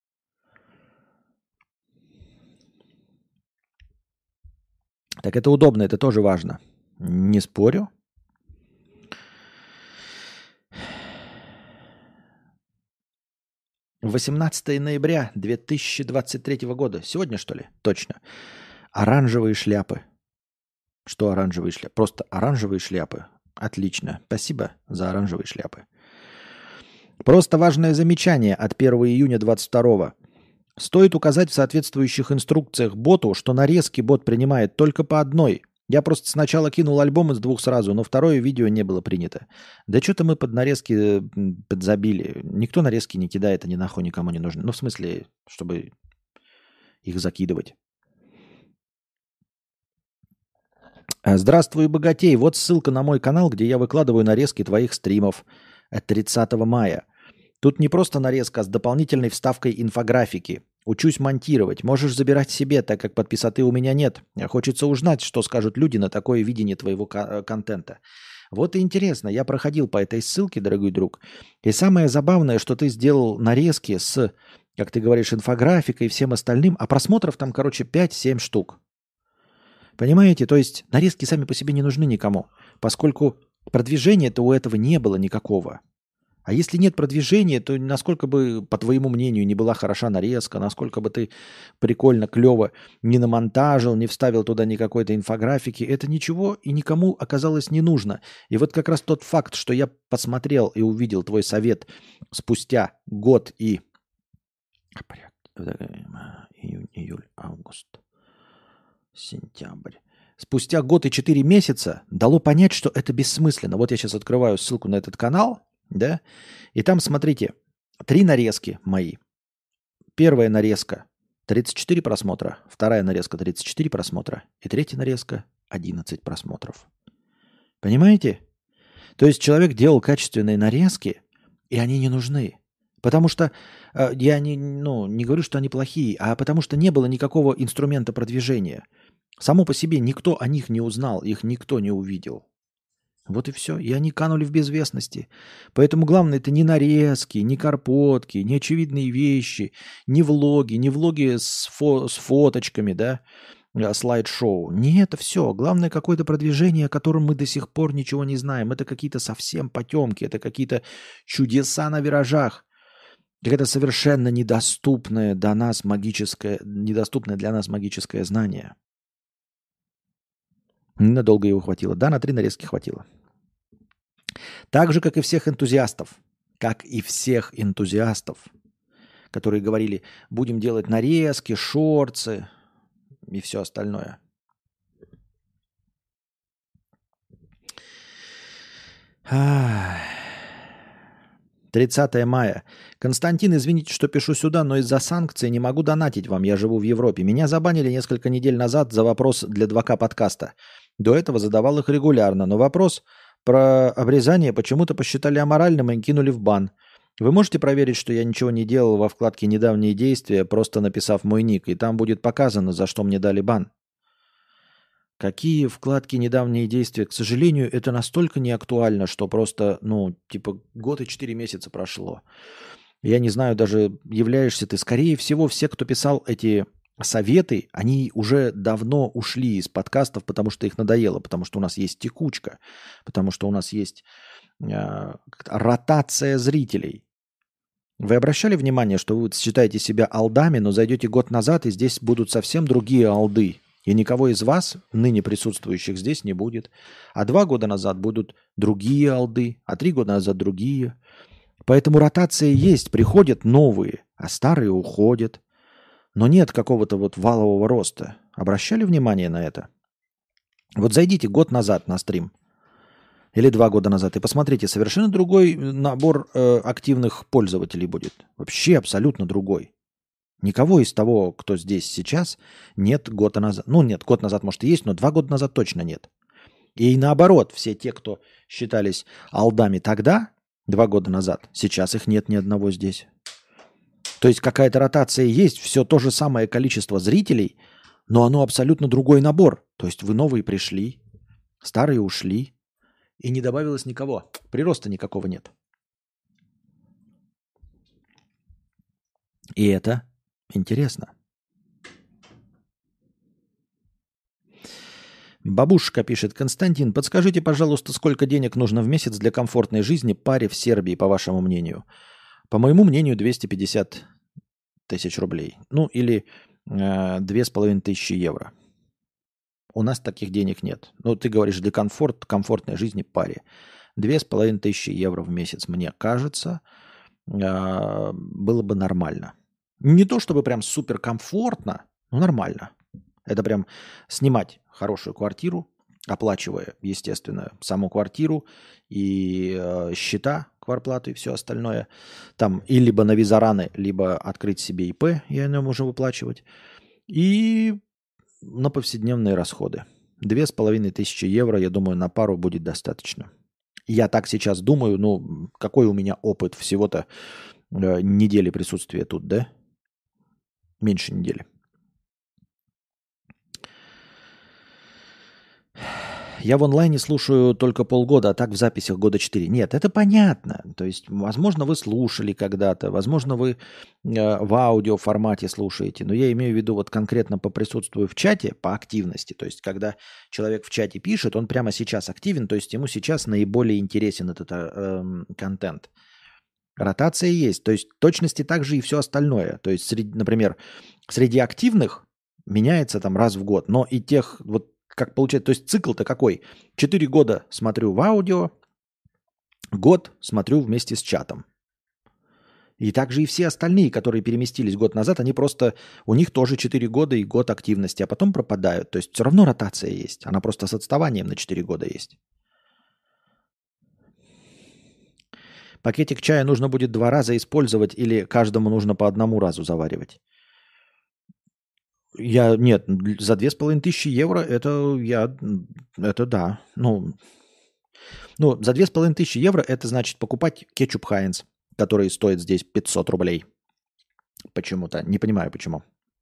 Так это удобно, это тоже важно. Не спорю. восемнадцатого ноября две тысячи двадцать третьего года. Сегодня, что ли? Точно. Оранжевые шляпы. Что оранжевые шляпы? Просто оранжевые шляпы. Отлично. Спасибо за оранжевые шляпы. Просто важное замечание от первого июня двадцать второго. Стоит указать в соответствующих инструкциях боту, что нарезки бот принимает только по одной. Я просто сначала кинул альбом из двух сразу, но второе видео не было принято. Да что-то мы под нарезки подзабили. Никто нарезки не кидает, они нахуй никому не нужны. Ну, в смысле, чтобы их закидывать. Здравствуй, богатей. Вот ссылка на мой канал, где я выкладываю нарезки твоих стримов от тридцатого мая. Тут не просто нарезка, а с дополнительной вставкой инфографики. Учусь монтировать. Можешь забирать себе, так как подписоты у меня нет. Хочется узнать, что скажут люди на такое видение твоего контента. Вот и интересно. Я проходил по этой ссылке, дорогой друг. И самое забавное, что ты сделал нарезки с, как ты говоришь, инфографикой и всем остальным, а просмотров там, короче, пять-семь штук. Понимаете? То есть нарезки сами по себе не нужны никому, поскольку продвижения-то у этого не было никакого. А если нет продвижения, то насколько бы, по твоему мнению, не была хороша нарезка, насколько бы ты прикольно, клево не намонтажил, не вставил туда ни какой-то инфографики, это ничего и никому оказалось не нужно. И вот как раз тот факт, что я посмотрел и увидел твой совет спустя год и... Июнь, июль, август, сентябрь. Спустя год и четыре месяца дало понять, что это бессмысленно. Вот я сейчас открываю ссылку на этот канал, да, и там, смотрите, три нарезки мои. Первая нарезка тридцать четыре просмотра, вторая нарезка тридцать четыре просмотра и третья нарезка одиннадцать просмотров. Понимаете? То есть человек делал качественные нарезки, и они не нужны, Потому что э, я не, ну, не говорю, что они плохие, а потому что не было никакого инструмента продвижения. Само по себе никто о них не узнал, их никто не увидел. Вот и все. И они канули в безвестности. Поэтому главное это не нарезки, не карпотки, не очевидные вещи, не влоги, не влоги с, фо- с фоточками, да, э, слайд-шоу. Не это все. Главное какое-то продвижение, о котором мы до сих пор ничего не знаем. Это какие-то совсем потемки, это какие-то чудеса на виражах. Это совершенно недоступное до нас магическое, недоступное для нас магическое знание. Ненадолго его хватило. Да, на три нарезки хватило. Так же, как и всех энтузиастов. Как и всех энтузиастов, которые говорили, будем делать нарезки, шорцы и все остальное. Ах. тридцатое мая. Константин, извините, что пишу сюда, но из-за санкций не могу донатить вам. Я живу в Европе. Меня забанили несколько недель назад за вопрос для два ка подкаста. До этого задавал их регулярно, но вопрос про обрезание почему-то посчитали аморальным и кинули в бан. Вы можете проверить, что я ничего не делал во вкладке «Недавние действия», просто написав мой ник, и там будет показано, за что мне дали бан? Какие вкладки «Недавние действия»? К сожалению, это настолько не актуально, что просто, ну, типа, год и четыре месяца прошло. Я не знаю, даже являешься ты. Скорее всего, все, кто писал эти советы, они уже давно ушли из подкастов, потому что их надоело, потому что у нас есть текучка, потому что у нас есть э, ротация зрителей. Вы обращали внимание, что вы считаете себя алдами, но зайдете год назад, и здесь будут совсем другие алды. И никого из вас, ныне присутствующих здесь, не будет. А два года назад будут другие алды, а три года назад другие. Поэтому ротация есть, приходят новые, а старые уходят. Но нет какого-то вот валового роста. Обращали внимание на это? Вот зайдите год назад на стрим. Или два года назад. И посмотрите, совершенно другой набор э, активных пользователей будет. Вообще абсолютно другой. Никого из того, кто здесь сейчас, нет года назад. Ну нет, год назад может и есть, но два года назад точно нет. И наоборот, все те, кто считались алдами тогда, два года назад, сейчас их нет ни одного здесь. То есть какая-то ротация есть, все то же самое количество зрителей, но оно абсолютно другой набор. То есть вы новые пришли, старые ушли, и не добавилось никого. Прироста никакого нет. И это интересно. Бабушка пишет: Константин, подскажите, пожалуйста, сколько денег нужно в месяц для комфортной жизни паре в Сербии, по вашему мнению? По моему мнению, двести пятьдесят тысяч рублей. Ну, или э, две с половиной тысячи евро. У нас таких денег нет. Ну, ты говоришь, для комфорт, комфортной жизни паре. Две с половиной тысячи евро в месяц, мне кажется, э, было бы нормально. Не то чтобы прям супер комфортно, но нормально. Это прям снимать хорошую квартиру, оплачивая, естественно, саму квартиру и э, счета, квартплату и все остальное. Там и либо на визараны, либо открыть себе ИП, и о нем уже выплачивать. И на повседневные расходы. Две с половиной тысячи евро, я думаю, на пару будет достаточно. Я так сейчас думаю, ну, какой у меня опыт всего-то э, недели присутствия тут, да? Меньше недели. Я в онлайне слушаю только полгода, а так в записях года четыре. Нет, это понятно. То есть, возможно, вы слушали когда-то, возможно, вы э, в аудиоформате слушаете, но я имею в виду вот конкретно по присутствию в чате, по активности. То есть, когда человек в чате пишет, он прямо сейчас активен, то есть ему сейчас наиболее интересен этот э, контент. Ротация есть, то есть в точности также и все остальное. То есть, среди, например, среди активных меняется там раз в год, но и тех вот как получается, то есть цикл-то какой? Четыре года смотрю в аудио, год смотрю вместе с чатом. И также и все остальные, которые переместились год назад, они просто, у них тоже четыре года и год активности, а потом пропадают. То есть все равно ротация есть, она просто с отставанием на четыре года есть. Пакетик чая нужно будет два раза использовать или каждому нужно по одному разу заваривать? Я, нет, за две с половиной тысячи евро это я, это да. Ну, ну, за две с половиной тысячи евро это значит покупать кетчуп Хайнц, который стоит здесь пятьсот рублей. Почему-то. Не понимаю, почему.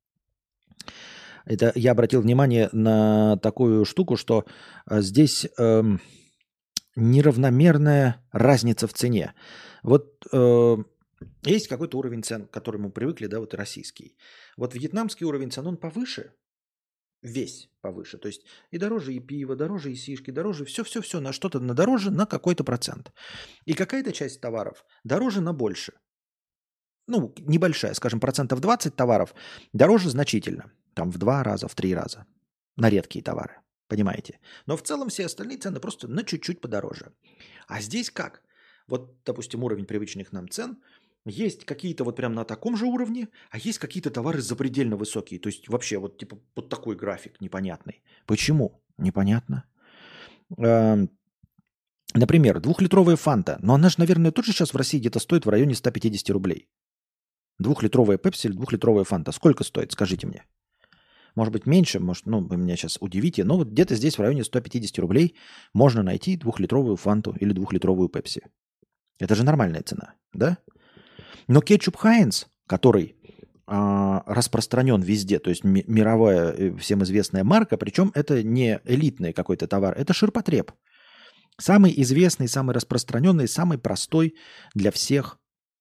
Это я обратил внимание на такую штуку, что а, здесь эм, неравномерная разница в цене. Вот э, есть какой-то уровень цен, к которому мы привыкли, да, вот и российский. Вот вьетнамский уровень цен, он повыше, весь повыше. То есть и дороже и пиво, дороже и сишки, дороже все-все-все на что-то на дороже на какой-то процент. И какая-то часть товаров дороже на больше. Ну, небольшая, скажем, процентов двадцать товаров дороже значительно. Там в два раза, в три раза. На редкие товары. Понимаете? Но в целом все остальные цены просто на чуть-чуть подороже. А здесь как? Вот, допустим, уровень привычных нам цен. Есть какие-то вот прям на таком же уровне, а есть какие-то товары запредельно высокие. То есть вообще вот типа вот такой график непонятный. Почему? Непонятно. Эм, Например, двухлитровая фанта. Но она же, наверное, тоже сейчас в России где-то стоит в районе сто пятьдесят рублей. Двухлитровая пепси или двухлитровая фанта. Сколько стоит? Скажите мне. Может быть, меньше, может, ну, вы меня сейчас удивите, но вот где-то здесь в районе сто пятьдесят рублей можно найти двухлитровую фанту или двухлитровую пепси. Это же нормальная цена, да? Но кетчуп Хайнц, который а, распространен везде, то есть ми- мировая, э, всем известная марка, причем это не элитный какой-то товар, это ширпотреб. Самый известный, самый распространенный, самый простой для всех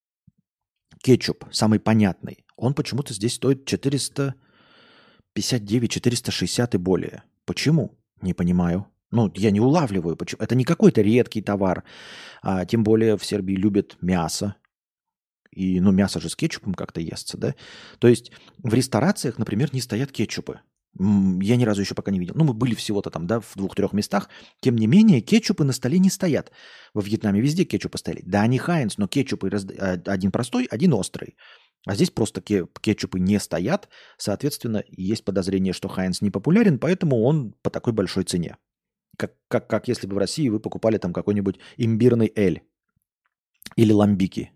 кетчуп, самый понятный. Он почему-то здесь стоит четыреста пятьдесят девять, четыреста шестьдесят и более. Почему? Не понимаю. Ну, я не улавливаю. Почему. Это не какой-то редкий товар. А, тем более в Сербии любят мясо. И, ну, мясо же с кетчупом как-то естся, да? То есть в ресторациях, например, не стоят кетчупы. М, Я ни разу еще пока не видел. Ну, мы были всего-то там, да, в двух-трех местах. Тем не менее, кетчупы на столе не стоят. Во Вьетнаме везде кетчупы стояли. Да, они Хайнц, но кетчупы раз- а, один простой, один острый. А здесь просто ке- кетчупы не стоят. Соответственно, есть подозрение, что Хайнц не популярен, поэтому он по такой большой цене. Как, как, как если бы в России вы покупали там какой-нибудь имбирный эль или ламбики.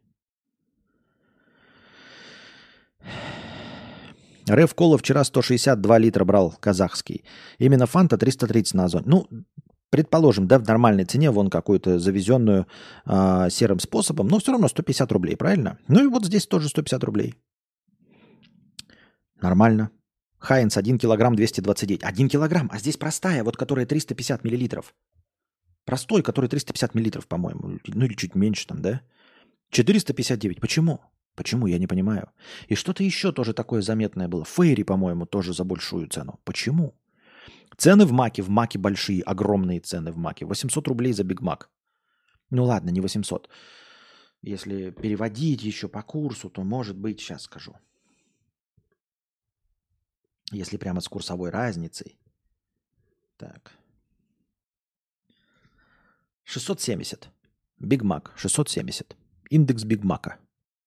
Рев Кола вчера сто шестьдесят два литра брал, казахский. Именно Фанта триста тридцать на Озоне. Ну, предположим, да, в нормальной цене, вон какую-то завезенную а, серым способом, но все равно сто пятьдесят рублей, правильно? Ну и вот здесь тоже сто пятьдесят рублей. Нормально. Хайнц один килограмм двести двадцать девять. один килограмм, а здесь простая, вот которая триста пятьдесят миллилитров. Простой, который триста пятьдесят миллилитров, по-моему. Ну или чуть меньше там, да? четыреста пятьдесят девять. Почему? Почему? Я не понимаю. И что-то еще тоже такое заметное было. Фейри, по-моему, тоже за большую цену. Почему? Цены в Маке. В Маке большие, огромные цены в Маке. восемьсот рублей за Биг Мак. Ну ладно, не восемьсот. Если переводить еще по курсу, то может быть, сейчас скажу. Если прямо с курсовой разницей. Так. шестьсот семьдесят. Биг Мак шестьсот семьдесят. Индекс Биг Мака.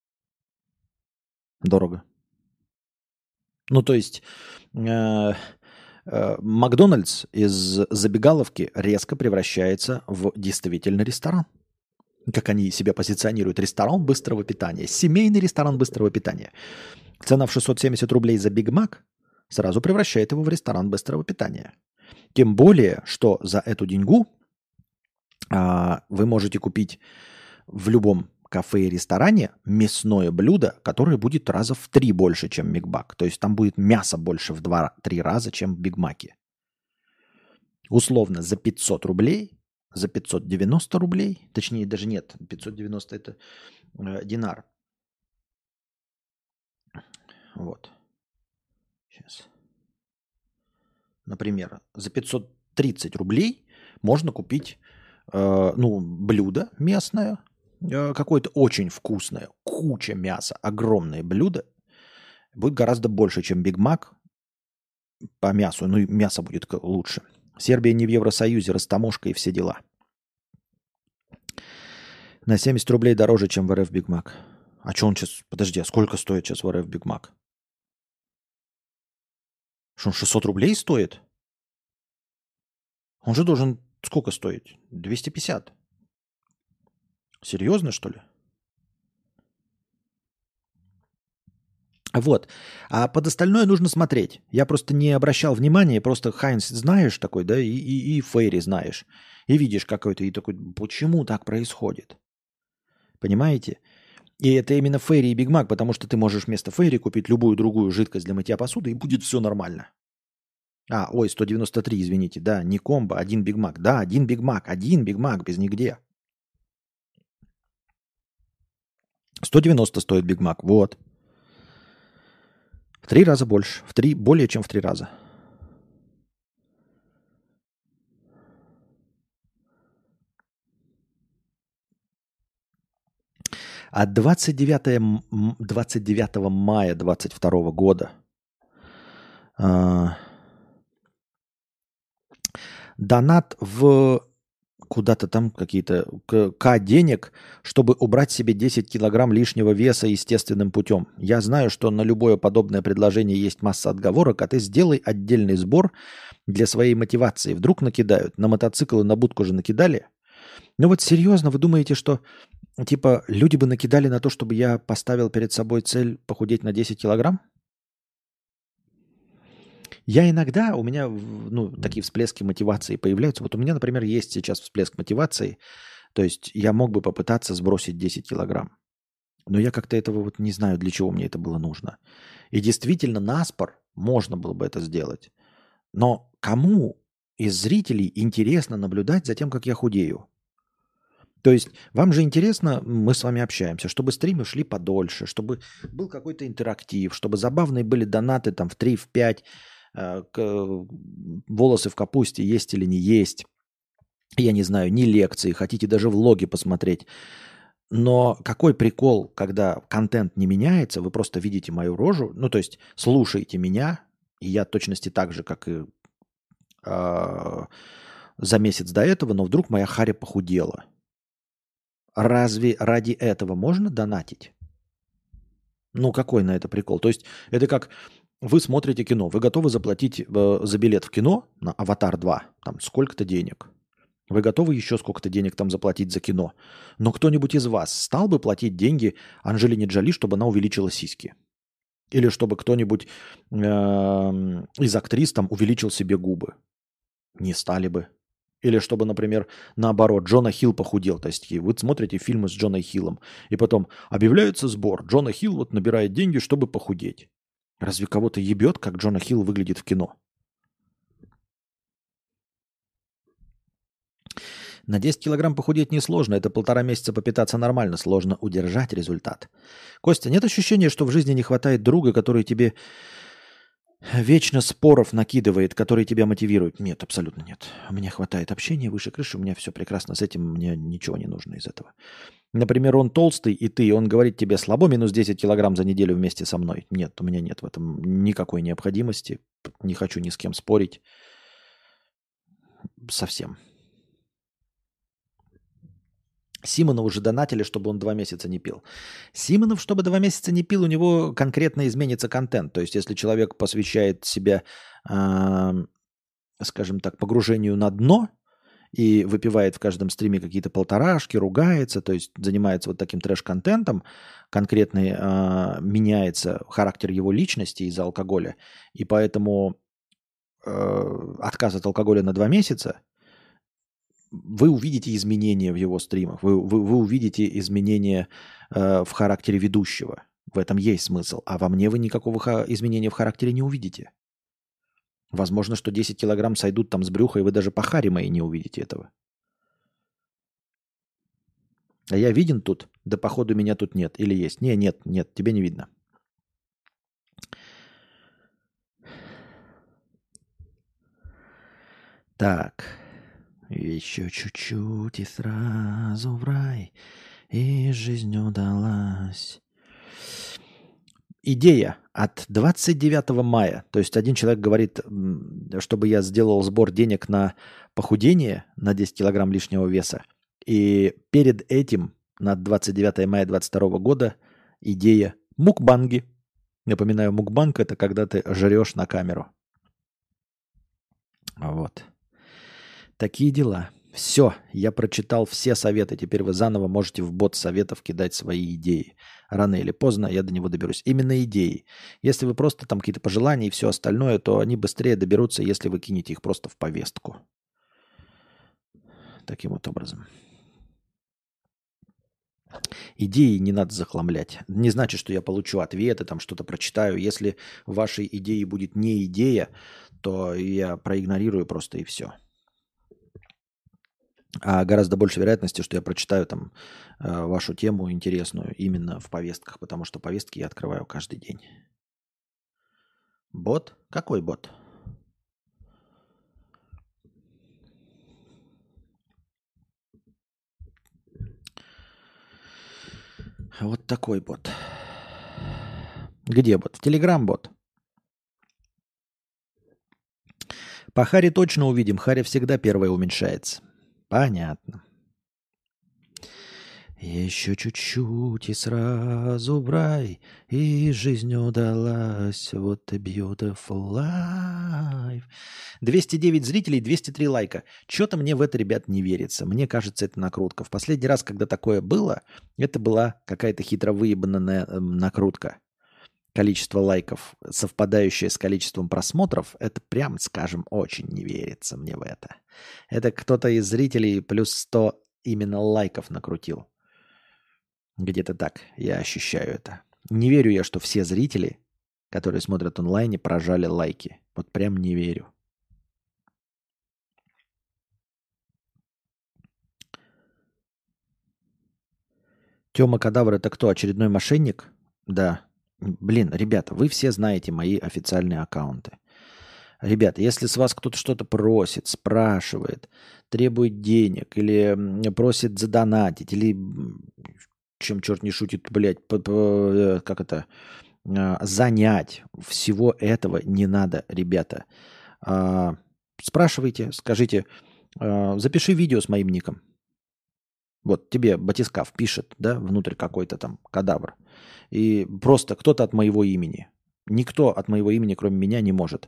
Дорого. Ну, то есть э, э, Макдональдс из забегаловки резко превращается в действительно ресторан. Как они себя позиционируют. Ресторан быстрого питания. Семейный ресторан быстрого питания. Цена в шестьсот семьдесят рублей за Биг Мак сразу превращает его в ресторан быстрого питания. Тем более, что за эту деньгу а, вы можете купить в любом кафе и ресторане мясное блюдо, которое будет раза в три больше, чем Биг Мак. То есть там будет мясо больше в два-три раза, чем в Биг Маке. Условно, за пятьсот рублей, за пятьсот девяносто рублей, точнее даже нет, пятьсот девяносто это э, динар. Вот. Сейчас. Например, за пятьсот тридцать рублей можно купить э, ну, блюдо местное, э, какое-то очень вкусное, куча мяса, огромное блюдо. Будет гораздо больше, чем Биг Мак по мясу. Ну и мясо будет к- лучше. Сербия не в Евросоюзе, растаможка и все дела. На семьдесят рублей дороже, чем в РФ Биг Мак. А что он сейчас... Подожди, а сколько стоит сейчас в РФ Биг Мак? Что он шестьсот рублей стоит? Он же должен сколько стоить? двести пятьдесят. Серьезно, что ли? Вот. А под остальное нужно смотреть. Я просто не обращал внимания, просто Хайнц знаешь такой, да, и, и, и Фейри знаешь. И видишь какой-то, и такой, почему так происходит? Понимаете? И это именно Фейри и Биг Мак, потому что ты можешь вместо Фейри купить любую другую жидкость для мытья посуды, и будет все нормально. А, ой, сто девяносто три, извините. Да, не комбо, один Биг Мак. Да, один Биг Мак, один Биг Мак, без нигде. сто девяносто стоит Биг Мак, вот. В три раза больше. В три, более чем в три раза. А двадцать девятого, двадцать девятого мая двадцать второго года э, донат в куда-то там какие-то К денег, чтобы убрать себе десять килограмм лишнего веса естественным путем. Я знаю, что на любое подобное предложение есть масса отговорок, а ты сделай отдельный сбор для своей мотивации. Вдруг накидают. На мотоцикл и на будку же накидали. Ну вот серьезно, вы думаете, что типа люди бы накидали на то, чтобы я поставил перед собой цель похудеть на десять килограмм? Я иногда, у меня ну, такие всплески мотивации появляются. Вот у меня, например, есть сейчас всплеск мотивации. То есть я мог бы попытаться сбросить десять килограмм. Но я как-то этого вот не знаю, для чего мне это было нужно. И действительно, наспор можно было бы это сделать. Но кому из зрителей интересно наблюдать за тем, как я худею? То есть вам же интересно, мы с вами общаемся, чтобы стримы шли подольше, чтобы был какой-то интерактив, чтобы забавные были донаты там в три, в пять, э, к, волосы в капусте есть или не есть. Я не знаю, ни лекции, хотите даже влоги посмотреть. Но какой прикол, когда контент не меняется, вы просто видите мою рожу, ну то есть слушаете меня, и я точности так же, как и э, за месяц до этого, но вдруг моя харя похудела. Разве ради этого можно донатить? Ну, какой на это прикол? То есть это как вы смотрите кино, вы готовы заплатить э, за билет в кино на «Аватар два», там сколько-то денег. Вы готовы еще сколько-то денег там заплатить за кино. Но кто-нибудь из вас стал бы платить деньги Анджелине Джоли, чтобы она увеличила сиськи? Или чтобы кто-нибудь э, из актрис там увеличил себе губы? Не стали бы. Или чтобы, например, наоборот, Джона Хилл похудел. То есть вы смотрите фильмы с Джоном Хиллом, и потом объявляется сбор. Джона Хилл вот набирает деньги, чтобы похудеть. Разве кого-то ебет, как Джона Хилл выглядит в кино? На десять килограмм похудеть несложно. Это полтора месяца попитаться нормально. Сложно удержать результат. Костя, нет ощущения, что в жизни не хватает друга, который тебе вечно споров накидывает, который тебя мотивирует? Нет, абсолютно нет. Мне хватает общения выше крыши, у меня все прекрасно с этим, мне ничего не нужно из этого. Например, он толстый, и ты, он говорит тебе слабо минус десять килограмм за неделю вместе со мной. Нет, у меня нет в этом никакой необходимости. Не хочу ни с кем спорить. Совсем. Симонову уже донатили, чтобы он два месяца не пил. Симонов, чтобы два месяца не пил, у него конкретно изменится контент. То есть, если человек посвящает себя, э, скажем так, погружению на дно и выпивает в каждом стриме какие-то полторашки, ругается, то есть занимается вот таким трэш-контентом, конкретно э, меняется характер его личности из-за алкоголя, и поэтому э, отказ от алкоголя на два месяца, вы увидите изменения в его стримах, вы, вы, вы увидите изменения э, в характере ведущего. В этом есть смысл. А во мне вы никакого ха- изменения в характере не увидите. Возможно, что десять килограмм сойдут там с брюха, и вы даже по харе моей не увидите этого. А я виден тут? Да походу меня тут нет. Или есть? Не, нет, нет, тебя не видно. Так. Еще чуть-чуть и сразу в рай, и жизнь удалась. Идея от двадцать девятого мая. То есть один человек говорит, чтобы я сделал сбор денег на похудение на десять килограмм лишнего веса. И перед этим, на двадцать девятого мая двадцать второго года, идея мукбанги. Напоминаю, мукбанг – это когда ты жрешь на камеру. Вот. Такие дела. Все, я прочитал все советы. Теперь вы заново можете в бот советов кидать свои идеи. Рано или поздно я до него доберусь. Именно идеи. Если вы просто там какие-то пожелания и все остальное, то они быстрее доберутся, если вы кинете их просто в повестку. Таким вот образом. Идеи не надо захламлять. Не значит, что я получу ответы, там что-то прочитаю. Если в вашей идее будет не идея, то я проигнорирую просто и все. А гораздо больше вероятности, что я прочитаю там э, вашу тему интересную именно в повестках, потому что повестки я открываю каждый день. Бот? Какой бот? Вот такой бот. Где бот? В Телеграм бот. По Харе точно увидим. Харя всегда первая уменьшается. Понятно. Еще чуть-чуть и сразу в рай, и жизнь удалась. Вот и beautiful life. двести девять зрителей, двести три лайка. Что-то мне в это, ребят, не верится. Мне кажется, это накрутка. В последний раз, когда такое было, это была какая-то хитро выебанная э, накрутка. Количество лайков, совпадающее с количеством просмотров, это прям, скажем, очень не верится мне в это. Это кто-то из зрителей плюс сто именно лайков накрутил. Где-то так я ощущаю это. Не верю я, что все зрители, которые смотрят онлайне, прожали лайки. Вот прям не верю. Тёма Кадавр — это кто? Очередной мошенник? Да. Блин, ребята, вы все знаете мои официальные аккаунты. Ребята, если с вас кто-то что-то просит, спрашивает, требует денег или просит задонатить, или, чем черт не шутит, блядь, как это, занять, всего этого не надо, ребята. Спрашивайте, скажите, запиши видео с моим ником. Вот тебе батискаф пишет, да, внутрь какой-то там кадавр. И просто кто-то от моего имени. Никто от моего имени, кроме меня, не может.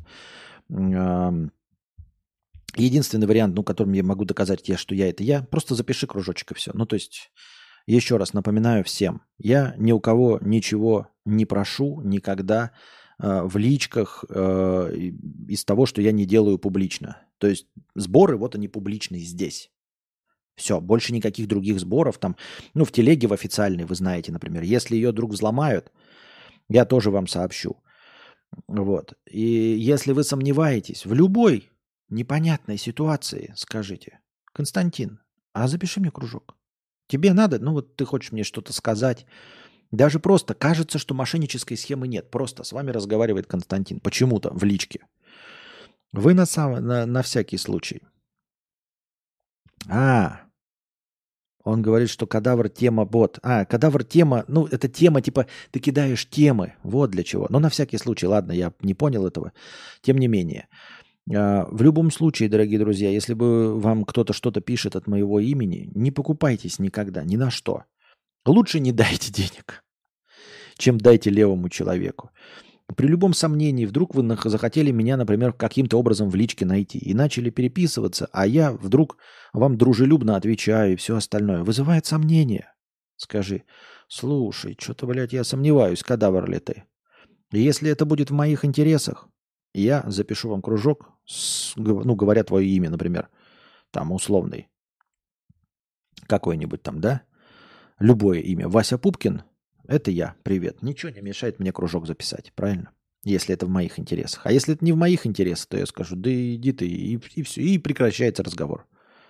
Единственный вариант, ну, которым я могу доказать тебе, что я это я, просто запиши кружочек и все. Ну, то есть, еще раз напоминаю всем, я ни у кого ничего не прошу никогда э, в личках э, из того, что я не делаю публично. То есть, сборы, вот они публичные здесь. Все, больше никаких других сборов там. Ну, в телеге, в официальной, вы знаете, например. Если ее вдруг взломают, я тоже вам сообщу. Вот. И если вы сомневаетесь в любой непонятной ситуации, скажите: Константин, а запиши мне кружок. Тебе надо, ну вот ты хочешь мне что-то сказать. Даже просто кажется, что мошеннической схемы нет. Просто с вами разговаривает Константин. Почему-то в личке. Вы на, сам, на, на всякий случай. А, он говорит, что кадавр тема бот. А, кадавр тема, ну, это тема, типа, ты кидаешь темы. Вот для чего. Но на всякий случай, ладно, я не понял этого. Тем не менее. В любом случае, дорогие друзья, если бы вам кто-то что-то пишет от моего имени, не покупайтесь никогда, ни на что. Лучше не дайте денег, чем дайте левому человеку. При любом сомнении, вдруг вы захотели меня, например, каким-то образом в личке найти и начали переписываться, а я вдруг вам дружелюбно отвечаю и все остальное. Вызывает сомнение. Скажи: слушай, что-то, блядь, я сомневаюсь, кадавр ли ты. И если это будет в моих интересах, я запишу вам кружок, с, ну, говоря твое имя, например, там условный, какой-нибудь там, да? Любое имя. Вася Пупкин. Это я, привет. Ничего не мешает мне кружок записать, правильно? Если это в моих интересах. А если это не в моих интересах, то я скажу: да иди ты, и, и все, и прекращается разговор.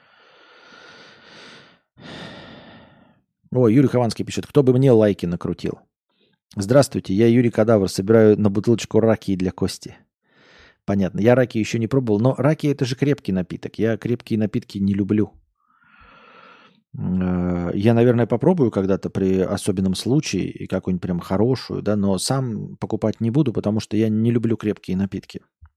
О, Юрий Хованский пишет: кто бы мне лайки накрутил? Здравствуйте, я Юрий Кадавр, собираю на бутылочку раки для Кости. Понятно, я раки еще не пробовал, но раки — это же крепкий напиток. Я крепкие напитки не люблю. Я, наверное, попробую когда-то при особенном случае и какую-нибудь прям хорошую, да, но сам покупать не буду, потому что я не люблю крепкие напитки.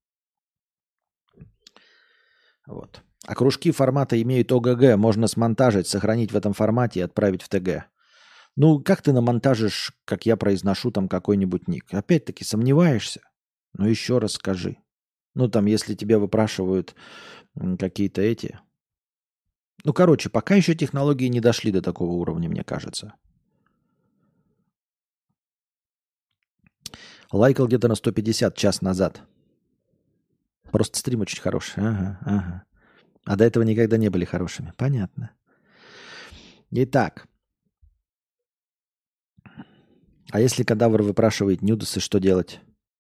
Вот. А кружки формата имеют ОГГ, можно смонтажить, сохранить в этом формате и отправить в ТГ. Ну, как ты намонтажишь, как я произношу там какой-нибудь ник? Опять-таки, сомневаешься? Ну, еще раз скажи. Ну, там, если тебя выпрашивают какие-то эти... Ну, короче, пока еще технологии не дошли до такого уровня, мне кажется. Лайкал где-то на сто пятьдесят час назад. Просто стрим очень хороший. Ага, ага. А до этого никогда не были хорошими. Понятно. Итак. А если кадавр выпрашивает нюдосы, что делать?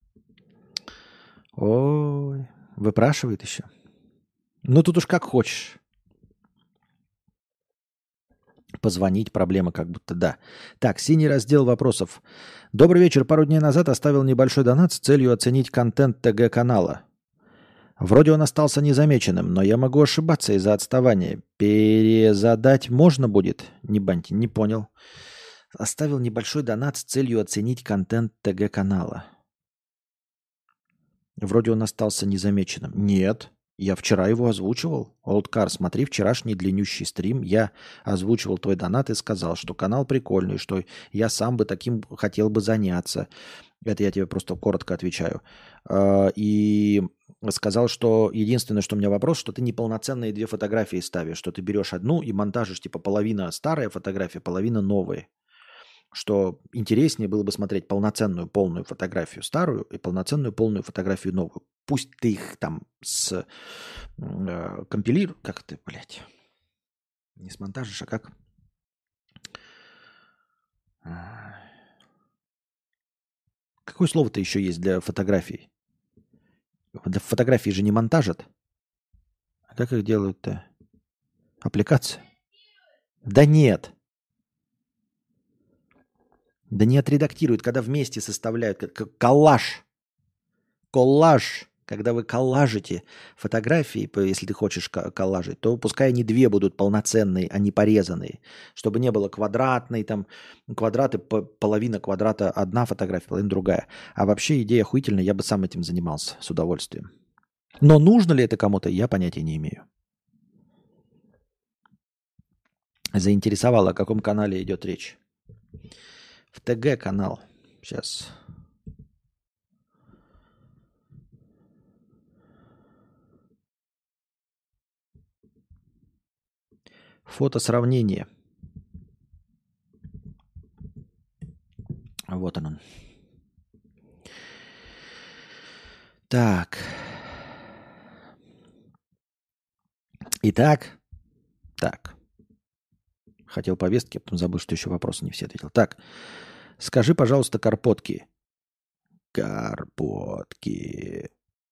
Ой, выпрашивает еще. Ну, тут уж как хочешь. Позвонить, проблема как будто, да. Так, синий раздел вопросов. Добрый вечер. Пару дней назад оставил небольшой донат с целью оценить контент ТГ-канала. Вроде он остался незамеченным, но я могу ошибаться из-за отставания. Перезадать можно будет? Не баньте, не понял. Оставил небольшой донат с целью оценить контент ТГ-канала. Вроде он остался незамеченным. Нет, я вчера его озвучивал. Олдкар, смотри, вчерашний длиннющий стрим. Я озвучивал твой донат и сказал, что канал прикольный, что я сам бы таким хотел бы заняться. Это я тебе просто коротко отвечаю. И сказал, что единственное, что у меня вопрос, что ты неполноценные две фотографии ставишь, что ты берешь одну и монтажишь, типа половина старая фотография, половина новая. Что интереснее было бы смотреть полноценную полную фотографию старую и полноценную полную фотографию новую. Пусть ты их там с э, компилируешь, как ты, блядь, не смонтажишь, а как? Какое слово-то еще есть для фотографий? Для фотографий же не монтажат. А как их делают-то? Аппликация? Да нет. Да не отредактируют, когда вместе составляют, как коллаж. Коллаж. Когда вы коллажите фотографии, если ты хочешь коллажить, то пускай они две будут полноценные, а не порезанные. Чтобы не было квадратной, там, квадраты, половина квадрата одна фотография, половина другая. А вообще идея охуительная, я бы сам этим занимался с удовольствием. Но нужно ли это кому-то, я понятия не имею. Заинтересовало, о каком канале идет речь. В ТГ канал. Сейчас. Фото сравнение. Вот он. Так. Итак. Так. Хотел повестки, а потом забыл, что еще вопросы не все ответил. Так. Скажи, пожалуйста, карпотки. Карпотки.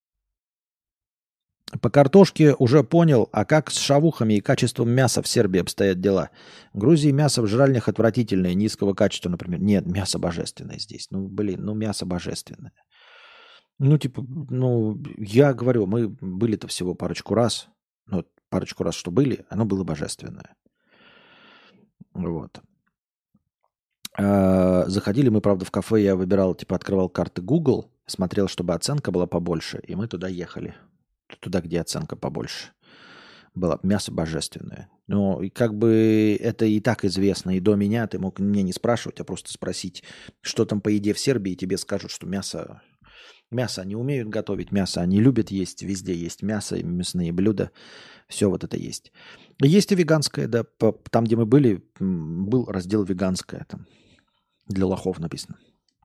По картошке уже понял, а как с шавухами и качеством мяса в Сербии обстоят дела? В Грузии мясо в жральнях отвратительное, низкого качества, например. Нет, мясо божественное здесь. Ну, блин, ну мясо божественное. Ну, типа, ну, я говорю, мы были-то всего парочку раз. Ну, парочку раз, что были, оно было божественное. Вот. А, заходили мы, правда, в кафе, я выбирал, типа, открывал карты Google, смотрел, чтобы оценка была побольше, и мы туда ехали. Туда, где оценка побольше. Было мясо божественное. Ну, и как бы это и так известно. И до меня ты мог мне не спрашивать, а просто спросить, что там по еде в Сербии, и тебе скажут, что мясо... Мясо они умеют готовить, мясо они любят есть, везде есть мясо, мясные блюда. Все вот это есть. Есть и веганское, да. По, там, где мы были, был раздел веганское. Там для лохов написано.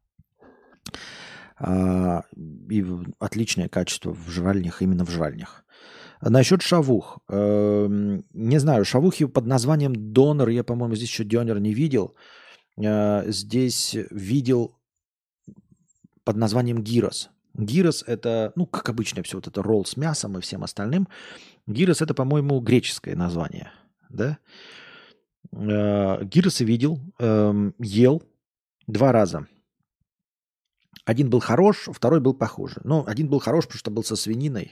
А, и отличное качество в жральнях, именно в жральнях. Насчет шавух. Э, не знаю, шавухи под названием донор, я, по-моему, здесь еще донор не видел. Э, здесь видел под названием гирос. Гирос это, ну, как обычно, все вот это ролл с мясом и всем остальным. Гирос это, по-моему, греческое название. Да? Э, гиросы видел, э, ел два раза. Один был хорош, второй был похуже. Ну, один был хорош, потому что был со свининой.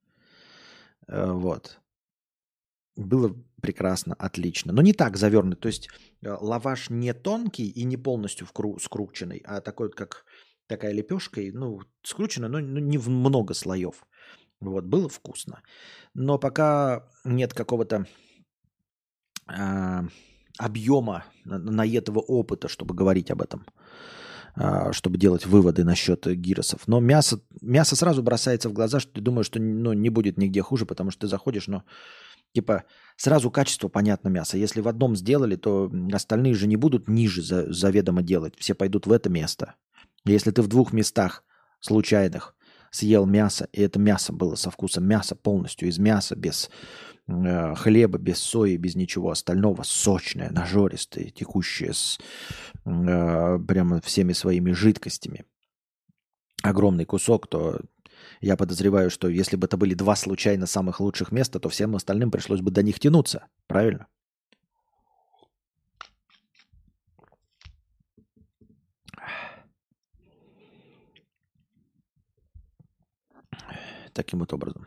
Вот. Было прекрасно, отлично. Но не так завернут. То есть лаваш не тонкий и не полностью вкру- скрученный, а такой, как такая лепешка, ну, скрученная, но не в много слоев. Вот, было вкусно. Но пока нет какого-то э, объема наетого опыта, чтобы говорить об этом, чтобы делать выводы насчет гиросов. Но мясо, мясо сразу бросается в глаза, что ты думаешь, что ну, не будет нигде хуже, потому что ты заходишь, но типа сразу качество понятно мяса. Если в одном сделали, то остальные же не будут ниже за, заведомо делать. Все пойдут в это место. Если ты в двух местах случайных съел мясо, и это мясо было со вкусом мяса полностью, из мяса, без э, хлеба, без сои, без ничего остального, сочное, нажористое, текущее с э, прямо всеми своими жидкостями. Огромный кусок, то я подозреваю, что если бы это были два случайно самых лучших места, то всем остальным пришлось бы до них тянуться. Правильно? Таким вот образом.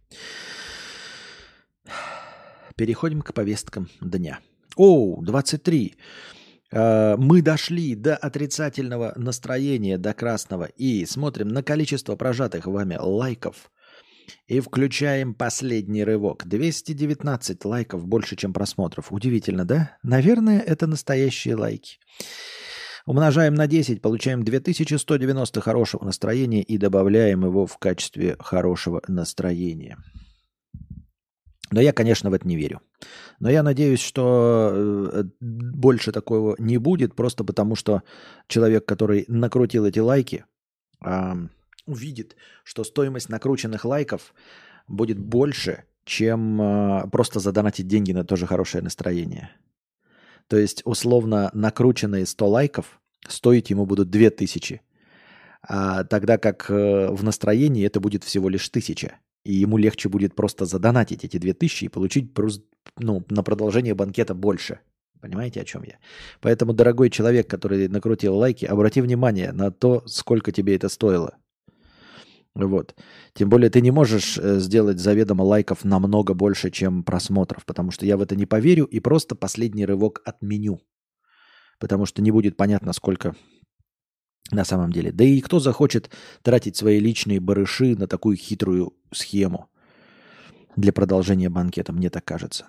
Переходим к повесткам дня. О, двадцать три. Мы дошли до отрицательного настроения, до красного, и смотрим на количество прожатых вами лайков и включаем последний рывок. двести девятнадцать лайков больше, чем просмотров. Удивительно, да? Наверное, это настоящие лайки. Умножаем на десять, получаем две тысячи сто девяносто хорошего настроения и добавляем его в качестве хорошего настроения. Но я, конечно, в это не верю. Но я надеюсь, что больше такого не будет, просто потому что человек, который накрутил эти лайки, увидит, что стоимость накрученных лайков будет больше, чем просто задонатить деньги на тоже хорошее настроение. То есть, условно, накрученные сто лайков стоить ему будут две тысячи, а тогда как в настроении это будет всего лишь тысяча. И ему легче будет просто задонатить эти две тысячи и получить ну, на продолжение банкета больше. Понимаете, о чем я? Поэтому, дорогой человек, который накрутил лайки, обрати внимание на то, сколько тебе это стоило. Вот. Тем более ты не можешь сделать заведомо лайков намного больше, чем просмотров, потому что я в это не поверю и просто последний рывок отменю. Потому что не будет понятно, сколько на самом деле. Да и кто захочет тратить свои личные барыши на такую хитрую схему для продолжения банкета, мне так кажется.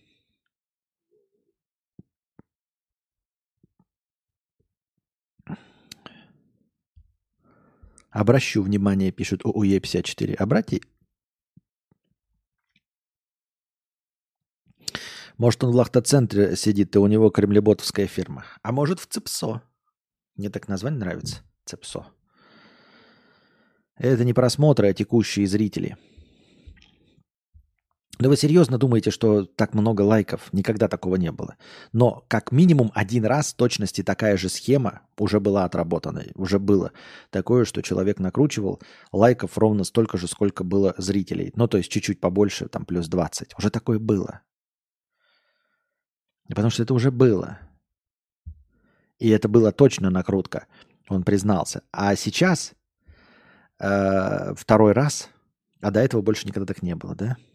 Обращу внимание, пишет ОУЕ пятьдесят четыре. Обрати. Может, он в Лахта-центре сидит, и у него кремлеботовская фирма. А может, в ЦИПСО. Мне так название нравится. ЦИПСО. Это не просмотры, а текущие зрители. Да вы серьезно думаете, что так много лайков? Никогда такого не было. Но как минимум один раз в точности такая же схема уже была отработана. Уже было такое, что человек накручивал лайков ровно столько же, сколько было зрителей. Ну, то есть чуть-чуть побольше, там плюс двадцать. Уже такое было. Потому что это уже было. И это была точно накрутка. Он признался. А сейчас э, второй раз, а до этого больше никогда так не было, да?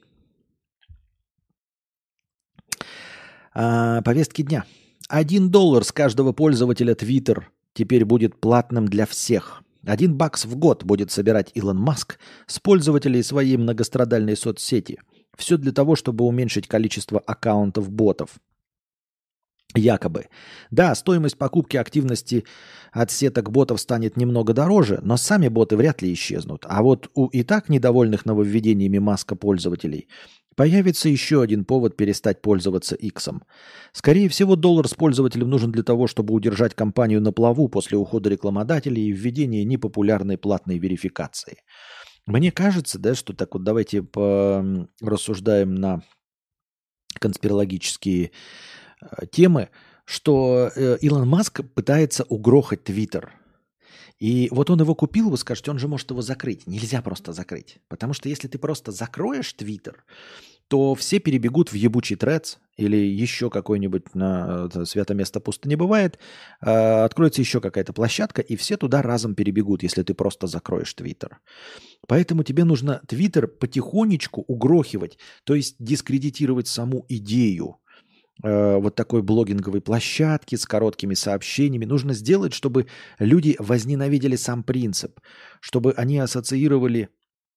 А, повестки дня. Один доллар с каждого пользователя Twitter теперь будет платным для всех. Один бакс в год будет собирать Илон Маск с пользователей своей многострадальной соцсети. Все для того, чтобы уменьшить количество аккаунтов ботов. Якобы. Да, стоимость покупки активности от сеток ботов станет немного дороже, но сами боты вряд ли исчезнут. А вот у и так недовольных нововведениями Маска пользователей появится еще один повод перестать пользоваться Иксом. Скорее всего, доллар с пользователем нужен для того, чтобы удержать компанию на плаву после ухода рекламодателей и введения непопулярной платной верификации. Мне кажется, да, что так вот давайте рассуждаем на конспирологические темы, что Илон Маск пытается угрохать Твиттер. И вот он его купил, вы скажете, он же может его закрыть. Нельзя просто закрыть. Потому что если ты просто закроешь Твиттер, то все перебегут в ебучий Threads или еще какой-нибудь, на свято место пусто не бывает, откроется еще какая-то площадка, и все туда разом перебегут, если ты просто закроешь Твиттер. Поэтому тебе нужно Твиттер потихонечку угрохивать, то есть дискредитировать саму идею вот такой блогинговой площадки с короткими сообщениями. Нужно сделать, чтобы люди возненавидели сам принцип, чтобы они ассоциировали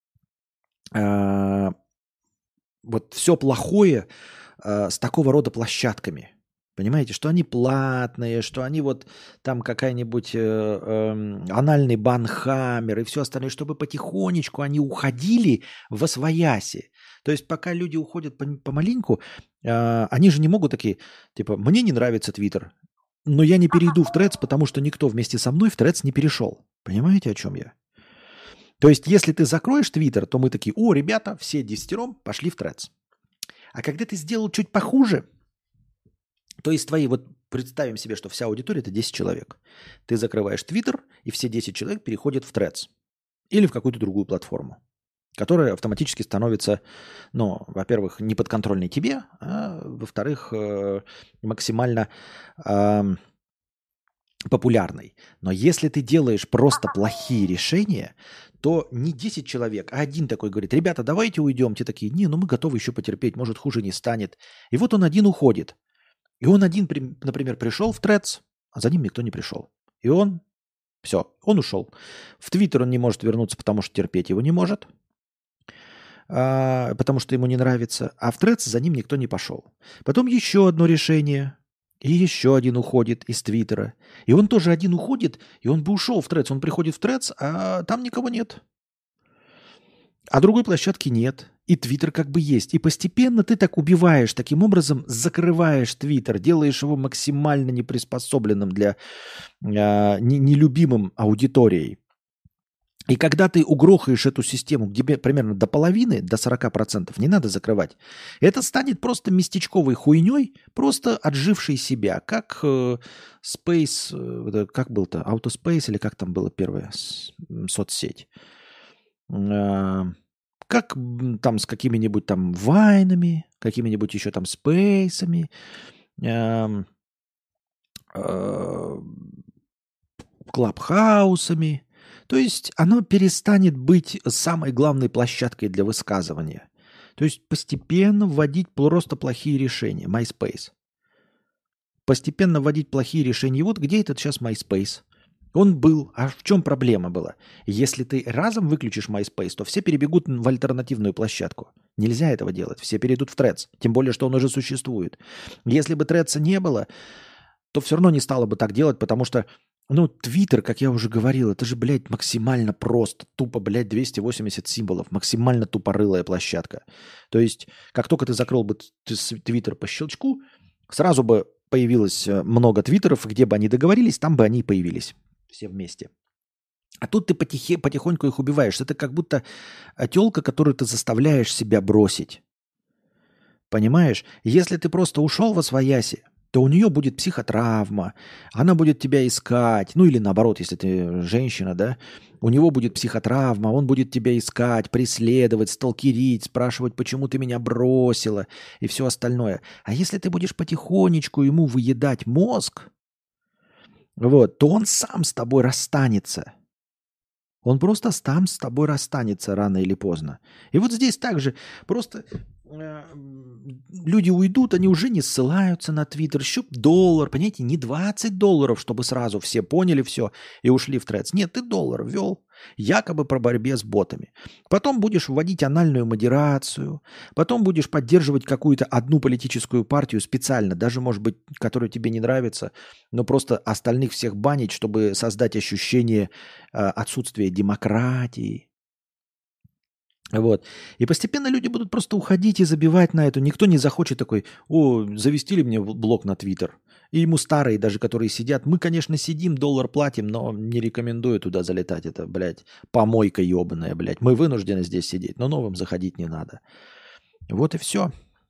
э, вот все плохое э, с такого рода площадками. Понимаете, что они платные, что они вот там какая-нибудь э, э, анальный банхаммер и все остальное, чтобы потихонечку они уходили восвояси. То есть пока люди уходят помаленьку, э, они же не могут такие, типа, мне не нравится Твиттер, но я не перейду в Threads, потому что никто вместе со мной в Threads не перешел. Понимаете, о чем я? То есть, если ты закроешь Твиттер, то мы такие, о, ребята, все десятером пошли в Threads. А когда ты сделал чуть похуже, то есть твои, вот представим себе, что вся аудитория – это десять человек. Ты закрываешь Твиттер, и все десять человек переходят в Threads или в какую-то другую платформу, которая автоматически становится, ну, во-первых, не подконтрольной тебе, а во-вторых, э, максимально э, популярной. Но если ты делаешь просто плохие решения, то не десять человек, а один такой говорит, ребята, давайте уйдем. Те такие, не, ну мы готовы еще потерпеть, может хуже не станет. И вот он один уходит. И он один, например, пришел в Threads, а за ним никто не пришел. И он, все, он ушел. В Твиттер он не может вернуться, потому что терпеть его не может, а, потому что ему не нравится. А в Threads за ним никто не пошел. Потом еще одно решение, и еще один уходит из Твиттера. И он тоже один уходит, и он бы ушел в Threads. Он приходит в Threads, а там никого нет. А другой площадки нет. И Твиттер как бы есть. И постепенно ты так убиваешь, таким образом закрываешь Твиттер, делаешь его максимально неприспособленным для э, не, нелюбимым аудиторией. И когда ты угрохаешь эту систему, где примерно до половины, до сорока процентов, не надо закрывать, это станет просто местечковой хуйней, просто отжившей себя. Как э, Space, э, как был-то, Autospace или как там была первая соцсеть. Э, Как там с какими-нибудь там вайнами, какими-нибудь еще там спейсами, э, э, клабхаусами. То есть оно перестанет быть самой главной площадкой для высказывания. То есть постепенно вводить просто плохие решения. MySpace. Постепенно вводить плохие решения. И вот где этот сейчас MySpace? Он был. А в чем проблема была? Если ты разом выключишь MySpace, то все перебегут в альтернативную площадку. Нельзя этого делать. Все перейдут в Threads. Тем более, что он уже существует. Если бы Threads не было, то все равно не стало бы так делать, потому что, ну, Twitter, как я уже говорил, это же, блядь, максимально просто. Тупо, блядь, двести восемьдесят символов. Максимально тупорылая площадка. То есть, как только ты закрыл бы Twitter по щелчку, сразу бы появилось много твиттеров, где бы они договорились, там бы они и появились. Все вместе. А тут ты потихе, потихоньку их убиваешь. Это как будто тёлка, которую ты заставляешь себя бросить. Понимаешь? Если ты просто ушел во свояси, то у нее будет психотравма, она будет тебя искать, ну или наоборот, если ты женщина, да, у него будет психотравма, он будет тебя искать, преследовать, сталкерить, спрашивать, почему ты меня бросила и все остальное. А если ты будешь потихонечку ему выедать мозг, вот, то он сам с тобой расстанется. Он просто сам с тобой расстанется рано или поздно. И вот здесь также просто э, люди уйдут, они уже не ссылаются на Твиттер. Еще доллар, понимаете, не двадцать долларов, чтобы сразу все поняли все и ушли в Threads. Нет, ты доллар ввел, якобы про борьбе с ботами. Потом будешь вводить анальную модерацию, потом будешь поддерживать какую-то одну политическую партию специально, даже, может быть, которая тебе не нравится, но просто остальных всех банить, чтобы создать ощущение э, отсутствия демократии. Вот. И постепенно люди будут просто уходить и забивать на это. Никто не захочет такой, о, завести ли мне блог на Твиттер. И ему старые даже, которые сидят, мы, конечно, сидим, доллар платим, но не рекомендую туда залетать. Это, блядь, помойка ебаная, блядь. Мы вынуждены здесь сидеть, но новым заходить не надо. Вот и все.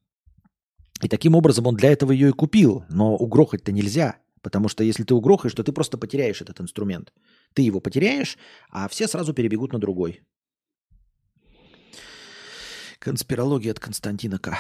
И таким образом он для этого ее и купил. Но угрохать-то нельзя. Потому что если ты угрохаешь, то ты просто потеряешь этот инструмент. Ты его потеряешь, а все сразу перебегут на другой. Конспирология от Константина К.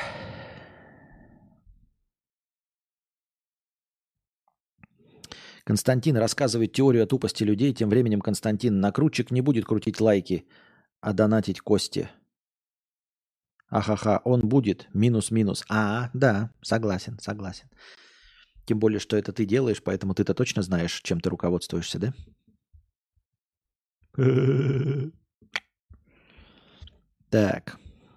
Константин рассказывает теорию о тупости людей. Тем временем Константин накрутчик не будет крутить лайки, а донатить кости. Ахаха, он будет. Минус-минус. А, да, согласен, согласен. Тем более, что это ты делаешь, поэтому ты-то точно знаешь, чем ты руководствуешься, да? Так.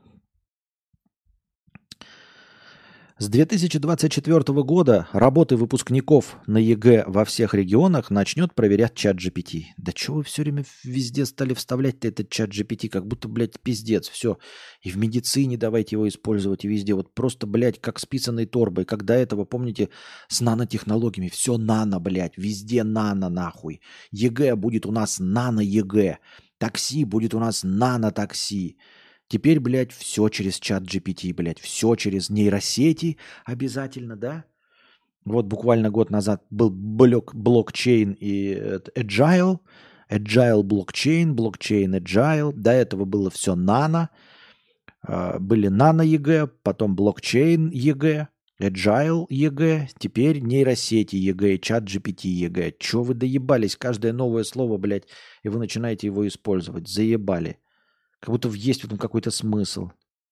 С две тысячи двадцать четвёртого года работы выпускников на ЕГЭ во всех регионах начнет проверять чат джи пи ти. Да чего вы все время везде стали вставлять-то этот чат джи пи ти? Как будто, блядь, пиздец. Все. И в медицине давайте его использовать, и везде. Вот просто, блядь, как с писаной торбой. Как до этого, помните, с нанотехнологиями. Все нано, блядь. Везде нано, нахуй. ЕГЭ будет у нас нано-ЕГЭ. Такси будет у нас нано-такси. Теперь, блядь, все через чат джи пи ти, блядь, все через нейросети обязательно, да? Вот буквально год назад был блок, блокчейн и agile, agile блокчейн, блокчейн agile. До этого было все нано. Были нано-ЕГЭ, потом блокчейн ЕГЭ, agile ЕГЭ, теперь нейросети ЕГЭ, чат джи пи ти ЕГЭ. Чё вы доебались? Каждое новое слово, блядь, и вы начинаете его использовать. Заебали. Как будто есть в этом какой-то смысл.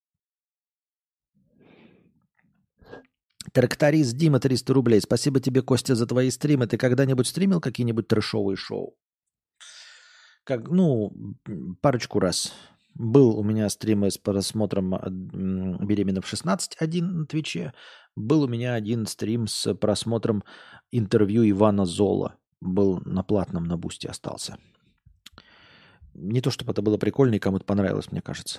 Тракторист Дима, триста рублей. Спасибо тебе, Костя, за твои стримы. Ты когда-нибудь стримил какие-нибудь трэшовые шоу? Как, ну, парочку раз. Был у меня стримы с просмотром «Беременна в шестнадцать» один на Твиче. Был у меня один стрим с просмотром интервью Ивана Зола. Был на платном, на Бусти остался. Не то, чтобы это было прикольно и кому-то понравилось, мне кажется.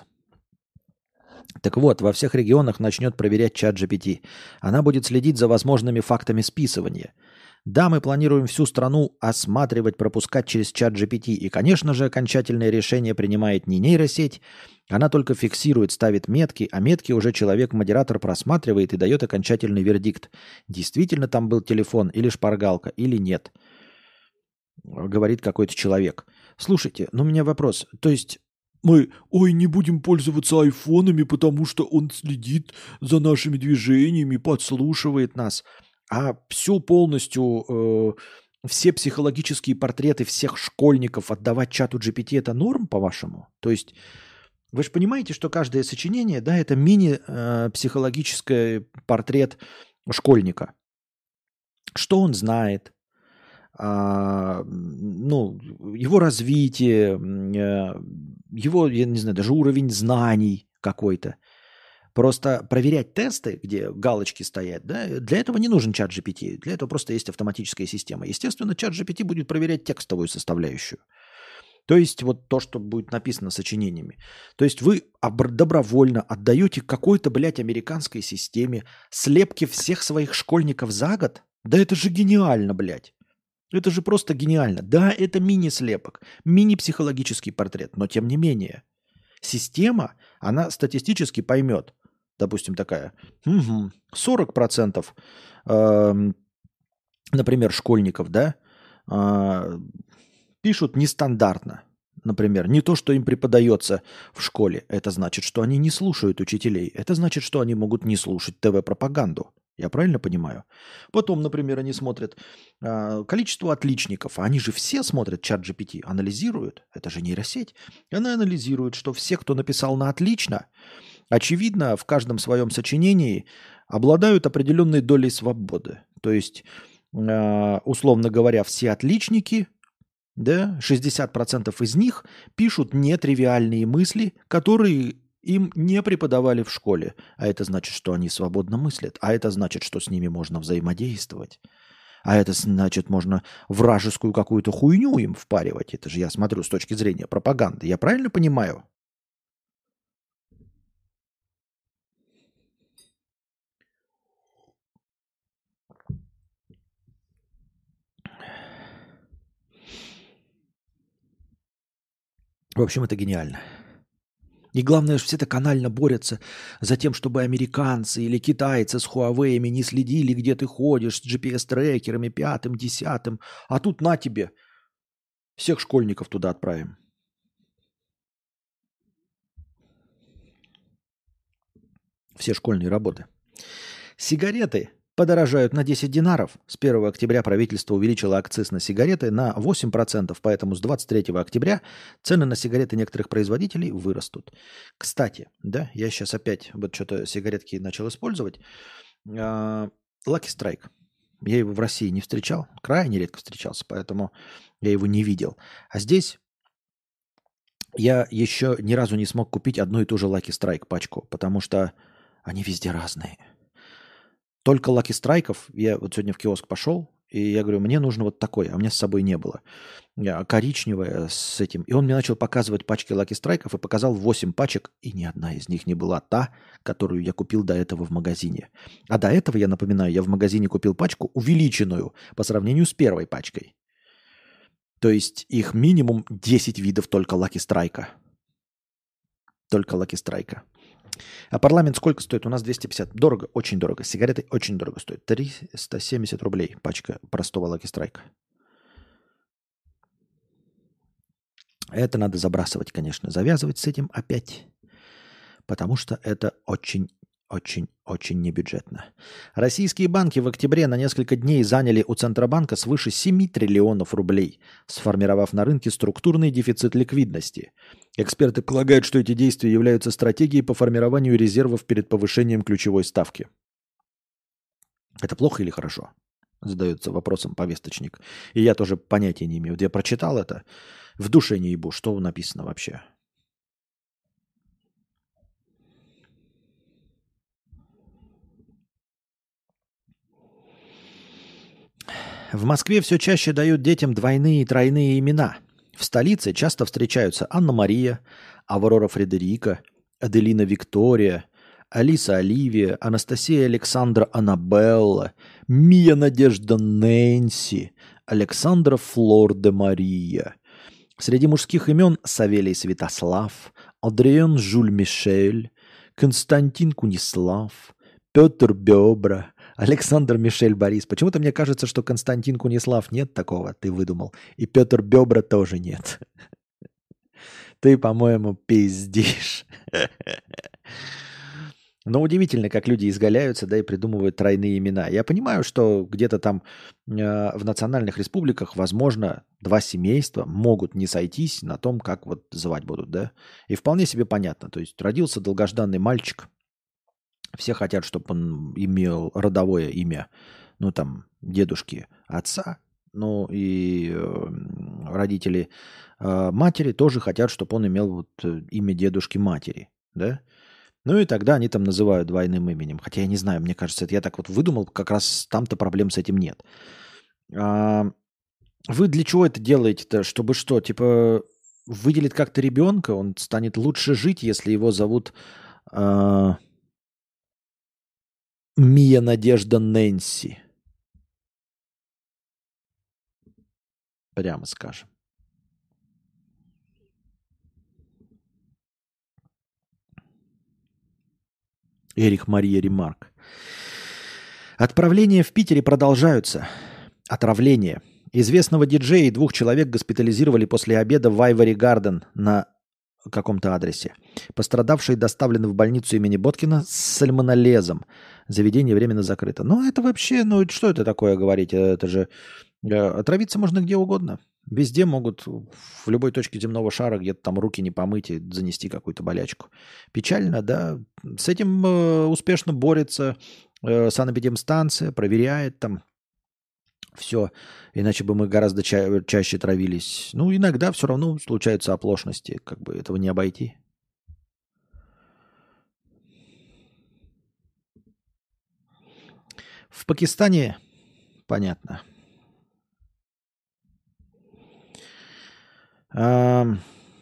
Так вот, во всех регионах начнет проверять чат джи пи ти. Она будет следить за возможными фактами списывания. Да, мы планируем всю страну осматривать, пропускать через чат джи пи ти. И, конечно же, окончательное решение принимает не нейросеть. Она только фиксирует, ставит метки, а метки уже человек-модератор просматривает и дает окончательный вердикт. Действительно там был телефон или шпаргалка, или нет. Говорит какой-то человек. Слушайте, ну у меня вопрос. То есть мы, ой, не будем пользоваться айфонами, потому что он следит за нашими движениями, подслушивает нас. А все полностью, э, все психологические портреты всех школьников отдавать чату джи пи ти – это норм, по-вашему? То есть вы же понимаете, что каждое сочинение, да, это мини-психологический э, портрет школьника. Что он знает? А, ну, его развитие, его, я не знаю, даже уровень знаний какой-то. Просто проверять тесты, где галочки стоят, да, для этого не нужен чат джи пи ти. Для этого просто есть автоматическая система. Естественно, чат джи пи ти будет проверять текстовую составляющую. То есть вот то, что будет написано сочинениями. То есть вы добровольно отдаете какой-то, блядь, американской системе слепки всех своих школьников за год? Да это же гениально, блядь. Это же просто гениально. Да, это мини-слепок, мини-психологический портрет, но тем не менее. Система, она статистически поймет, допустим, такая, угу, сорок процентов, э, например, школьников, да, э, пишут нестандартно. Например, не то, что им преподается в школе. Это значит, что они не слушают учителей. Это значит, что они могут не слушать ТВ-пропаганду. Я правильно понимаю? Потом, например, они смотрят э, количество отличников. Они же все смотрят чат джи пи ти, анализируют. Это же нейросеть. И она анализирует, что все, кто написал на отлично, очевидно, в каждом своем сочинении обладают определенной долей свободы. То есть, э, условно говоря, все отличники, да, шестьдесят процентов из них пишут нетривиальные мысли, которые им не преподавали в школе. А это значит, что они свободно мыслят. А это значит, что с ними можно взаимодействовать. А это значит, можно вражескую какую-то хуйню им впаривать. Это же я смотрю с точки зрения пропаганды. Я правильно понимаю? В общем, это гениально. И главное, что все это канально борются за тем, чтобы американцы или китайцы с Huawei не следили, где ты ходишь, с джи пи эс-трекерами, пятым, десятым. А тут на тебе. Всех школьников туда отправим. Все школьные работы. Сигареты подорожают на десять динаров. С первого октября правительство увеличило акциз на сигареты на восемь процентов, поэтому с двадцать третьего октября цены на сигареты некоторых производителей вырастут. Кстати, да, я сейчас опять вот что-то сигаретки начал использовать. Lucky Strike. Я его в России не встречал, крайне редко встречался, поэтому я его не видел. А здесь я еще ни разу не смог купить одну и ту же Lucky Strike пачку, потому что они везде разные. Только Lucky Strike'ов, я вот сегодня в киоск пошел, и я говорю, мне нужно вот такой, а у меня с собой не было. Коричневая с этим. И он мне начал показывать пачки Lucky Strike'ов и показал восемь пачек, и ни одна из них не была та, которую я купил до этого в магазине. А до этого, я напоминаю, я в магазине купил пачку увеличенную по сравнению с первой пачкой. То есть их минимум десять видов только Lucky Strike. Только Lucky Strike. А парламент сколько стоит? У нас двести пятьдесят. Дорого, очень дорого. Сигареты очень дорого стоят. триста семьдесят рублей пачка простого Lucky Strike. Это надо забрасывать, конечно. Завязывать с этим опять. Потому что это очень, очень, очень небюджетно. Российские банки в октябре на несколько дней заняли у Центробанка свыше семь триллионов рублей, сформировав на рынке структурный дефицит ликвидности. Эксперты полагают, что эти действия являются стратегией по формированию резервов перед повышением ключевой ставки. Это плохо или хорошо? Задается вопросом повесточник. И я тоже понятия не имею. Вот я прочитал это, в душе не ебу, что написано вообще. В Москве все чаще дают детям двойные и тройные имена. В столице часто встречаются Анна-Мария, Аврора Фредерика, Аделина Виктория, Алиса Оливия, Анастасия Александра Аннабелла, Мия Надежда Нэнси, Александра Флор де Мария. Среди мужских имен Савелий Святослав, Адриан Жюль Мишель, Константин Кунислав, Петр Бебра, Александр Мишель Борис. Почему-то мне кажется, что Константин Кунислав нет такого, ты выдумал. И Петр Бебра тоже нет. Ты, по-моему, пиздишь. Но удивительно, как люди изгаляются, да, и придумывают тройные имена. Я понимаю, что где-то там э, в национальных республиках, возможно, два семейства могут не сойтись на том, как вот звать будут, да. И вполне себе понятно. То есть родился долгожданный мальчик, все хотят, чтобы он имел родовое имя, ну, там, дедушки отца, ну, и э, родители э, матери тоже хотят, чтобы он имел вот имя дедушки матери, да. Ну, и тогда они там называют двойным именем. Хотя я не знаю, мне кажется, это я так вот выдумал, как раз там-то проблем с этим нет. А, вы для чего это делаете-то? Чтобы что, типа, выделить как-то ребенка, он станет лучше жить, если его зовут... А, Мия Надежда Нэнси. Прямо скажем. Эрих Мария Ремарк. Отправления в Питере продолжаются. Отравление. Известного диджея и двух человек госпитализировали после обеда в Айвори Гарден на каком-то адресе. Пострадавшие доставлены в больницу имени Боткина с сальмонеллезом. Заведение временно закрыто. Ну, это вообще, ну, что это такое говорить? Это же отравиться можно где угодно. Везде могут, в любой точке земного шара, где-то там руки не помыть и занести какую-то болячку. Печально, да. С этим э, успешно борется э, санэпидемстанция, проверяет там все. Иначе бы мы гораздо ча- чаще травились. Ну, иногда все равно случаются оплошности. Как бы этого не обойти. В Пакистане понятно. А...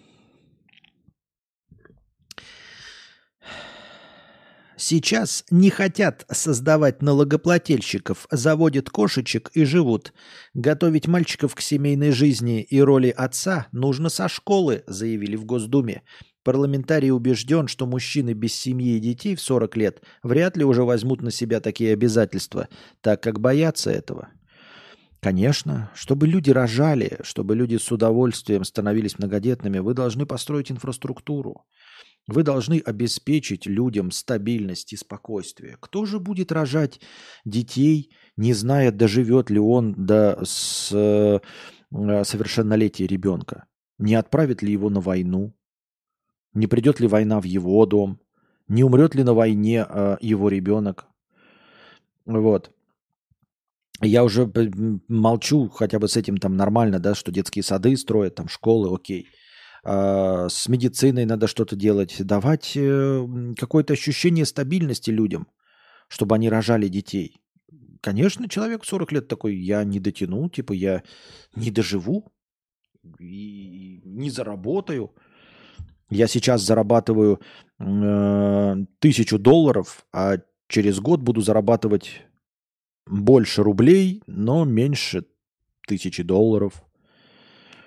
Сейчас не хотят создавать налогоплательщиков, заводят кошечек и живут. Готовить мальчиков к семейной жизни и роли отца нужно со школы, заявили в Госдуме. Парламентарий убежден, что мужчины без семьи и детей в сорок лет вряд ли уже возьмут на себя такие обязательства, так как боятся этого. Конечно, чтобы люди рожали, чтобы люди с удовольствием становились многодетными, вы должны построить инфраструктуру. Вы должны обеспечить людям стабильность и спокойствие. Кто же будет рожать детей, не зная, доживет ли он до с, э, совершеннолетия ребенка? Не отправит ли его на войну? Не придет ли война в его дом? Не умрет ли на войне э, его ребенок? Вот. Я уже молчу хотя бы с этим там нормально, да, что детские сады строят, там школы, окей. А, с медициной надо что-то делать, давать э, какое-то ощущение стабильности людям, чтобы они рожали детей. Конечно, человек в сорок лет такой, я не дотяну, типа я не доживу и не заработаю. Я сейчас зарабатываю э, тысячу долларов, а через год буду зарабатывать больше рублей, но меньше тысячи долларов.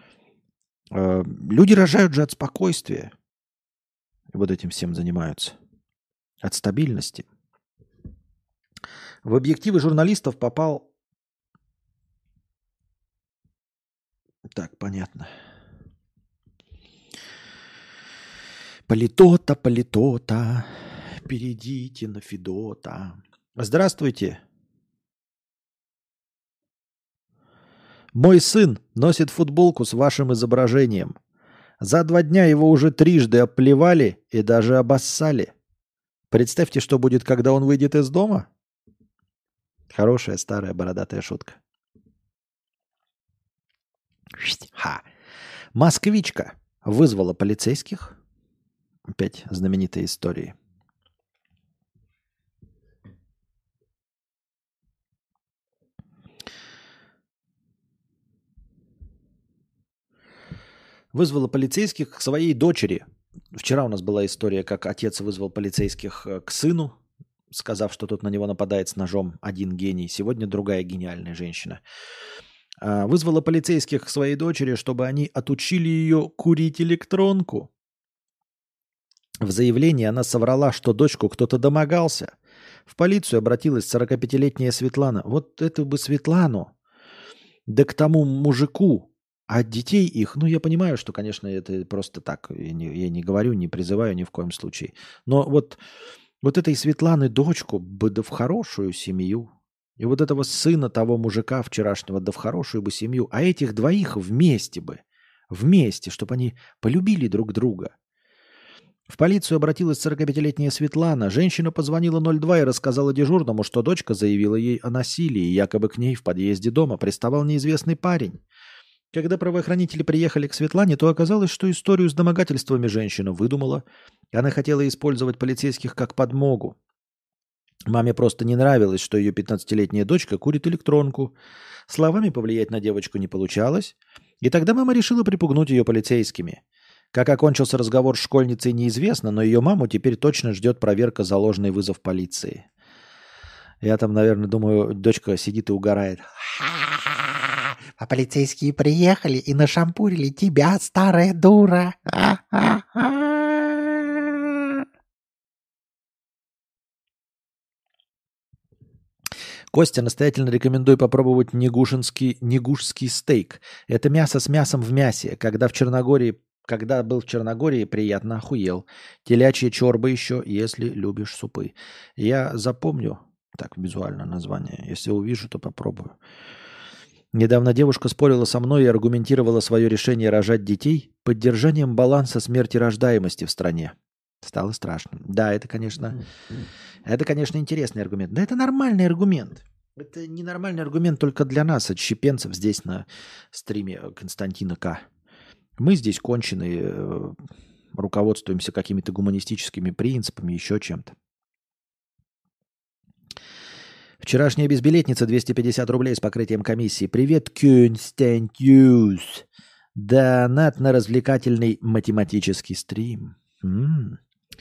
Э, Люди рожают же от спокойствия. И вот этим всем занимаются. От стабильности. В объективы журналистов попал... Так, понятно. Политота, политота, перейдите на Федота. Здравствуйте. Мой сын носит футболку с вашим изображением. За два дня его уже трижды оплевали и даже обоссали. Представьте, что будет, когда он выйдет из дома. Хорошая старая бородатая шутка. Ха. Москвичка вызвала полицейских. Опять знаменитые истории. Вызвала полицейских к своей дочери. Вчера у нас была история, как отец вызвал полицейских к сыну, сказав, что тот на него нападает с ножом. Один гений. Сегодня другая гениальная женщина. Вызвала полицейских к своей дочери, чтобы они отучили ее курить электронку. В заявлении она соврала, что дочку кто-то домогался. В полицию обратилась сорокапятилетняя Светлана. Вот эту бы Светлану, да к тому мужику, а детей их, ну я понимаю, что, конечно, это просто так, я не, я не говорю, не призываю ни в коем случае. Но вот, вот этой Светланы дочку бы да в хорошую семью. И вот этого сына того мужика вчерашнего да в хорошую бы семью. А этих двоих вместе бы, вместе, чтобы они полюбили друг друга. В полицию обратилась сорокапятилетняя Светлана. Женщина позвонила ноль два и рассказала дежурному, что дочка заявила ей о насилии. Якобы к ней в подъезде дома приставал неизвестный парень. Когда правоохранители приехали к Светлане, то оказалось, что историю с домогательствами женщина выдумала. Она хотела использовать полицейских как подмогу. Маме просто не нравилось, что ее пятнадцатилетняя дочка курит электронку. Словами повлиять на девочку не получалось. И тогда мама решила припугнуть ее полицейскими. Как окончился разговор с школьницей, неизвестно, но ее маму теперь точно ждет проверка за ложный вызов полиции. Я там, наверное, думаю, дочка сидит и угорает. А полицейские приехали и нашампурили тебя, старая дура. Костя, настоятельно рекомендую попробовать негушинский, негушский стейк. Это мясо с мясом в мясе. Когда в Черногории, когда был в Черногории, приятно охуел. Телячья чорба еще, если любишь супы. Я запомню, так, визуально название. Если увижу, то попробую. Недавно девушка спорила со мной и аргументировала свое решение рожать детей поддержанием баланса смерти рождаемости в стране. Стало страшно. Да, это, конечно, это, конечно, интересный аргумент. Да, это нормальный аргумент. Это ненормальный аргумент только для нас, отщепенцев здесь на стриме Константина К. Мы здесь конченые, руководствуемся какими-то гуманистическими принципами, еще чем-то. Вчерашняя безбилетница двести пятьдесят рублей с покрытием комиссии. Привет, Константиус. Донат на развлекательный математический стрим. М-м.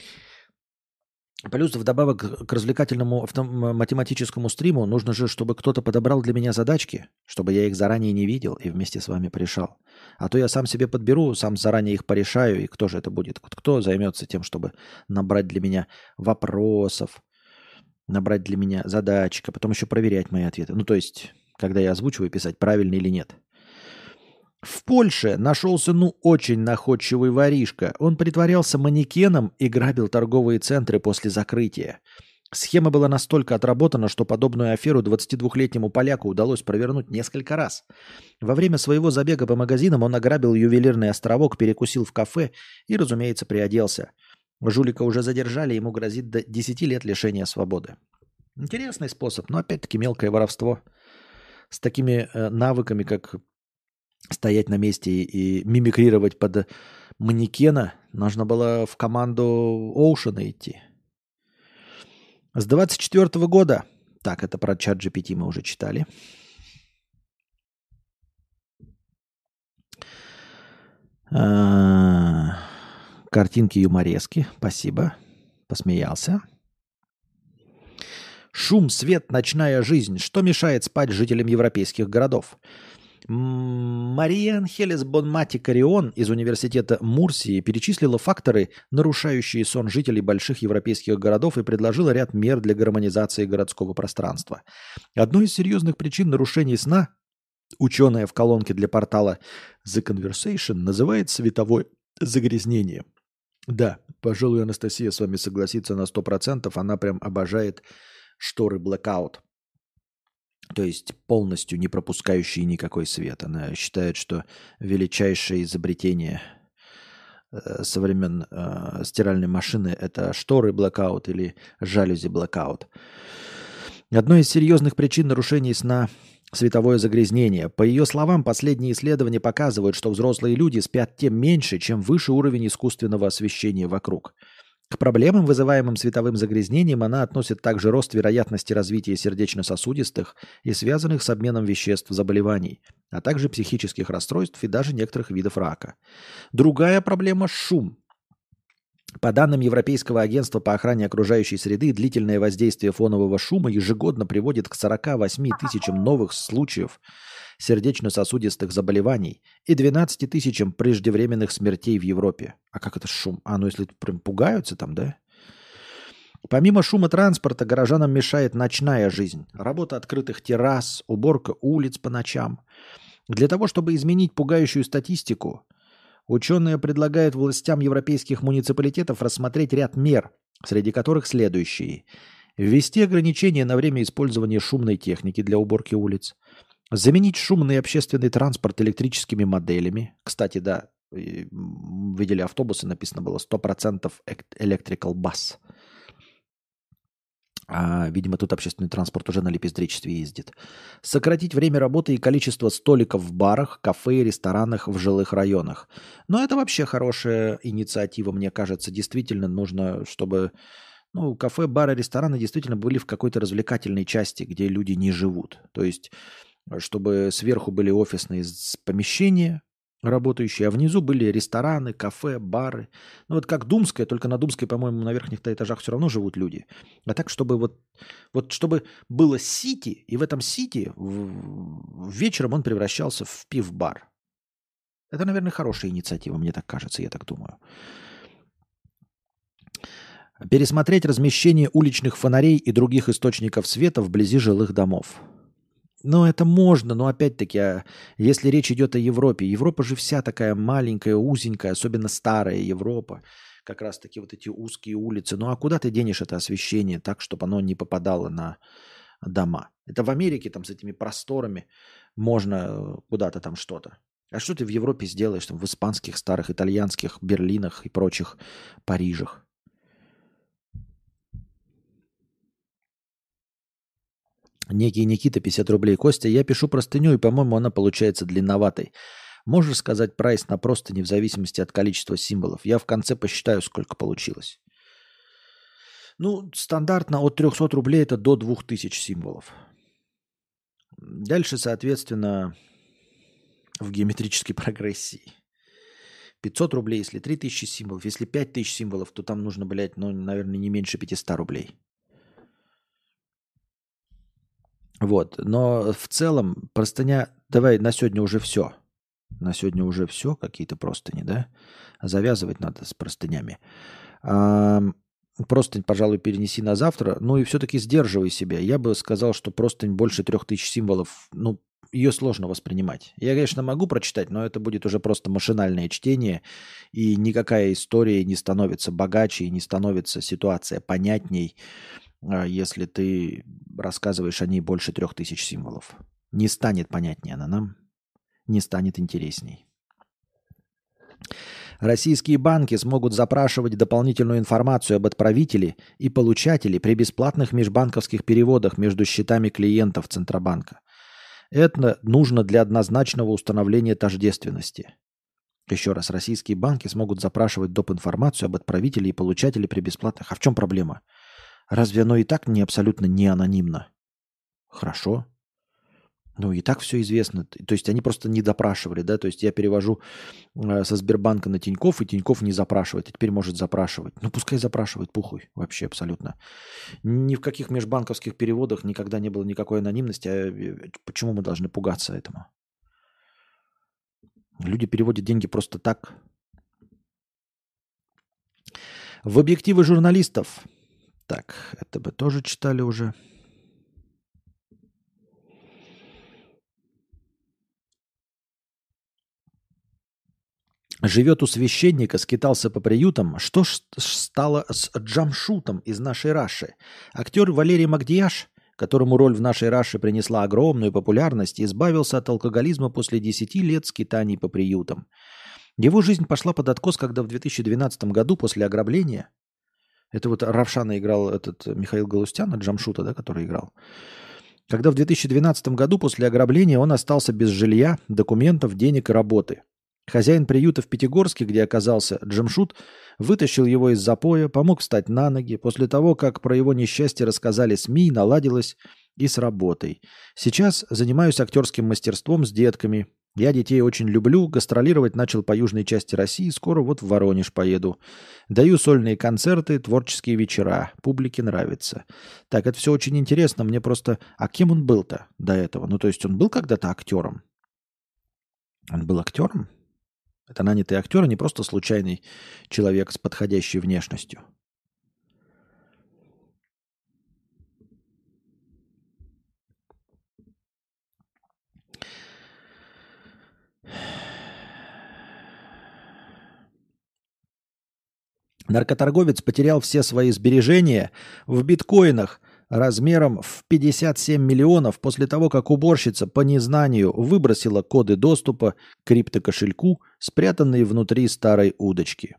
Плюс вдобавок к развлекательному авто- математическому стриму нужно же, чтобы кто-то подобрал для меня задачки, чтобы я их заранее не видел и вместе с вами порешал. А то я сам себе подберу, сам заранее их порешаю, и кто же это будет? Кто займется тем, чтобы набрать для меня вопросов, набрать для меня задачек, а потом еще проверять мои ответы. Ну, то есть, когда я озвучиваю, писать, правильно или нет. В Польше нашелся, ну, очень находчивый воришка. Он притворялся манекеном и грабил торговые центры после закрытия. Схема была настолько отработана, что подобную аферу двадцатидвухлетнему поляку удалось провернуть несколько раз. Во время своего забега по магазинам он ограбил ювелирный островок, перекусил в кафе и, разумеется, приоделся. Жулика уже задержали, ему грозит до десяти лет лишения свободы. Интересный способ, но опять-таки мелкое воровство. С такими э, навыками, как стоять на месте и, и мимикрировать под манекена, нужно было в команду Оушена идти. С двадцать четвёртого года, так, это про чат джи пи ти мы уже читали. А-а-а. Картинки юморески, спасибо, посмеялся. Шум, свет, ночная жизнь. Что мешает спать жителям европейских городов? М- Мария Анхелес Бонмати Карион из университета Мурсии перечислила факторы, нарушающие сон жителей больших европейских городов, и предложила ряд мер для гармонизации городского пространства. Одной из серьезных причин нарушений сна ученая в колонке для портала The Conversation называет световое загрязнение. Да, пожалуй, Анастасия с вами согласится на сто процентов. Она прям обожает шторы blackout. То есть полностью не пропускающие никакой свет. Она считает, что величайшее изобретение э, со времен э, стиральной машины – это шторы blackout или жалюзи blackout. Одной из серьезных причин нарушений сна – световое загрязнение. По ее словам, последние исследования показывают, что взрослые люди спят тем меньше, чем выше уровень искусственного освещения вокруг. К проблемам, вызываемым световым загрязнением, она относит также рост вероятности развития сердечно-сосудистых и связанных с обменом веществ заболеваний, а также психических расстройств и даже некоторых видов рака. Другая проблема – шум. По данным Европейского агентства по охране окружающей среды, длительное воздействие фонового шума ежегодно приводит к сорока восьми тысячам новых случаев сердечно-сосудистых заболеваний и двенадцати тысячам преждевременных смертей в Европе. А как это шум? А, ну если прям пугаются там, да? Помимо шума транспорта, горожанам мешает ночная жизнь. Работа открытых террас, уборка улиц по ночам. Для того, чтобы изменить пугающую статистику, ученые предлагают властям европейских муниципалитетов рассмотреть ряд мер, среди которых следующие. Ввести ограничения на время использования шумной техники для уборки улиц. Заменить шумный общественный транспорт электрическими моделями. Кстати, да, видели автобусы, написано было сто процентов electrical bus. А, видимо, тут общественный транспорт уже на лепездричестве ездит. Сократить время работы и количество столиков в барах, кафе и ресторанах в жилых районах. Но это вообще хорошая инициатива, мне кажется. Действительно нужно, чтобы ну, кафе, бары, рестораны действительно были в какой-то развлекательной части, где люди не живут. То есть, чтобы сверху были офисные помещения, работающие, а внизу были рестораны, кафе, бары. Ну вот как Думская, только на Думской, по-моему, на верхних этажах все равно живут люди. А так, чтобы вот, вот чтобы было сити, и в этом сити в, вечером он превращался в пив-бар. Это, наверное, хорошая инициатива, мне так кажется, я так думаю. Пересмотреть размещение уличных фонарей и других источников света вблизи жилых домов. Ну, это можно, но опять-таки, а если речь идет о Европе, Европа же вся такая маленькая, узенькая, особенно старая Европа, как раз-таки вот эти узкие улицы. Ну, а куда ты денешь это освещение так, чтобы оно не попадало на дома? Это в Америке там с этими просторами можно куда-то там что-то. А что ты в Европе сделаешь, там, в испанских, старых, итальянских, Берлинах и прочих Парижах? Некий Никита, пятьдесят рублей. Костя, я пишу простыню, и, по-моему, она получается длинноватой. Можешь сказать прайс на простыни в зависимости от количества символов? Я в конце посчитаю, сколько получилось. Ну, стандартно от трехсот рублей это до двух тысяч символов. Дальше, соответственно, в геометрической прогрессии. пятьсот рублей, если три тысячи символов. Если пять тысяч символов, то там нужно, блядь, ну, наверное, не меньше пятьсот рублей. Вот, но в целом простыня, давай на сегодня уже все. На сегодня уже все, какие-то простыни, да? Завязывать надо с простынями. А, простынь, пожалуй, перенеси на завтра. Ну и все-таки сдерживай себя. Я бы сказал, что простынь больше трех тысяч символов, ну, ее сложно воспринимать. Я, конечно, могу прочитать, но это будет уже просто машинальное чтение, и никакая история не становится богаче, и не становится ситуация понятней, если ты рассказываешь о ней больше трех тысяч символов. Не станет понятнее она нам, не станет интересней. Российские банки смогут запрашивать дополнительную информацию об отправителе и получателе при бесплатных межбанковских переводах между счетами клиентов Центробанка. Это нужно для однозначного установления тождественности. Еще раз, российские банки смогут запрашивать доп. Информацию об отправителе и получателе при бесплатных. А в чем проблема? Разве оно и так не абсолютно не анонимно? Хорошо. Ну и так все известно. То есть они просто не допрашивали, да? То есть я перевожу э, со Сбербанка на Тинькофф, и Тинькофф не запрашивает. А теперь может запрашивать. Ну пускай запрашивает, пухуй. Вообще абсолютно. Ни в каких межбанковских переводах никогда не было никакой анонимности. А почему мы должны пугаться этому? Люди переводят деньги просто так. В объективы журналистов. Так, это бы тоже читали уже. Живет у священника, скитался по приютам. Что ж стало с Джамшутом из нашей Раши? Актер Валерий Магдияш, которому роль в нашей Раше принесла огромную популярность, избавился от алкоголизма после десяти лет скитаний по приютам. Его жизнь пошла под откос, когда в две тысячи двенадцатом году после ограбления, это вот Равшана играл этот Михаил Галустян, Джамшута, да, который играл, когда в две тысячи двенадцатом году после ограбления он остался без жилья, документов, денег и работы. Хозяин приюта в Пятигорске, где оказался Джамшут, вытащил его из запоя, помог встать на ноги. После того, как про его несчастье рассказали СМИ, наладилось и с работой. Сейчас занимаюсь актерским мастерством с детками. Я детей очень люблю, гастролировать начал по южной части России, скоро вот в Воронеж поеду. Даю сольные концерты, творческие вечера. Публике нравится. Так, это все очень интересно, мне просто... А кем он был-то до этого? Ну, то есть он был когда-то актером? Он был актером? Это нанятый актер, а не просто случайный человек с подходящей внешностью. Наркоторговец потерял все свои сбережения в биткоинах размером в пятьдесят семь миллионов после того, как уборщица по незнанию выбросила коды доступа к криптокошельку, спрятанные внутри старой удочки.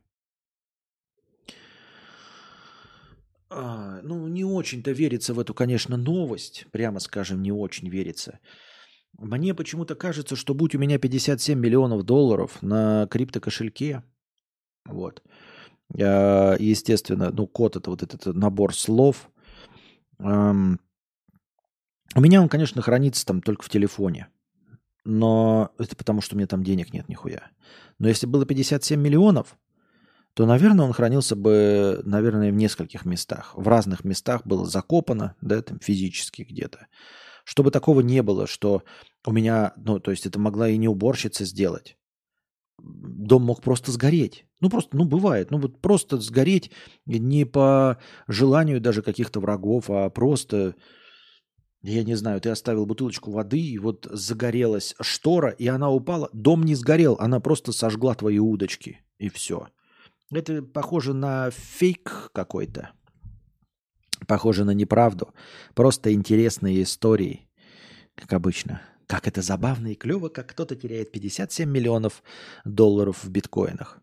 А, ну, не очень-то верится в эту, конечно, новость. Прямо скажем, не очень верится. Мне почему-то кажется, что будь у меня пятьдесят семь миллионов долларов на криптокошельке, вот, естественно, ну, код — это вот этот набор слов. Um, у меня он, конечно, хранится там только в телефоне. Но это потому, что у меня там денег нет нихуя. Но если было пятьдесят семь миллионов, то, наверное, он хранился бы, наверное, в нескольких местах. В разных местах было закопано, да, там физически где-то. Чтобы такого не было, что у меня, ну, то есть это могла и не уборщица сделать. Дом мог просто сгореть. Ну, просто, ну, бывает. Ну, вот просто сгореть не по желанию даже каких-то врагов, а просто, я не знаю, ты оставил бутылочку воды, и вот загорелась штора, и она упала. Дом не сгорел, она просто сожгла твои удочки, и все. Это похоже на фейк какой-то. Похоже на неправду. Просто интересные истории, как обычно. Как это забавно и клево, как кто-то теряет пятьдесят семь миллионов долларов в биткоинах.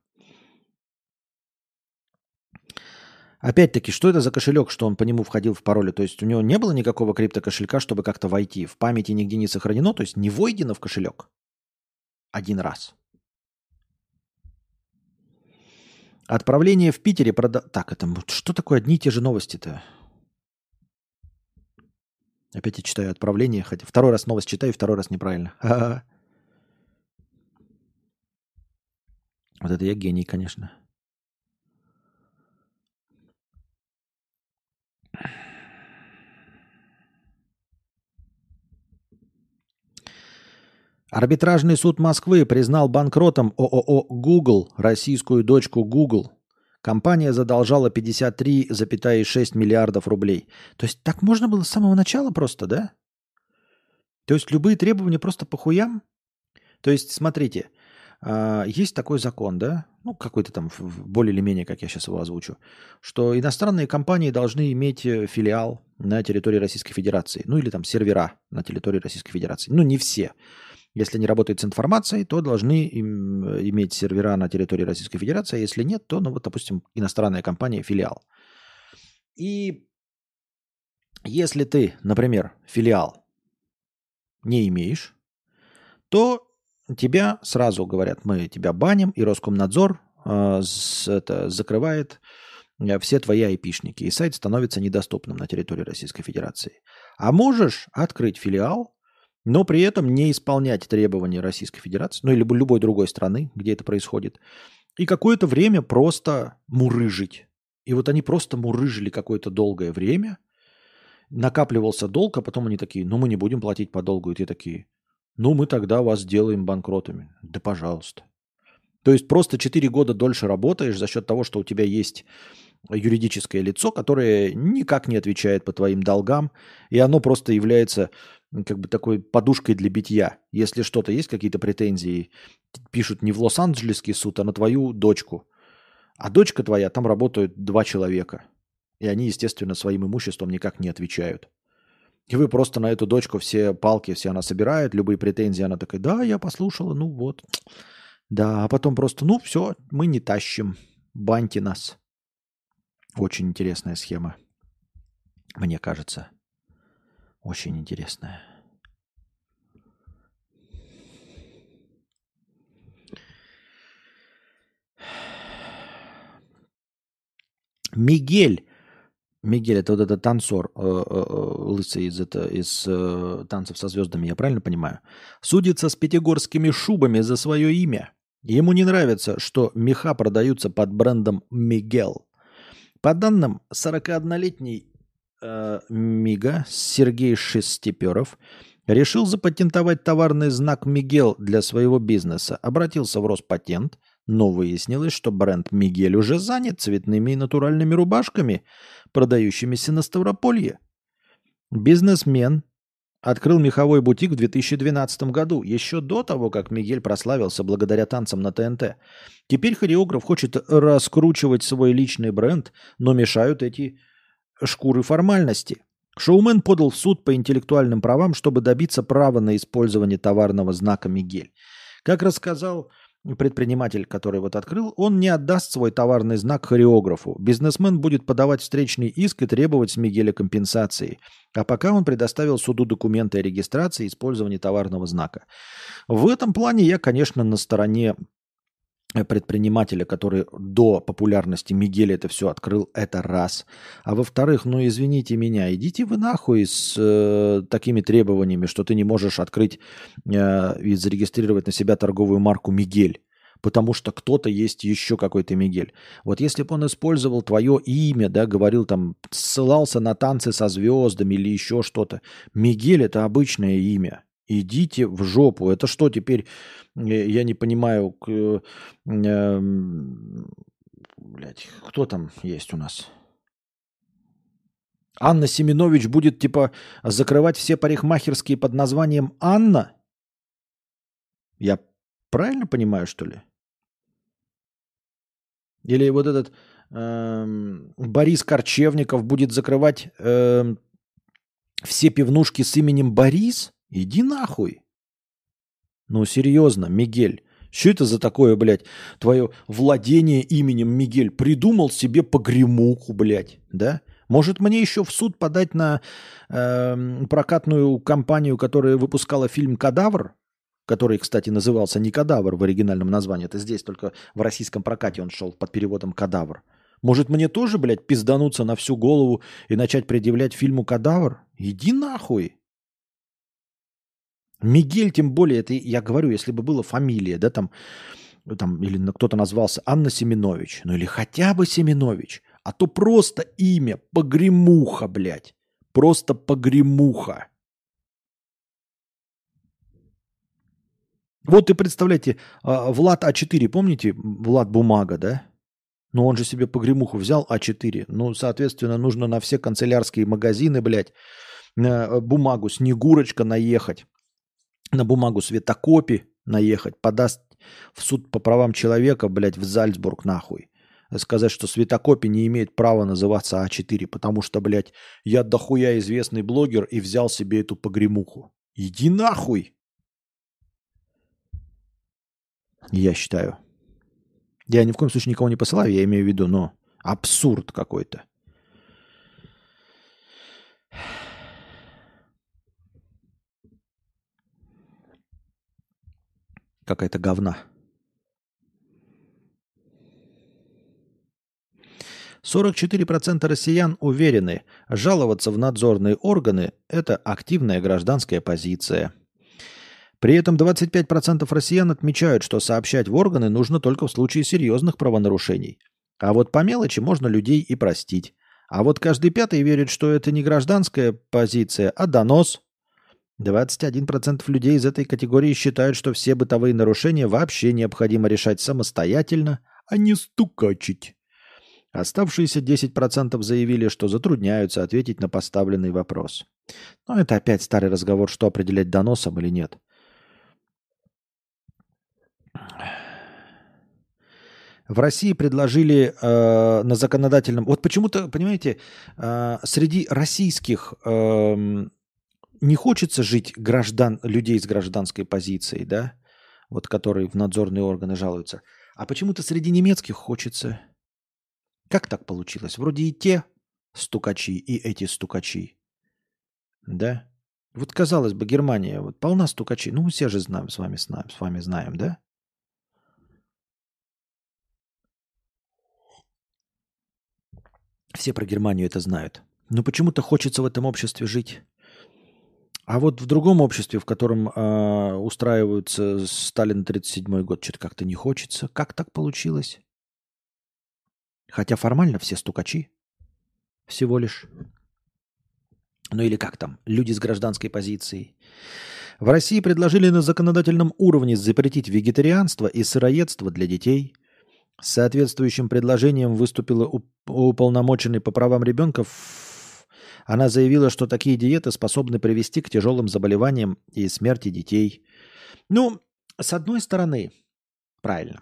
Опять-таки, что это за кошелек, что он по нему входил в пароли? То есть у него не было никакого криптокошелька, чтобы как-то войти. В памяти нигде не сохранено, то есть не войдено в кошелек. Один раз. Отправление в Питере... Прода... Так, это что такое одни и те же новости-то? Опять я читаю отправление, хотя второй раз новость читаю, второй раз неправильно. А-а-а. Вот это я гений, конечно. Арбитражный суд Москвы признал банкротом ООО «Google», российскую дочку Google. Компания задолжала пятьдесят три целых шесть миллиардов рублей. То есть так можно было с самого начала просто, да? То есть любые требования просто по хуям? То есть, смотрите, есть такой закон, да? Ну, какой-то там, более или менее, как я сейчас его озвучу, что иностранные компании должны иметь филиал на территории Российской Федерации. Ну, или там сервера на территории Российской Федерации. Ну, не все. Если они работают с информацией, то должны им иметь сервера на территории Российской Федерации. А если нет, то, ну вот, допустим, иностранная компания, филиал. И если ты, например, филиал не имеешь, то тебя сразу говорят, мы тебя баним, и Роскомнадзор э, с, это, закрывает все твои айпишники, и сайт становится недоступным на территории Российской Федерации. А можешь открыть филиал, но при этом не исполнять требования Российской Федерации, ну или любой другой страны, где это происходит, и какое-то время просто мурыжить. И вот они просто мурыжили какое-то долгое время, накапливался долг, а потом они такие, ну мы не будем платить по долгу, и те такие, Ну, мы тогда вас сделаем банкротами. Да пожалуйста. То есть просто четыре года дольше работаешь за счет того, что у тебя есть юридическое лицо, которое никак не отвечает по твоим долгам, и оно просто является как бы такой подушкой для битья. Если что-то есть, какие-то претензии, пишут не в Лос-Анджелесский суд, а на твою дочку. А дочка твоя, там работают два человека. И они, естественно, своим имуществом никак не отвечают. И вы просто на эту дочку все палки, все она собирает, любые претензии, она такая, да, я послушала, ну вот. Да, а потом просто, ну все, мы не тащим, баньте нас. Очень интересная схема, мне кажется. Очень интересная. Мигель. Мигель, это вот этот танцор, э, э, лысый из, это, из э, «Танцев со звездами», я правильно понимаю? Судится с пятигорскими шубами за свое имя. Ему не нравится, что меха продаются под брендом «Мигел». По данным, сорокаоднолетний э, Мига Сергей Шестиперов решил запатентовать товарный знак «Мигел» для своего бизнеса. Обратился в Роспатент, но выяснилось, что бренд «Мигель» уже занят цветными и натуральными рубашками, продающимися на Ставрополье. Бизнесмен открыл меховой бутик в две тысячи двенадцатом году, еще до того, как Мигель прославился благодаря танцам на ТНТ. Теперь хореограф хочет раскручивать свой личный бренд, но мешают эти шкуры формальности. Шоумен подал в суд по интеллектуальным правам, чтобы добиться права на использование товарного знака «Мигель». Как рассказал предприниматель, который вот открыл, он не отдаст свой товарный знак хореографу. Бизнесмен будет подавать встречный иск и требовать с Мигеля компенсации. А пока он предоставил суду документы о регистрации и использовании товарного знака. В этом плане я, конечно, на стороне предпринимателя, который до популярности Мигеля это все открыл, это раз. А во-вторых, ну извините меня, идите вы нахуй с э, такими требованиями, что ты не можешь открыть э, и зарегистрировать на себя торговую марку Мигель, потому что кто-то есть еще какой-то Мигель. Вот если бы он использовал твое имя, да, говорил там, ссылался на танцы со звездами или еще что-то, Мигель это обычное имя. Идите в жопу. Это что теперь, я не понимаю, к, э, э, блядь, кто там есть у нас? Анна Семенович будет типа закрывать все парикмахерские под названием Анна? Я правильно понимаю, что ли? Или вот этот э, Борис Корчевников будет закрывать э, все пивнушки с именем Борис? Иди нахуй. Ну, серьезно, Мигель. Что это за такое, блядь, твое владение именем Мигель? Придумал себе погремуху, блядь, да? Может, мне еще в суд подать на э, прокатную компанию, которая выпускала фильм «Кадавр», который, кстати, назывался не «Кадавр» в оригинальном названии. Это здесь только в российском прокате он шел под переводом «Кадавр». Может, мне тоже, блядь, пиздануться на всю голову и начать предъявлять фильму «Кадавр»? Иди нахуй. Мигель, тем более, это я говорю, если бы была фамилия, да, там, там или кто-то назвался Анна Семенович, ну или хотя бы Семенович, а то просто имя погремуха, блядь, просто погремуха. Вот и представляете, Влад А четыре, помните, Влад Бумага, да? Ну он же себе погремуху взял А четыре, ну, соответственно, нужно на все канцелярские магазины, блядь, на бумагу Снегурочка наехать. На бумагу Светокопи наехать, подаст в суд по правам человека, блядь, в Зальцбург нахуй. Сказать, что Светокопи не имеет права называться А четыре, потому что, блядь, я дохуя известный блогер и взял себе эту погремуху. Иди нахуй! Я считаю. Я ни в коем случае никого не посылаю, я имею в виду, но абсурд какой-то. Какая-то говна. сорок четыре процента россиян уверены, жаловаться в надзорные органы – это активная гражданская позиция. При этом двадцать пять процентов россиян отмечают, что сообщать в органы нужно только в случае серьезных правонарушений. А вот по мелочи можно людей и простить. А вот каждый пятый верит, что это не гражданская позиция, а донос. двадцать один процент людей из этой категории считают, что все бытовые нарушения вообще необходимо решать самостоятельно, а не стукачить. Оставшиеся десять процентов заявили, что затрудняются ответить на поставленный вопрос. Но это опять старый разговор, что определять доносом или нет. В России предложили э, на законодательном... Вот почему-то, понимаете, э, среди российских... Э, не хочется жить граждан, людей с гражданской позицией, да, вот которые в надзорные органы жалуются, а почему-то среди немецких хочется. Как так получилось? Вроде и те стукачи, и эти стукачи, да? Вот казалось бы, Германия вот полна стукачей, ну мы все же знаем, с вами знаем, с вами знаем, да? Все про Германию это знают. Но почему-то хочется в этом обществе жить. А вот в другом обществе, в котором э, устраиваются Сталин тридцать седьмой год, что-то как-то не хочется. Как так получилось? Хотя формально все стукачи. Всего лишь. Ну или как там? Люди с гражданской позицией. В России предложили на законодательном уровне запретить вегетарианство и сыроедство для детей. С соответствующим предложением выступила уполномоченный по правам ребенка. Она заявила, что такие диеты способны привести к тяжелым заболеваниям и смерти детей. Ну, с одной стороны, правильно.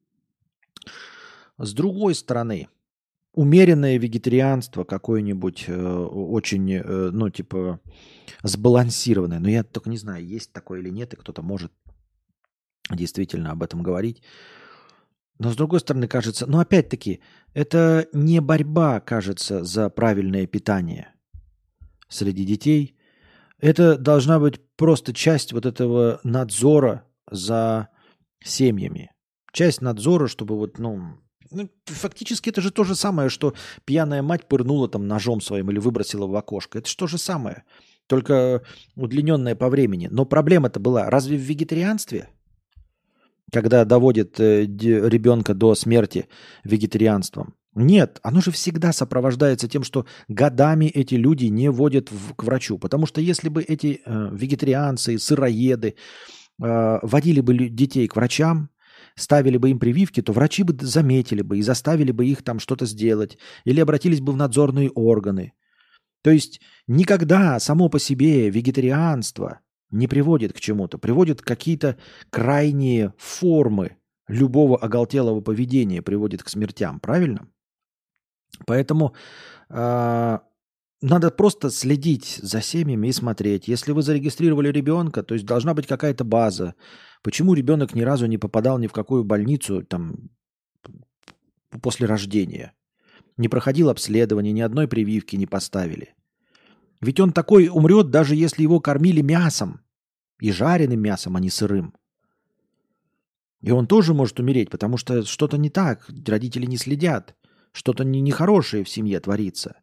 С другой стороны, умеренное вегетарианство какое-нибудь э, очень, э, ну, типа, сбалансированное. Но я только не знаю, есть такое или нет, и кто-то может действительно об этом говорить. Но с другой стороны, кажется, ну, опять-таки, это не борьба, кажется, за правильное питание среди детей. Это должна быть просто часть вот этого надзора за семьями. Часть надзора, чтобы вот, ну, ну, фактически это же то же самое, что пьяная мать пырнула там ножом своим или выбросила в окошко. Это же то же самое, только удлиненное по времени. Но проблема-то была, разве в вегетарианстве, когда доводит э, ребенка до смерти вегетарианством? Нет, оно же всегда сопровождается тем, что годами эти люди не водят в, к врачу. Потому что если бы эти э, вегетарианцы, сыроеды э, водили бы детей к врачам, ставили бы им прививки, то врачи бы заметили бы и заставили бы их там что-то сделать. Или обратились бы в надзорные органы. То есть никогда само по себе вегетарианство не приводит к чему-то. Приводит какие-то крайние формы любого оголтелого поведения, приводит к смертям. Правильно? Поэтому э, надо просто следить за семьями и смотреть. Если вы зарегистрировали ребенка, то есть должна быть какая-то база. Почему ребенок ни разу не попадал ни в какую больницу там, после рождения? Не проходил обследование, ни одной прививки не поставили. Ведь он такой умрет, даже если его кормили мясом. И жареным мясом, а не сырым. И он тоже может умереть, потому что что-то не так. Родители не следят. Что-то не, нехорошее в семье творится.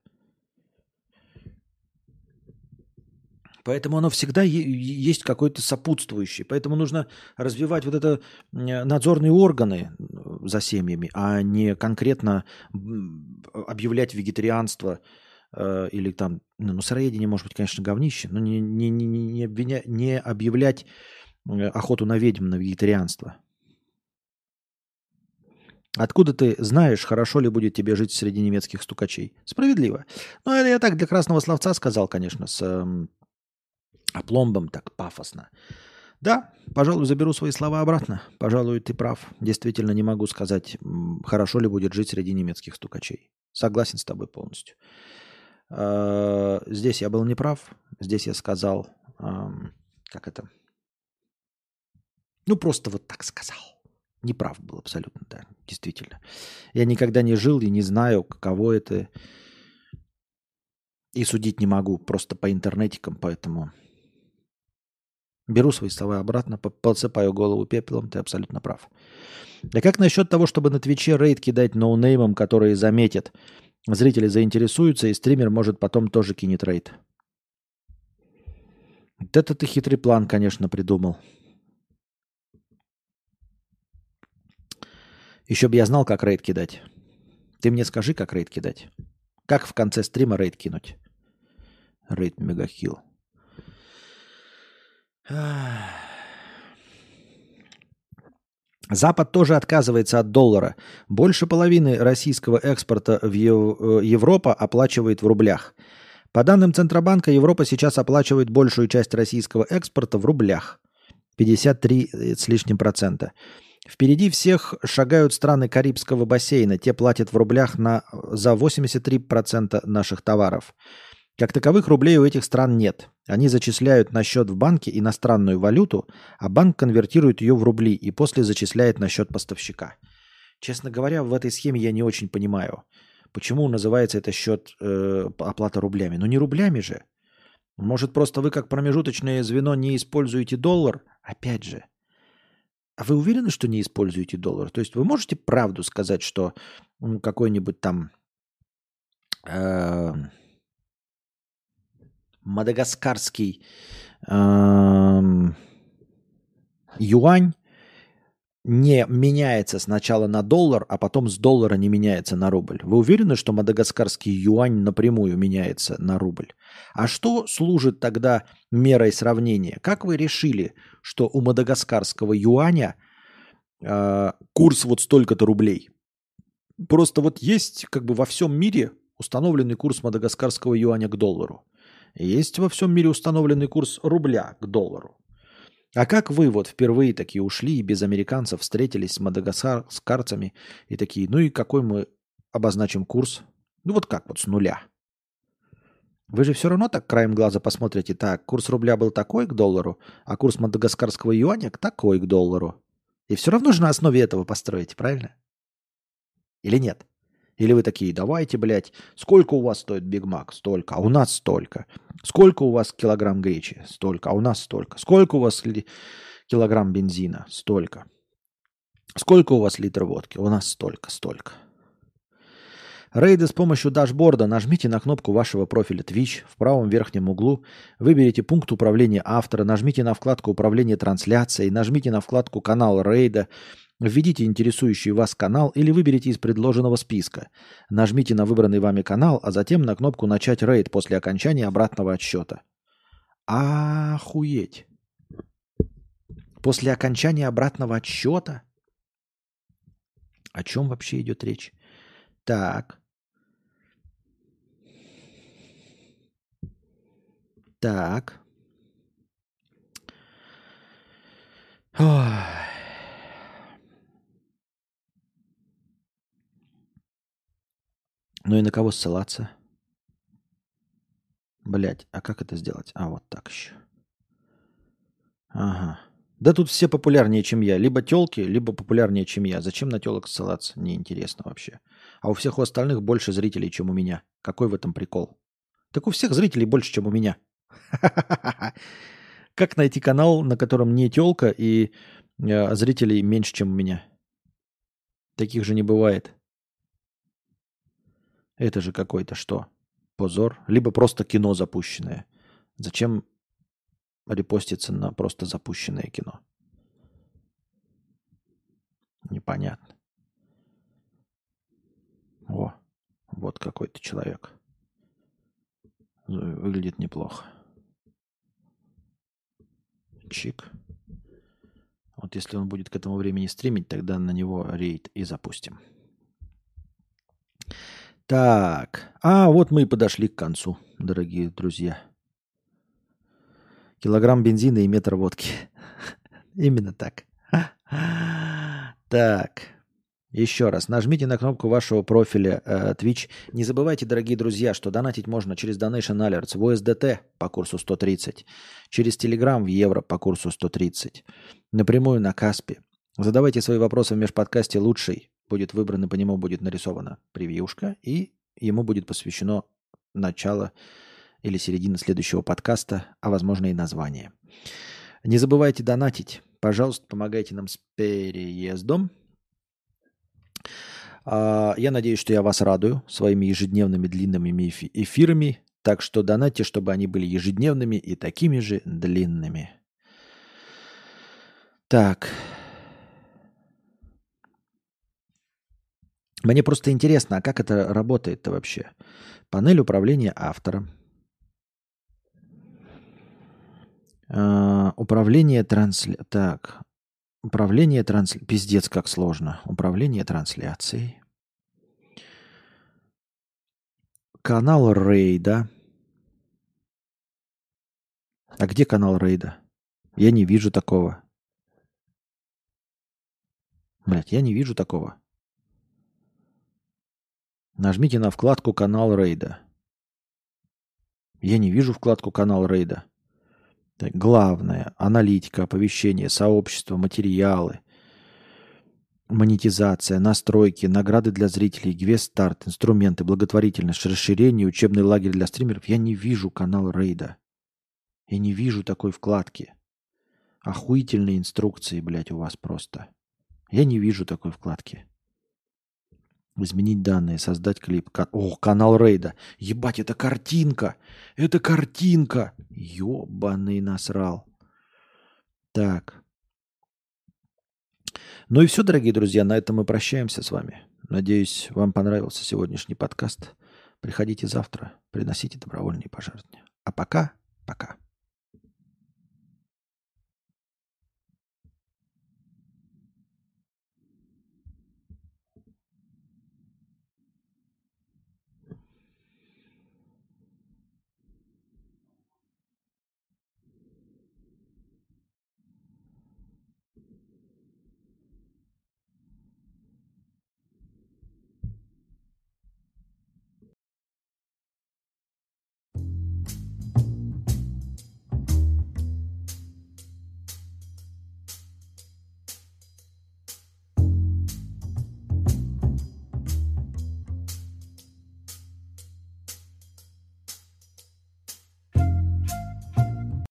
Поэтому оно всегда е- есть какой-то сопутствующий. Поэтому нужно развивать вот это надзорные органы за семьями, а не конкретно объявлять вегетарианство э, или там, ну, сыроедение может быть, конечно, говнище, но не, не, не, не, обвиня, не объявлять охоту на ведьм на вегетарианство. Откуда ты знаешь, хорошо ли будет тебе жить среди немецких стукачей? Справедливо. Ну, это я так для красного словца сказал, конечно, с э, опломбом, так пафосно. Да, пожалуй, заберу свои слова обратно. Пожалуй, ты прав. Действительно не могу сказать, хорошо ли будет жить среди немецких стукачей. Согласен с тобой полностью. Э, здесь я был неправ. Здесь я сказал, э, как это? Ну, просто вот так сказал. Неправ был абсолютно, да, действительно. Я никогда не жил и не знаю, каково это. И судить не могу, просто по интернетикам, поэтому беру свои слова обратно, подсыпаю голову пеплом, ты абсолютно прав. А как насчет того, чтобы на Твиче рейд кидать ноунеймам, которые заметят, зрители заинтересуются, и стример может потом тоже кинет рейд? Вот это ты хитрый план, конечно, придумал. Еще бы я знал, как рейд кидать. Ты мне скажи, как рейд кидать. Как в конце стрима рейд кинуть? Рейд мегахилл. Запад тоже отказывается от доллара. Больше половины российского экспорта в Ев- Европа оплачивает в рублях. По данным Центробанка, Европа сейчас оплачивает большую часть российского экспорта в рублях. пятьдесят три с лишним процента. Впереди всех шагают страны Карибского бассейна. Те платят в рублях на, за восемьдесят три процента наших товаров. Как таковых рублей у этих стран нет. Они зачисляют на счет в банке иностранную валюту, а банк конвертирует ее в рубли и после зачисляет на счет поставщика. Честно говоря, в этой схеме я не очень понимаю, почему называется это счет э, оплата рублями. Ну не рублями же. Может, просто вы как промежуточное звено не используете доллар? Опять же. А вы уверены, что не используете доллар? То есть вы можете правду сказать, что ну, какой-нибудь там... Э, мадагаскарский эм, юань не меняется сначала на доллар, а потом с доллара не меняется на рубль. Вы уверены, что мадагаскарский юань напрямую меняется на рубль? А что служит тогда мерой сравнения? Как вы решили, что у мадагаскарского юаня э, курс вот столько-то рублей? Просто вот есть как бы во всем мире установленный курс мадагаскарского юаня к доллару. Есть во всем мире установленный курс рубля к доллару. А как вы вот впервые такие ушли и без американцев встретились с мадагаскарцами и такие, ну и какой мы обозначим курс? Ну вот как вот с нуля. Вы же все равно так краем глаза посмотрите, так, курс рубля был такой к доллару, а курс мадагаскарского юаня такой к доллару. И все равно же на основе этого построите, правильно? Или нет? Или вы такие, давайте, блядь, сколько у вас стоит Биг Мак? Столько. А у нас столько. Сколько у вас килограмм гречи? Столько. А у нас столько. Сколько у вас ли... килограмм бензина? Столько. Сколько у вас литр водки? У нас столько, столько. Рейды с помощью дашборда. Нажмите на кнопку вашего профиля Twitch в правом верхнем углу. Выберите пункт управления автора. Нажмите на вкладку управления трансляцией. Нажмите на вкладку канал Рейда. Введите интересующий вас канал или выберите из предложенного списка. Нажмите на выбранный вами канал, а затем на кнопку «Начать рейд» после окончания обратного отсчета. Охуеть! После окончания обратного отсчета? О чем вообще идет речь? Так. Так. Ой. Ну и на кого ссылаться? Блять, а как это сделать? А, вот так еще. Ага. Да тут все популярнее, чем я. Либо телки, либо популярнее, чем я. Зачем на телок ссылаться? Неинтересно вообще. А у всех у остальных больше зрителей, чем у меня. Какой в этом прикол? Так у всех зрителей больше, чем у меня. Как найти канал, на котором не телка и э, зрителей меньше, чем у меня? Таких же не бывает. Это же какой-то что? Позор. Либо просто кино запущенное. Зачем репоститься на просто запущенное кино? Непонятно. О, вот какой-то человек. Выглядит неплохо. Чик. Вот если он будет к этому времени стримить, тогда на него рейд и запустим. Так. А вот мы и подошли к концу, дорогие друзья. Килограмм бензина и метр водки. Именно так. Так. Еще раз. Нажмите на кнопку вашего профиля э, Twitch. Не забывайте, дорогие друзья, что донатить можно через Donation Alerts в ю эс ди ти по курсу сто тридцать, через Telegram в евро по курсу сто тридцать, напрямую на Каспи. Задавайте свои вопросы в межподкасте «Лучший». Будет выбран, и по нему будет нарисована превьюшка, и ему будет посвящено начало или середина следующего подкаста, а возможно и название. Не забывайте донатить. Пожалуйста, помогайте нам с переездом. Я надеюсь, что я вас радую своими ежедневными длинными эфирами. Так что донатьте, чтобы они были ежедневными и такими же длинными. Так. Мне просто интересно, а как это работает-то вообще? Панель управления автором. А, управление трансля... Так. Управление трансляцией. Пиздец, как сложно. Управление трансляцией. Канал Рейда. А где канал Рейда? Я не вижу такого. Блять, я не вижу такого. Нажмите на вкладку «Канал Рейда». Я не вижу вкладку «Канал Рейда». Так, главное. Аналитика, оповещение, сообщество, материалы, монетизация, настройки, награды для зрителей, гвест-старт, инструменты, благотворительность, расширение, учебный лагерь для стримеров. Я не вижу канал Рейда. Я не вижу такой вкладки. Охуительные инструкции, блядь, у вас просто. Я не вижу такой вкладки. Изменить данные, создать клип. О, канал Рейда. Ебать, это картинка. Это картинка. Ёбаный насрал. Так. Ну и все, дорогие друзья, на этом мы прощаемся с вами. Надеюсь, вам понравился сегодняшний подкаст. Приходите завтра, приносите добровольные пожертвования. А пока, пока.